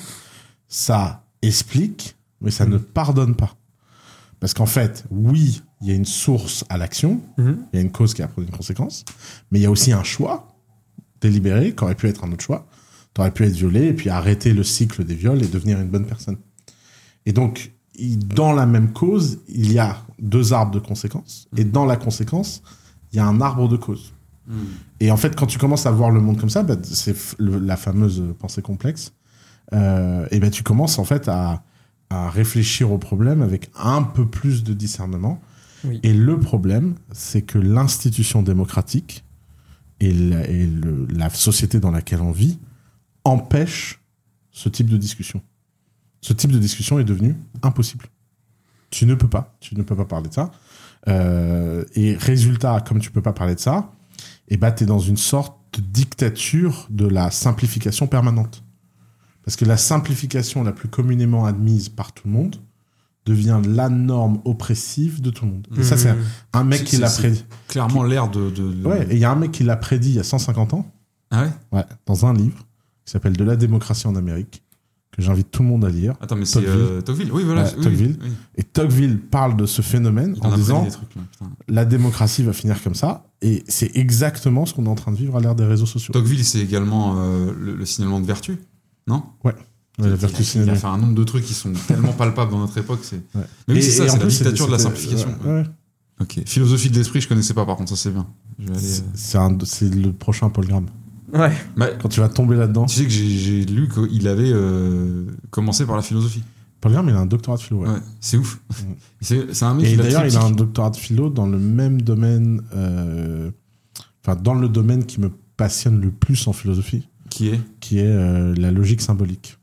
Ça explique, mais ça ne pardonne pas. Parce qu'en fait, oui, il y a une source à l'action, il mm-hmm. y a une cause qui a produit une conséquence, mais il y a aussi un choix délibéré, qui aurait pu être un autre choix. Tu aurais pu être violé et puis arrêter le cycle des viols et devenir une bonne personne. Et donc, dans la même cause, il y a deux arbres de conséquences, et dans la conséquence, il y a un arbre de cause. Mm. Et en fait, quand tu commences à voir le monde comme ça, bah, c'est f- le, la fameuse pensée complexe, euh, et ben tu commences en fait à, à réfléchir au problème avec un peu plus de discernement. Oui. Et le problème, c'est que l'institution démocratique et, la, et le, la société dans laquelle on vit empêche ce type de discussion. Ce type de discussion est devenu impossible. Tu ne peux pas, tu ne peux pas parler de ça. Euh, et résultat, comme tu peux pas parler de ça, et ben t'es dans une sorte de dictature de la simplification permanente. Parce que la simplification la plus communément admise par tout le monde devient la norme oppressive de tout le monde. Et mmh. ça, c'est un, un mec c'est, qui c'est, l'a prédit. Clairement qui... l'air de, de, de... Ouais, et il y a un mec qui l'a prédit il y a cent cinquante ans. Ah ouais? Ouais, dans un livre qui s'appelle De la démocratie en Amérique, que j'invite tout le monde à lire. Attends, mais Tocqueville. c'est euh, Tocqueville. Oui, voilà. Ouais, oui, Tocqueville. Oui. Et Tocqueville parle de ce phénomène en, en disant trucs, la démocratie va finir comme ça. Et c'est exactement ce qu'on est en train de vivre à l'ère des réseaux sociaux. Tocqueville, c'est également euh, le, le signalement de vertu, non? Ouais. Ouais, la vertu il, a, il a fait un nombre de trucs qui sont tellement palpables dans notre époque. C'est... Ouais. Mais oui, et, c'est ça, c'est la dictature c'est, de la simplification. Ouais, ouais. Ok. Philosophie de l'esprit, je connaissais pas, par contre, ça c'est bien. Je vais aller, c'est, c'est, un, c'est le prochain Paul Graham. Ouais. Bah, quand tu vas tomber là-dedans. Tu sais que j'ai, j'ai lu qu'il avait euh, commencé par la philosophie. Paul Graham, il a un doctorat de philo. Ouais, ouais c'est ouf. Mm. c'est, c'est un mec et qui d'ailleurs, triptyque. il a un doctorat de philo dans le même domaine, euh, enfin, dans le domaine qui me passionne le plus en philosophie. Qui est Qui est euh, la logique symbolique.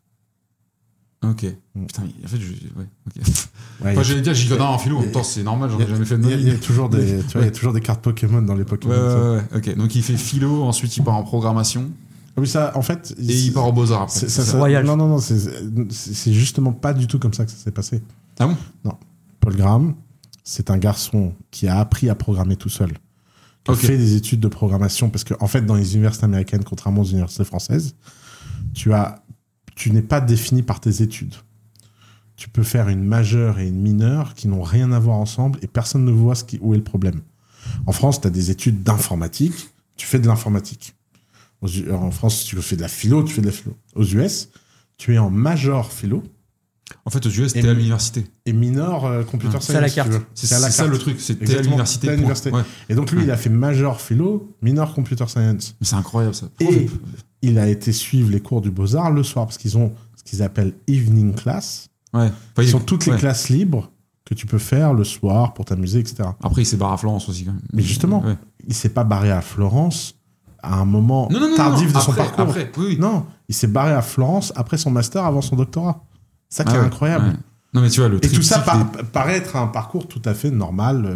Ok. Mm. Putain, en fait, je... ouais. Okay. Ouais, enfin, j'allais dire, j'y connais en philo. En même temps, c'est normal, j'en ai jamais fait de ma vie. Il y a toujours des, tu vois, il y a toujours des cartes Pokémon dans les Pokémon. Ouais, ouais, ouais. Ok. Donc, il fait philo, ensuite, il part en programmation. Oui, ça, en fait. Et il part au Beaux-Arts après. C'est, ça, ça, Royal. Non, non, non, c'est, c'est justement pas du tout comme ça que ça s'est passé. Ah bon? Non. Paul Graham, c'est un garçon qui a appris à programmer tout seul. Qui okay. a fait des études de programmation. Parce que, en fait, dans les universités américaines, contrairement aux universités françaises, tu as, tu n'es pas défini par tes études. Tu peux faire une majeure et une mineure qui n'ont rien à voir ensemble et personne ne voit ce qui, où est le problème. En France, tu as des études d'informatique, tu fais de l'informatique. Aux, en France, tu fais de la philo, tu fais de la philo. Aux U S, tu es en major philo. En fait, aux U S, t'es à l'université. Et mineur euh, computer ouais. science. C'est à la carte. Si c'est, c'est, c'est ça le truc, c'est t'es à l'université. À l'université. Ouais. Et donc lui, ouais. il a fait major philo, mineur computer science. Mais c'est incroyable ça. Et il a été suivre les cours du Beaux-Arts le soir parce qu'ils ont ce qu'ils appellent evening class. Ouais. Enfin, sont toutes les ouais. classes libres que tu peux faire le soir pour t'amuser, et cetera. Après, il s'est barré à Florence aussi, quand même. Mais justement, ouais. il s'est pas barré à Florence à un moment non, non, non, tardif non, non. de son après, parcours. Après, oui, oui. Non, il s'est barré à Florence après son master, avant son doctorat. Ça qui ah, est ouais, incroyable. Ouais. Non, mais tu vois, le Et tout ça par, des... paraît être un parcours tout à fait normal.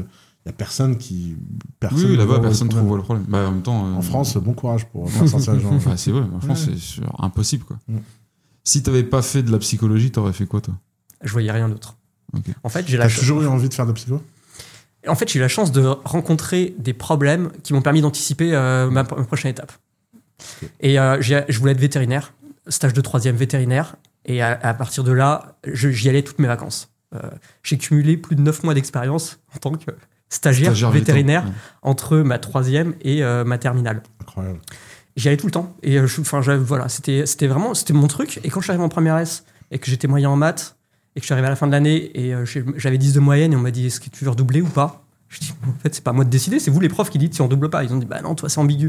Il y a personne qui. Personne oui, là-bas, personne ne trouve le problème. Bah, en même temps. En euh... France, bon courage pour faire sortir les gens. Bah, c'est vrai, franchement, ouais. c'est impossible, quoi. Mm. Si t'avais pas fait de la psychologie, t'aurais fait quoi, toi? Je voyais rien d'autre. Okay. En fait, j'ai la T'as ch... toujours eu envie de faire de la psycho? En fait, j'ai eu la chance de rencontrer des problèmes qui m'ont permis d'anticiper euh, ma, ma prochaine étape. Okay. Et euh, je voulais être vétérinaire, stage de troisième vétérinaire, et à, à partir de là, j'y allais toutes mes vacances. Euh, j'ai cumulé plus de neuf mois d'expérience en tant que stagiaire, stagiaire vétérinaire ouais. entre ma troisième et euh, ma terminale. Incroyable. J'y allais tout le temps. Et euh, enfin, voilà, c'était, c'était vraiment c'était mon truc. Et quand je suis arrivé en première S et que j'étais moyen en maths, et que je suis arrivé à la fin de l'année et euh, j'avais dix de moyenne et on m'a dit est-ce que tu veux redoubler ou pas? Je dis en fait c'est pas à moi de décider, c'est vous les profs qui dites si on double pas. Ils ont dit bah non toi c'est ambigu.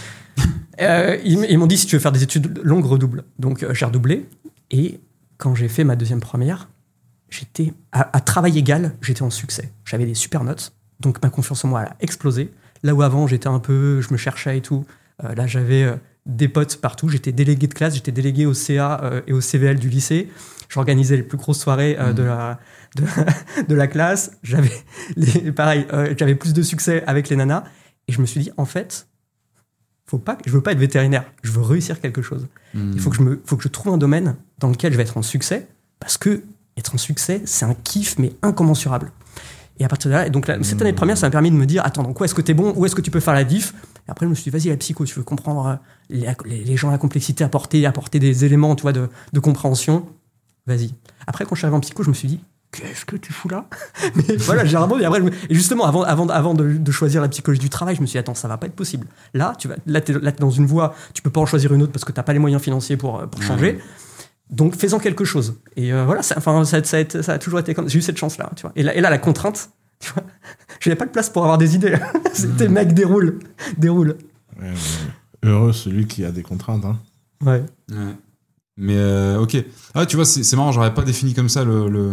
euh, ils, ils m'ont dit si tu veux faire des études longues redouble. Donc euh, j'ai redoublé et quand j'ai fait ma deuxième première, j'étais à, à travail égal, j'étais en succès. J'avais des super notes, donc ma confiance en moi elle a explosé. Là où avant j'étais un peu, je me cherchais et tout. Euh, là j'avais euh, des potes partout, j'étais délégué de classe, j'étais délégué au C A euh, et au C V L du lycée. J'organisais les plus grosses soirées euh, mmh. de, la, de, de la classe. J'avais, les, pareil, euh, j'avais plus de succès avec les nanas. Et je me suis dit, en fait, faut pas, je veux pas être vétérinaire. Je veux réussir quelque chose. Mmh. Il faut que, je me, faut que je trouve un domaine dans lequel je vais être en succès. Parce que être en succès, c'est un kiff, mais incommensurable. Et à partir de là, et donc là, mmh. cette année de première, ça m'a permis de me dire, attends, donc où est-ce que t'es bon? Où est-ce que tu peux faire la diff? Et après, je me suis dit, vas-y, la psycho, tu veux comprendre les, les, les gens, la complexité, apporter, apporter des éléments, tu vois, de, de compréhension. Vas-y. Après, quand je suis arrivé en psycho, je me suis dit, qu'est-ce que tu fous là? Mais voilà, j'ai vraiment. Et, après, me... et justement, avant, avant, avant de, de choisir la psychologie du travail, je me suis dit, attends, ça va pas être possible. Là, tu vas, là, t'es, là, t'es dans une voie, tu peux pas en choisir une autre parce que t'as pas les moyens financiers pour, pour changer. Mmh. Donc, fais-en quelque chose. Et euh, voilà, ça, enfin, ça, ça, a été, ça a toujours été comme. J'ai eu cette chance-là, tu vois. Et là, et là la contrainte, tu vois, j'avais pas de place pour avoir des idées. C'était, mmh. mec, déroule, déroule. Ouais, ouais. Heureux celui qui a des contraintes, hein. Ouais. Ouais. Mais euh, ok. Ah, tu vois, c'est, c'est marrant, j'aurais pas défini comme ça le, le...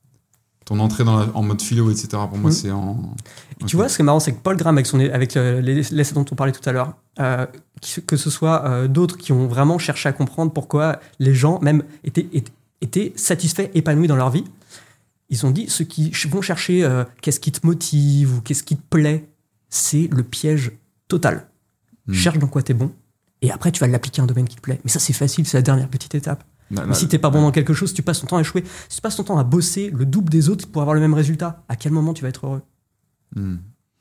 ton entrée dans la, en mode philo, et cetera. Pour moi, mmh. c'est en. Okay. Tu vois, ce qui est marrant, c'est que Paul Graham, avec, son, avec euh, les l'essai dont on parlait tout à l'heure, euh, que ce soit euh, d'autres qui ont vraiment cherché à comprendre pourquoi les gens, même, étaient, étaient, étaient satisfaits, épanouis dans leur vie, ils ont dit ceux qui vont chercher euh, qu'est-ce qui te motive ou qu'est-ce qui te plaît, c'est le piège total. Mmh. Cherche dans quoi t'es bon. Et après, tu vas l'appliquer à un domaine qui te plaît. Mais ça, c'est facile, c'est la dernière petite étape. Là, Mais là, si t'es pas bon là. dans quelque chose, tu passes ton temps à échouer. Si tu passes ton temps à bosser le double des autres pour avoir le même résultat, à quel moment tu vas être heureux? mm.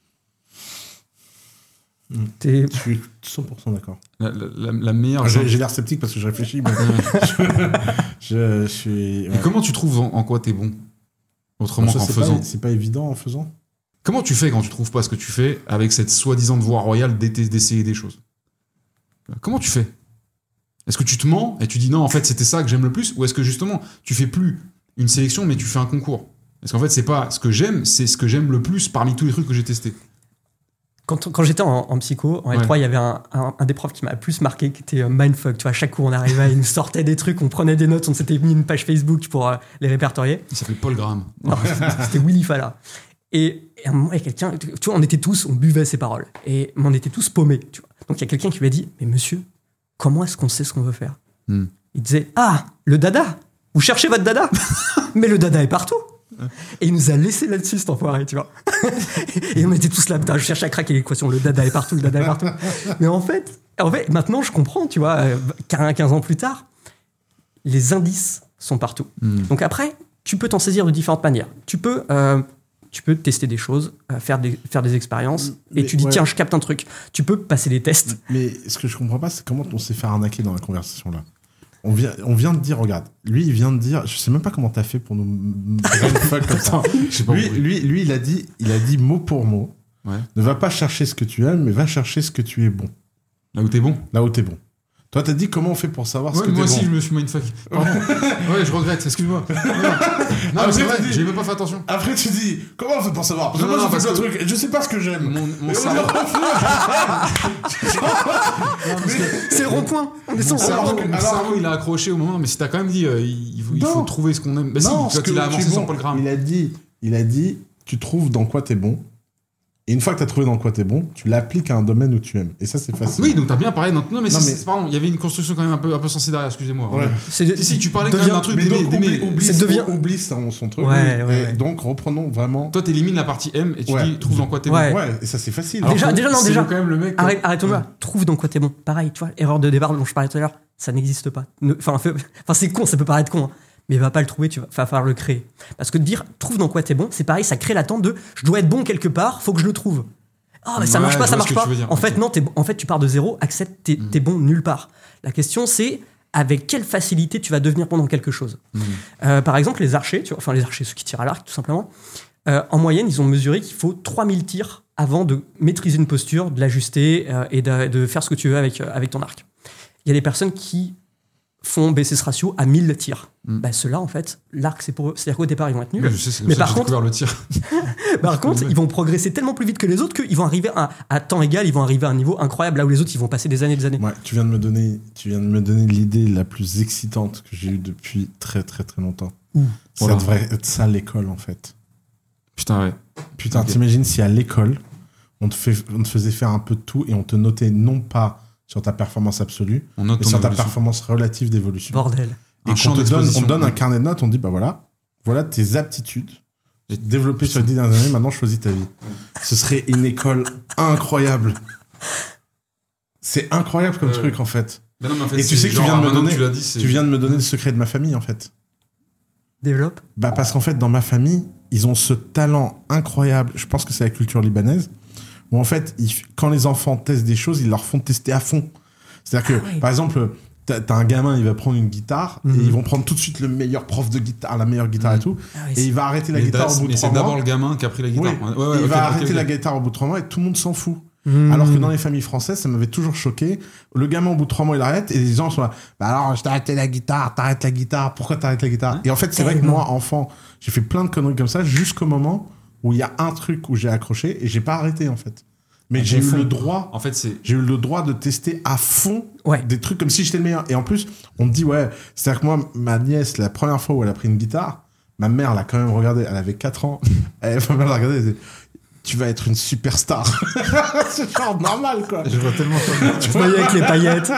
T'es... Je suis cent pour cent d'accord. La, la, la meilleure... Ah, j'ai, j'ai l'air sceptique parce que je réfléchis, mais je, je suis... Ouais. Et comment tu trouves en, en quoi t'es bon? Autrement qu'en c'est faisant. Pas, c'est pas évident en faisant. Comment tu fais quand tu trouves pas ce que tu fais avec cette soi-disant voie royale d'essayer des choses? Comment tu fais? Est-ce que tu te mens et tu dis non, en fait, c'était ça que j'aime le plus? Ou est-ce que justement, tu fais plus une sélection, mais tu fais un concours? Parce qu'en fait, c'est pas ce que j'aime, c'est ce que j'aime le plus parmi tous les trucs que j'ai testés. Quand, quand j'étais en, en psycho, en L trois, ouais. il y avait un, un, un des profs qui m'a le plus marqué, qui était mindfuck. Tu vois, à chaque cours, on arrivait, il nous sortait des trucs, on prenait des notes, on s'était mis une page Facebook pour euh, les répertorier. Il s'appelait Paul Graham. Non, c'était Willy Falla. Et, et à un moment, il y a quelqu'un, tu vois, on était tous, on buvait ses paroles. Et on était tous paumés, tu vois. Donc il y a quelqu'un qui lui a dit, mais monsieur, comment est-ce qu'on sait ce qu'on veut faire? hmm. Il disait, ah, le dada, vous cherchez votre dada? Mais le dada est partout. Et il nous a laissé là-dessus, cet enfoiré, tu vois. Et on était tous là, putain, je cherchais à craquer l'équation, le dada est partout, le dada est partout. Mais en fait, en fait, maintenant je comprends, tu vois, quinze ans plus tard, les indices sont partout. Mm. Donc après, tu peux t'en saisir de différentes manières. Tu peux, euh, tu peux tester des choses, euh, faire, des, faire des expériences, mais, et tu dis, ouais. tiens, je capte un truc. Tu peux passer des tests. Mais ce que je comprends pas, c'est comment on s'est fait arnaquer dans la conversation là. On vient, on vient de dire, regarde, lui il vient de dire, je sais même pas comment t'as fait pour nous fuck comme ça. lui, lui, lui, il a dit, il a dit mot pour mot, ouais. ne va pas chercher ce que tu aimes, mais va chercher ce que tu es bon. Là où t'es bon. Là où t'es bon. Toi, t'as dit comment on fait pour savoir ouais, ce que t'es bon. Moi aussi, je me suis mindfuck. Pardon. Ouais, je regrette, excuse-moi. Non, non mais c'est vrai, dis, j'ai même pas fait attention. Après, tu dis, comment on fait pour savoir? Parce que non, moi, non, je fais plein de trucs, et je sais pas ce que j'aime. Mon, mon cerveau. C'est le rond-point. Mon cerveau, mon cerveau, il a accroché au moment, mais si t'as quand même dit, euh, il, faut, il faut trouver ce qu'on aime. Bah non, si, quand il a avancé sur Paul Graham. Il a dit, il a dit, tu trouves dans quoi t'es bon, Et une fois que tu as trouvé dans quoi tu es bon, tu l'appliques à un domaine où tu aimes. Et ça, c'est facile. Oui, donc tu as bien parlé. Non, non mais, Non, c'est, mais- c'est- pardon, il y avait une construction quand même un peu, un peu sensée derrière, excusez-moi. Ouais. C'est Si, si, tu parlais quand devient- même d'un truc Mais d'aimer. donc, d'aimer. oublie, oublie, C'est devient- oublie son, son truc. Ouais, Et ouais, ouais. donc, reprenons vraiment. Toi, t'élimines la partie M et tu Ouais. dis trouve dans quoi t'es Ouais. bon. Ouais, et ça, c'est facile. Alors Déjà- que déjà, non, c'est déjà. quand même le mec. Arrête, arrêtons là. Ouais. Trouve dans quoi t'es bon. Pareil, tu vois, erreur de départ dont je parlais tout à l'heure, ça n'existe pas. Ne- Enfin, fais- enfin, c'est con, ça peut paraître con, hein. Mais va pas le trouver, tu vas, va falloir le créer. Parce que de dire trouve dans quoi t'es bon, c'est pareil, ça crée l'attente de je dois être bon quelque part, faut que je le trouve. Ah, mais ça Ouais, marche pas, je ça vois marche ce que pas. tu veux dire. En fait, Ok. non, t'es bon- en fait, tu pars de zéro, accepte, t'es, Mm. t'es bon nulle part. La question, c'est avec quelle facilité tu vas devenir bon dans quelque chose. Mm. Euh, par exemple, les archers, tu vois, enfin les archers, ceux qui tirent à l'arc, tout simplement, euh, en moyenne, ils ont mesuré qu'il faut trois mille tirs avant de maîtriser une posture, de l'ajuster euh, et de, de faire ce que tu veux avec, euh, avec ton arc. Il y a des personnes qui font baisser ce ratio à mille tirs. Mm. Bah, ceux-là, en fait, l'arc, c'est pour eux. C'est-à-dire qu'au départ, ils vont être nuls. Ouais, je sais, c'est comme Mais ça par que j'ai contre- découvert le tir. Par contre, ils vont progresser tellement plus vite que les autres qu'ils vont arriver à, à temps égal, ils vont arriver à un niveau incroyable, là où les autres, ils vont passer des années et des années. Ouais, tu viens de me donner, tu viens de me donner l'idée la plus excitante que j'ai eue depuis très très très longtemps. Ouh. Ça Voilà. devrait être ça l'école en fait. Putain, ouais. Putain, Ok. t'imagines si à l'école on te, fait, on te faisait faire un peu de tout et on te notait non pas sur ta performance absolue, On note mais ton sur ta évolution. performance relative d'évolution. Bordel. Et Un qu'on champ te donne, on d'exposition. te donne un carnet de notes, on te dit bah voilà, voilà tes aptitudes développées sur les dix dernières années. Maintenant, choisis ta vie. Ce serait une école incroyable. C'est incroyable comme Ouais. truc en fait. Mais non, mais en fait, Et tu c'est sais que tu genre, viens de me maintenant que donner- tu l'as dit, c'est- Tu viens de me donner le secret de ma famille en fait. Développe. Bah parce qu'en fait dans ma famille ils ont ce talent incroyable. Je pense que c'est la culture libanaise où en fait ils- quand les enfants testent des choses ils leur font tester à fond. C'est-à-dire que Ah ouais. par exemple t'as t'as un gamin il va prendre une guitare Mhm. et ils vont prendre tout de suite le meilleur prof de guitare, la meilleure guitare Mhm. et tout, Ah ouais, et c'est- il va arrêter la Mais guitare d'as- au bout de mais trois c'est d'abord mois. le gamin qui a pris la guitare. Oui. Ouais, ouais, il ok, va ok, arrêter ok. la guitare au bout de trois mois et tout le monde s'en fout. Mmh. Alors que dans les familles françaises, ça m'avait toujours choqué. Le gamin, au bout de trois mois, il arrête et les gens sont là. Bah alors, je t'ai arrêté la guitare, t'arrêtes la guitare, pourquoi t'arrêtes la guitare? Hein Et en fait, c'est vrai que Tellement. moi, enfant, j'ai fait plein de conneries comme ça jusqu'au moment où il y a un truc où j'ai accroché et j'ai pas arrêté, en fait. Mais À j'ai eu fond. le droit, En fait, c'est. j'ai eu le droit de tester à fond Ouais. des trucs comme si j'étais le meilleur. Et en plus, on me dit, ouais, c'est-à-dire que moi, ma nièce, la première fois où elle a pris une guitare, ma mère l'a quand même regardée, elle avait quatre ans, elle, ma mère l'a regardée, elle disait, tu vas être une superstar. C'est genre normal, quoi. Je vois tellement ça. Tu voyais avec les paillettes.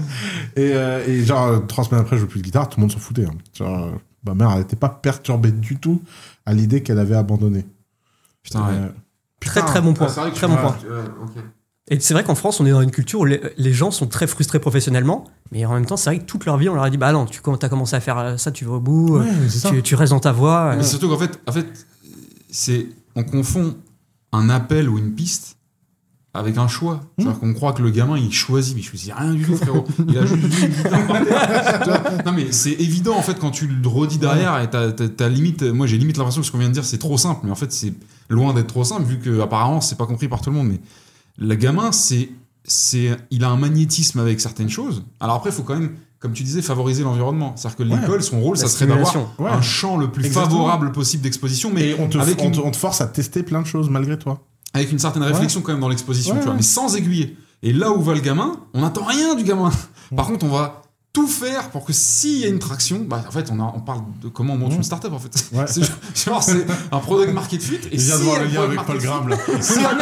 Et, euh, et genre, euh, trois semaines après, je joue plus de guitare, tout le monde s'en foutait. Hein. Genre, euh, ma mère, elle n'était pas perturbée du tout à l'idée qu'elle avait abandonné. Putain, ouais. Euh, Très putain, très bon point. Ah, c'est vrai que Très tu bon vois, point. tu- ouais, ok. Et c'est vrai qu'en France, on est dans une culture où les, les gens sont très frustrés professionnellement, mais en même temps, c'est vrai que toute leur vie, on leur a dit bah non, tu as commencé à faire euh, ça, tu vas au bout, Ouais, c'est ça. tu, tu restes dans ta voie. Mais euh. surtout qu'en fait, en fait, c'est on confond un appel ou une piste avec un choix. C'est-à-dire qu'on croit que le gamin il choisit, mais il choisit rien du tout, frérot. Il a juste vu une guitare par terre. Tu vois. Non mais c'est évident en fait quand tu le redis derrière et t'as, t'as, t'as limite, moi j'ai limite l'impression que ce qu'on vient de dire c'est trop simple, mais en fait c'est loin d'être trop simple vu que apparemment c'est pas compris par tout le monde. Mais le gamin c'est c'est il a un magnétisme avec certaines choses. Alors après il faut quand même, comme tu disais, favoriser l'environnement. C'est-à-dire que Ouais. l'école, son rôle, La ça serait d'avoir stimulation. Ouais. un champ le plus Exactement. favorable possible d'exposition, mais Et on te, avec on, une, te, on te force à tester plein de choses malgré toi. avec une certaine réflexion quand même dans l'exposition, Ouais, tu vois, ouais. mais sans aiguiller. Et là où va le gamin, on n'attend rien du gamin. Par contre, on va tout faire pour que s'il y a une traction, bah en fait, on, a, on parle de comment on monte Ouais. une startup en fait. Ouais. C'est genre, genre, c'est un product market fit. Et Il vient de si voir y a le un lien product avec Paul market Graham là. fit- Si y a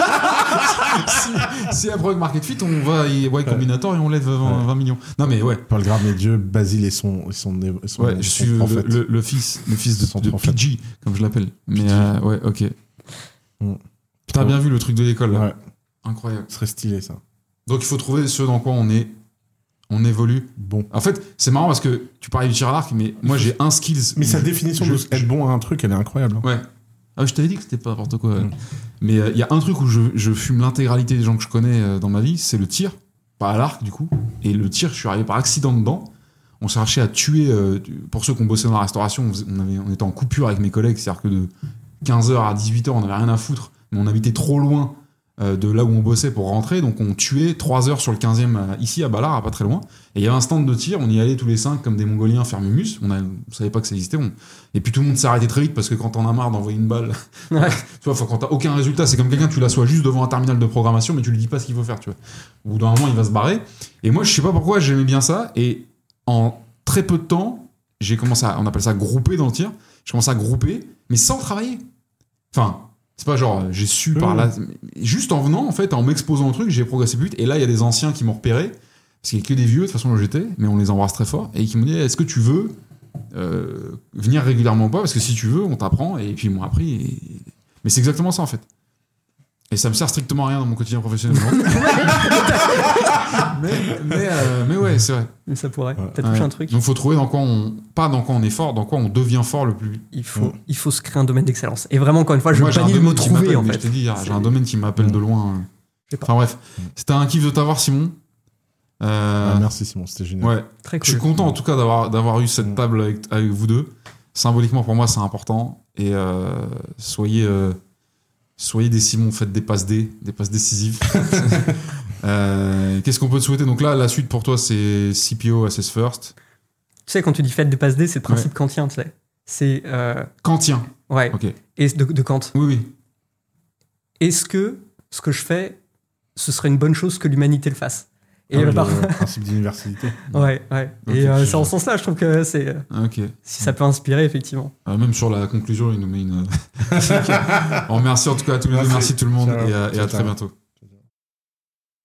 un- si- si y a un product market fit, on va y Y Combinator et on lève vingt, Ouais. vingt millions. Non mais ouais. Paul Graham et Dieu, Basile et son, et son, et son, Ouais, je son suis le, prophète. le, le fils, le fils de, Son de prophète. P G, comme je l'appelle. Mais euh, ouais, ok. Mm. T'as bien vu le truc de l'école là. Ouais, Incroyable. ce serait stylé ça. Donc il faut trouver ce dans quoi on est, on évolue. Bon. En fait, c'est marrant parce que tu parlais du tir à l'arc, mais moi j'ai un skills. Mais sa où je- définition je- de être bon à un truc, elle est incroyable. hein. Ouais. Ah, je t'avais dit que c'était pas n'importe quoi. ouais. Mm. Mais il y a un truc où je, je fume l'intégralité des gens que je connais euh, dans ma vie, c'est le tir. Pas à l'arc du coup. Et le tir, je suis arrivé par accident dedans. On cherchait à tuer, euh, pour ceux qui ont bossé dans la restauration, on, faisait- on, avait, on était en coupure avec mes collègues, c'est-à-dire que de quinze heures à dix-huit heures, on n'avait rien à foutre, mais on habitait trop loin euh, de là où on bossait pour rentrer, donc on tuait trois heures sur le quinzième, euh, ici à Ballard, à pas très loin. Et il y avait un stand de tir, on y allait tous les cinq comme des Mongoliens faire mumus, on, a, on savait pas que ça existait. On... Et puis tout le monde s'est arrêté très vite parce que quand t'en as marre d'envoyer une balle, Ouais. tu vois, faut- quand t'as aucun résultat, c'est comme quelqu'un, tu l'assois juste devant un terminal de programmation, mais tu lui dis pas ce qu'il faut faire, tu vois. Au bout d'un moment, il va se barrer. Et moi, je sais pas pourquoi j'aimais bien ça, et en très peu de temps, j'ai commencé à, on appelle ça grouper dans le tir, je commençais à grouper, mais sans travailler. Enfin, C'est pas genre, j'ai su Oui, par oui. là. Juste en venant, en fait, en m'exposant au truc, j'ai progressé plus vite. Et là, il y a des anciens qui m'ont repéré, parce qu'il y a que des vieux, de toute façon, où j'étais, mais on les embrasse très fort, et qui m'ont dit, est-ce que tu veux euh, venir régulièrement ou pas? Parce que si tu veux, on t'apprend, et puis ils m'ont appris. Et... Mais c'est exactement ça, en fait. Et ça me sert strictement à rien dans mon quotidien professionnel. mais, mais, euh, mais ouais, c'est vrai. Mais ça pourrait. Ouais. T'as touché Ouais. un truc. Donc, faut trouver dans quoi on. Pas dans quoi on est fort, dans quoi on devient fort le plus vite. Il faut, Ouais. il faut se créer un domaine d'excellence. Et vraiment, encore une fois, je Moi, j'ai un bannis le mot domaine qui trouver, m'appelle, en mais fait. Je t'ai dit, C'est- j'ai un domaine qui m'appelle de loin. Je sais pas. Enfin bref, c'était un kiff de t'avoir, Simon. Euh, Ah, merci Simon, c'était génial. ouais, Très je suis cool. content en tout cas d'avoir d'avoir eu cette Mm. table avec, avec vous deux. Symboliquement pour moi, c'est important. Et euh, soyez euh, soyez des Simon, faites des passes D, des passes décisives. Euh, Qu'est-ce qu'on peut te souhaiter? Donc là, la suite pour toi, c'est C P O, Assess First. Tu sais, quand tu dis fête des passes D, c'est le principe kantien, tu sais. C'est. euh, Kantien. ouais. Ok. Et de, de Kant. Oui, oui. Est-ce que ce que je fais, ce serait une bonne chose que l'humanité le fasse? Et Ah, euh, le par- principe d'universalité. ouais, ouais. Ok, Et euh, je- c'est en ce sens-là, je trouve que c'est. euh, Ah, ok. si ça peut inspirer, effectivement. Euh, même sur la conclusion, il nous met une. Bon, merci en tout cas à tous les deux. Merci. Merci tout le monde. Ciao. Et à, et à Ciao, très ciao. bientôt.